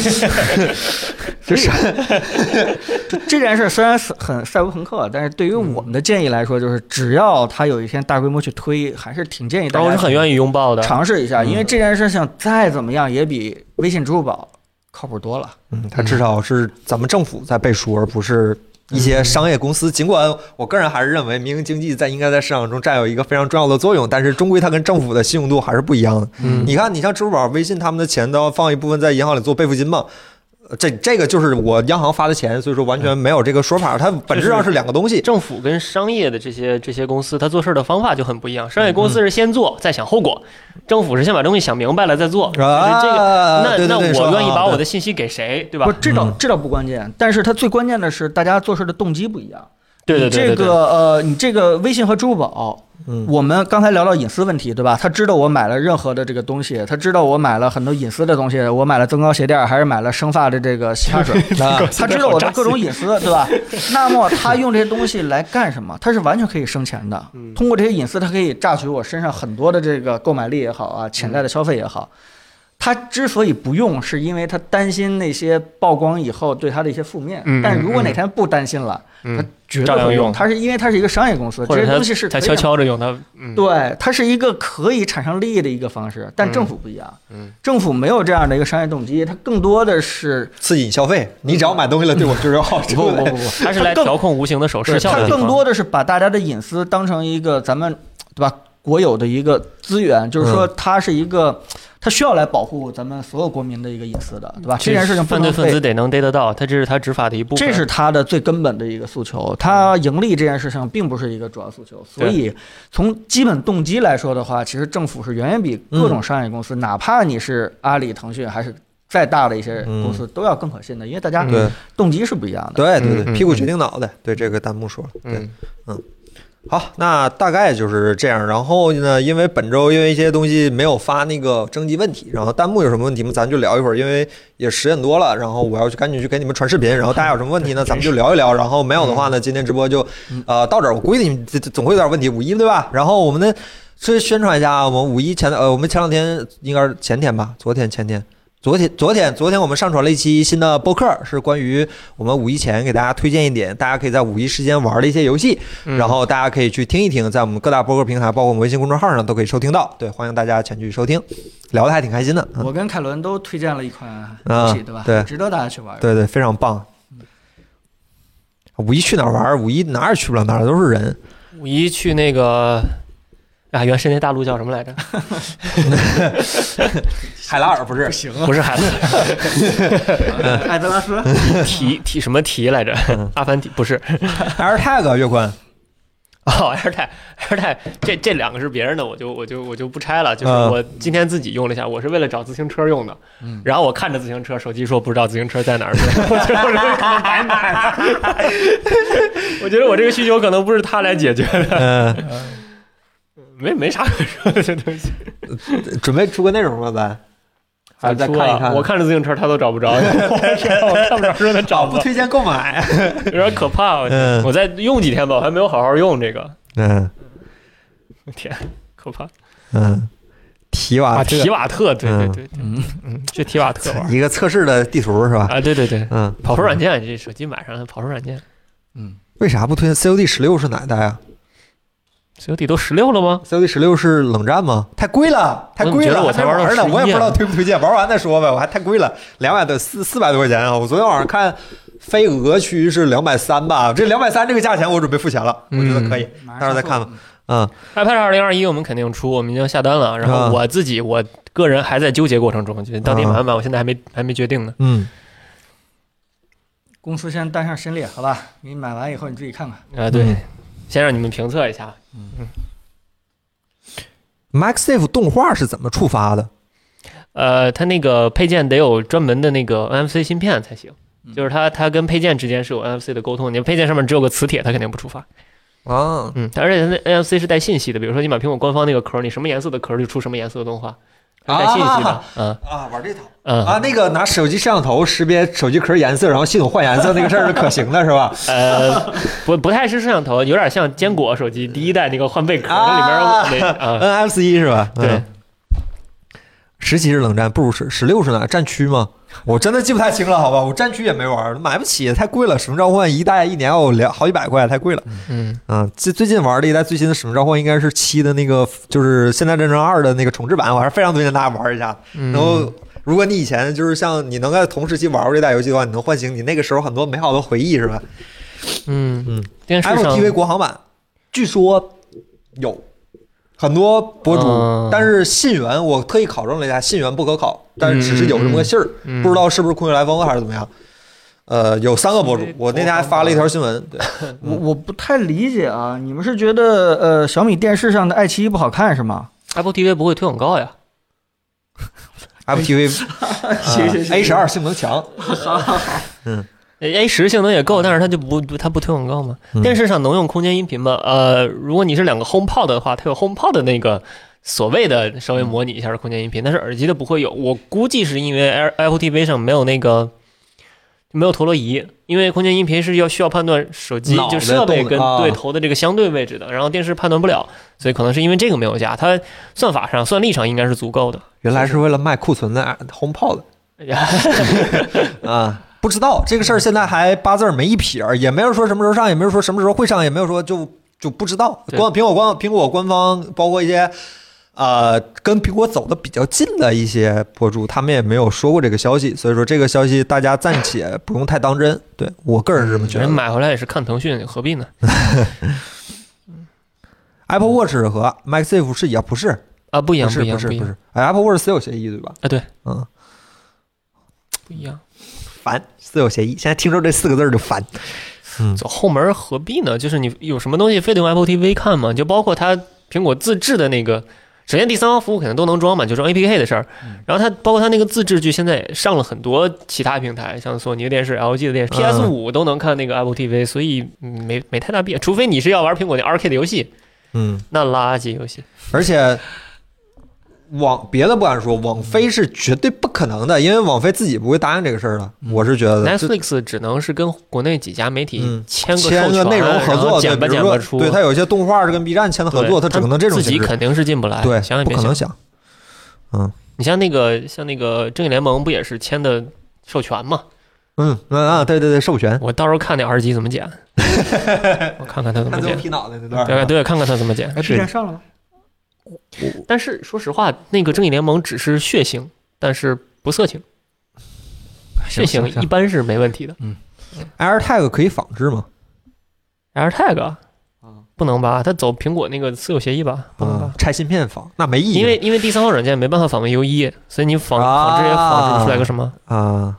就是这件事虽然很赛博朋克，但是对于我们的建议来说，就是只要它有一天大规模去推，还是挺建议大家。 我是很愿意拥抱的， 尝试一下，因为这件事情再怎么样也比微信、支付宝靠谱多了。 它至少是咱们政府在背书，而不是一些商业公司。尽管我个人还是认为民营经济应该在市场中占有一个非常重要的作用，但是终归它跟政府的信用度还是不一样的。你看，你像支付宝、微信，他们的钱都要放一部分在银行里做备付金嘛。这个就是我央行发的钱，所以说完全没有这个说法，它本质上是两个东西。 政府跟商业的这些公司，它做事的方法就很不一样。商业公司是先做再想后果，政府是先把东西想明白了再做。这个，那我愿意把我的信息给谁，对吧？ 不，这倒不关键，但是它最关键的是大家做事的动机不一样。 对， 你这个微信和支付宝， 我们刚才聊到隐私问题，对吧？他知道我买了任何的这个东西，他知道我买了很多隐私的东西，我买了增高鞋垫还是买了生发的这个洗发水，他知道我的各种隐私，对吧？那么他用这些东西来干什么？他是完全可以生钱的。通过这些隐私，他可以榨取我身上很多的这个购买力也好啊，潜在的消费也好。他之所以不用，是因为他担心那些曝光以后对他的一些负面。但如果哪天不担心了，他绝对会用。他是因为他是一个商业公司，这些东西是他悄悄着用， 对，它是一个可以产生利益的一个方式。但政府不一样，政府没有这样的一个商业动机，它更多的是刺激消费。你只要买东西了，对我就是有好处。 不， 它是来调控无形的手失效的地方。 它更多的是把大家的隐私当成一个咱们对吧国有的一个资源，就是说它是一个。他需要来保护咱们所有国民的一个隐私的，对吧？这件事情犯罪分子得能逮得到，这是他执法的一部分。 这是他的最根本的一个诉求。他盈利这件事情并不是一个主要诉求，所以从基本动机来说的话，其实政府是远远比各种商业公司，哪怕你是阿里、腾讯还是再大的一些公司，都要更可信的，因为大家动机是不一样的。 对，屁股决定脑袋。对，这个弹幕说了，对，好，那大概就是这样。然后呢，因为本周因为一些东西没有发那个征集问题，然后弹幕有什么问题吗？咱就聊一会儿，因为也10点多了，然后我要赶紧去给你们传视频。然后大家有什么问题呢，咱们就聊一聊。然后没有的话呢，今天直播就到这儿。我估计你们总会有点问题，五一对吧？然后我们呢是宣传一下啊，我们五一我们前两天应该是前天吧，昨天我们上传了一期新的播客，是关于我们五一前给大家推荐一点大家可以在五一时间玩的一些游戏，然后大家可以去听一听，在我们各大播客平台，包括我们微信公众号上都可以收听到。对，欢迎大家前去收听，聊得还挺开心的。 我跟凯伦都推荐了一款游戏，对吧？ 对， 值得大家去玩。 对，非常棒。五一去哪儿玩？五一哪儿也去不了，哪儿都是人。 五一去那个。原神那大陆叫什么来着？ 海拉尔不是？ 不行不是海拉尔， 艾泽拉斯提什么提来着？阿凡提不是 AirTag 岳坤。 AirTag 这两个是别人的，我就不拆了。就是我今天自己用了一下，我是为了找自行车用的。然后我看着自行车，手机说不知道自行车在哪儿，我觉得我这个可能白买了。我觉得我这个需求可能不是他来解决的。没啥可说的这东西。 准备出个内容了咱。还再看一看， 我看着自行车他都找不着，我看不着说他找不推荐购买， 有点可怕。我再用几天吧，我还没有好好用这个。天，可怕。 提瓦特，对，去提瓦特玩一个测试的地图是吧？ 啊，对，跑分软件，这手机买上了跑分软件。 为啥不推荐 COD 16是哪代啊 ？COD 都16了吗 ？COD 16是冷战吗？太贵了，太贵了！ 我才玩呢，我也不知道推不推荐，玩完再说呗。我还太贵了，400多块钱啊！我昨天晚上看飞鹅区是230吧，这230这个价钱我准备付钱了，我觉得可以，到时候再看吧。 iPad 2021我们肯定出，我们已经下单了。然后我个人还在纠结过程中，到底买不买，我现在还没决定呢。 公司先单上先列，好吧？你买完以后你自己看看。 对，先让你们评测一下。 MagSafe 动画是怎么触发的？ 它那个配件得有专门的那个 NFC 芯片才行，就是它跟配件之间是有 NFC 的沟通。你配件上面只有个磁铁，它肯定不触发。而且它那 NFC 是带信息的，比如说你买苹果官方那个壳，你什么颜色的壳就出什么颜色的动画。带信息的， 玩这套，那个拿手机摄像头识别手机壳颜色，然后系统换颜色那个事儿是可行的，是吧？ 不太是摄像头，有点像坚果手机第一代那个换贝壳，那里边 NFC 是吧？ 对。 17是冷战，不如16是哪？战区吗？我真的记不太清了，好吧？我战区也没玩，买不起，太贵了。使命召唤一代一年要好几百块，太贵了。最近玩的一代最新的使命召唤应该是7的那个，就是现代战争2的那个重置版，我还是非常推荐大家玩一下。然后，如果你以前就是像你能在同时期玩过这代游戏的话，你能唤醒你那个时候很多美好的回忆，是吧？ 电视上 Apple TV 国行版据说有。很多博主，但是信源我特意考证了一下，信源不可考，但是只是有这么个信儿，不知道是不是空穴来风还是怎么样。有3个博主，我那天还发了一条新闻。对， 我不太理解啊，你们是觉得小米电视上的爱奇艺不好看是吗 ？Apple TV 不会推广告呀。 Apple TV 行 A12 性能强。 A10性能也够，但是它不推广告嘛。电视上能用空间音频吗？如果你是2个 HomePod 的话，它有 HomePod 的那个所谓的稍微模拟一下的空间音频，但是耳机的不会有。我估计是因为 Apple TV 上没有陀螺仪，因为空间音频是需要判断手机就设备跟对头的这个相对位置的，然后电视判断不了，所以可能是因为这个没有加。它算法上、算力上应该是足够的。 原来是为了卖库存的 HomePod 啊。不知道这个事儿，现在还8字没一撇，也没有说什么时候上，也没有说什么时候会上，也没有说就不知道。苹果官方，包括一些跟苹果走的比较近的一些博主，他们也没有说过这个消息，所以说这个消息大家暂且不用太当真。对我个人是这么觉得。 人买回来也是看腾讯，何必呢 ？Apple Watch 和 MagSafe 是也不是啊，不一样，不一样。 Apple Watch 私有协议对吧？ 啊，对，不一样。 烦，私有协议，现在听着这4个字就烦。 走后门何必呢？就是你有什么东西非得用 Apple TV 看吗？就包括它苹果自制的那个，首先第三方服务肯定都能装嘛，就装 APK 的事儿。然后它包括它那个自制剧，现在也上了很多其他平台，像索尼的电视、LG 的电视、PS5 都能看那个 Apple TV，所以没太大必要，除非你是要玩苹果那 2K 的游戏，那垃圾游戏， 而且。别的不敢说，网飞是绝对不可能的，因为网飞自己不会答应这个事儿的。我是觉得 Netflix 只能是跟国内几家媒体签个内容合作， 剪吧出。 对，它有一些动画是跟 B 站签的合作，它只能这种形式。 自己肯定是进不来， 对， 想也别不可能想。 你像那个正义联盟不也是签的授权吗？ 对，授权。 我到时候看那2集怎么剪，我看看他怎么剪。 劈脑袋那段。 对，看看他怎么剪。 B 站上了吗？ 但是说实话，那个正义联盟只是血腥，但是不色情。血腥一般是没问题的。 AirTag 可以仿制吗 ？AirTag 不能吧？它走苹果那个私有协议吧？不能吧？ 拆芯片仿那没意义， 因为第三方软件没办法访问 U1，所以你仿制也仿制不出来个什么啊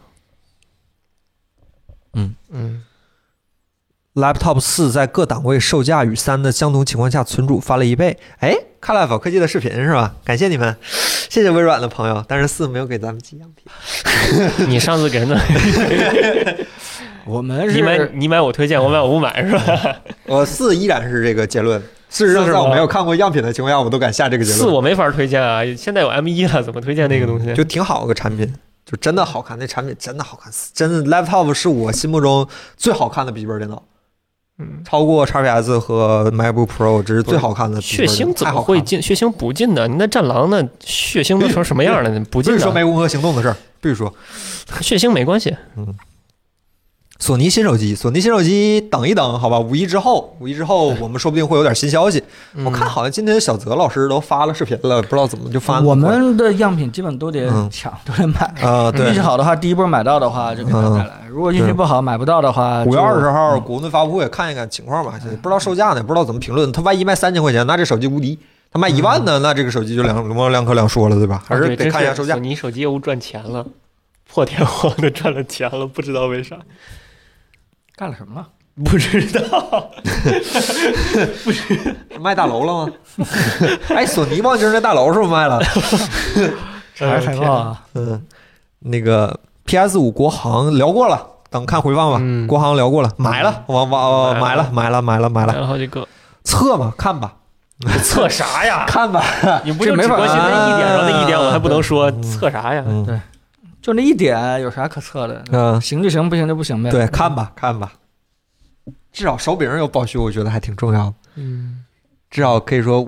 ？Laptop 4在各档位售价与3的相同情况下，存储翻了1倍。哎，看了否科技的视频是吧？感谢你们，谢谢微软的朋友。但是4没有给咱们寄样品。 你上次给人的， 我们是你买我推荐，我买我不买是吧？ 我4依然是这个结论。事实上，在我没有看过样品的情况下，我都敢下这个结论。 4我没法推荐啊，现在有 M1 了，怎么推荐那个东西？ 就挺好个产品。就真的好看，那产品真的好看，真的 Laptop 是我心目中最好看的笔记本电脑。超过 XPS 和 MacBook Pro， 这是最好看的。 血腥怎么会进？血腥不进的？你那战狼那血腥都成什么样了？不进的。 不是说湄公河行动的事儿，必须说， 血腥没关系。 索尼新手机等一等，好吧？五一之后我们说不定会有点新消息。我看好像今天小泽老师都发了视频了，不知道怎么就发。 我们的样品基本都得抢，都得买啊。对， 运气好的话，第一波买到的话就给他带来；如果运气不好买不到的话，5 月20号国内发布会看一看情况吧。不知道售价呢，不知道怎么评论。他万一卖3000块钱，那这手机无敌；他卖1万呢，那这个手机就两可两说了，对吧？还是得看一下售价。 索尼手机业务赚钱了，破天荒的赚了钱了，不知道为啥。 干了什么了？ 不知道， 不是卖大楼了吗？哎，索尼望京那大楼是不是卖了？ 啥海报啊？ 那个 PS5 国行聊过了，等看回放吧。国行聊过了，买了，买了好几个， 测嘛，看吧。 测啥呀？ 看吧， 你不就只关心那一点，然后那一点我还不能说测啥呀？ 对。就那一点有啥可测的？行就行，不行就不行呗。 对，看吧。至少手柄有保修，我觉得还挺重要的。至少可以说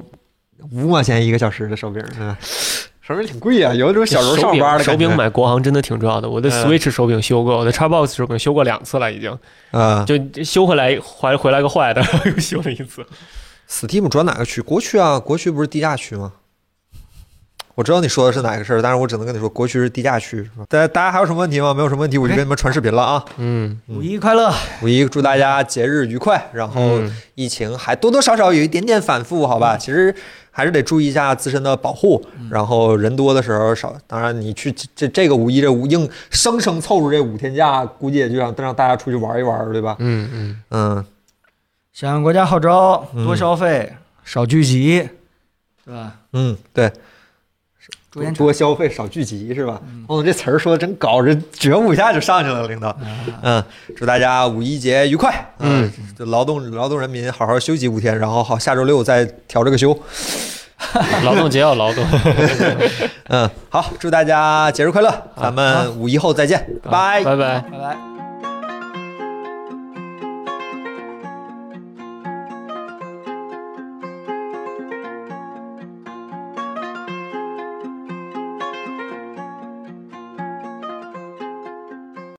5毛钱1个小时的手柄，手柄挺贵啊，有那种小时候上班的手柄买国行真的挺重要的。我的 Switch 手柄修过，我的 Xbox 手柄修过2次了，已经。就修回来回来个坏的，又修了1次。 Steam 转哪个区？国区啊，国区不是低价区吗？我知道你说的是哪个事儿，但是我只能跟你说，国区是低价区，是吧？大家还有什么问题吗？没有什么问题，我就跟你们传视频了啊。 五一快乐！ 五一祝大家节日愉快。然后疫情还多多少少有一点点反复，好吧？其实还是得注意一下自身的保护。然后人多的时候少，当然你去这个五一硬生生凑出这5天假，估计也就让大家出去玩一玩，对吧？ 响应国家号召，多消费，少聚集，对吧？ 对。 多消费少聚集是吧？这词儿说的真高，这觉悟一下就上去了，领导。祝大家五一节愉快。劳动人民好好休息5天，然后下周6再调这个休。 劳动节要劳动。 好，祝大家节日快乐，咱们5一后再见，拜拜， 拜拜， 拜拜。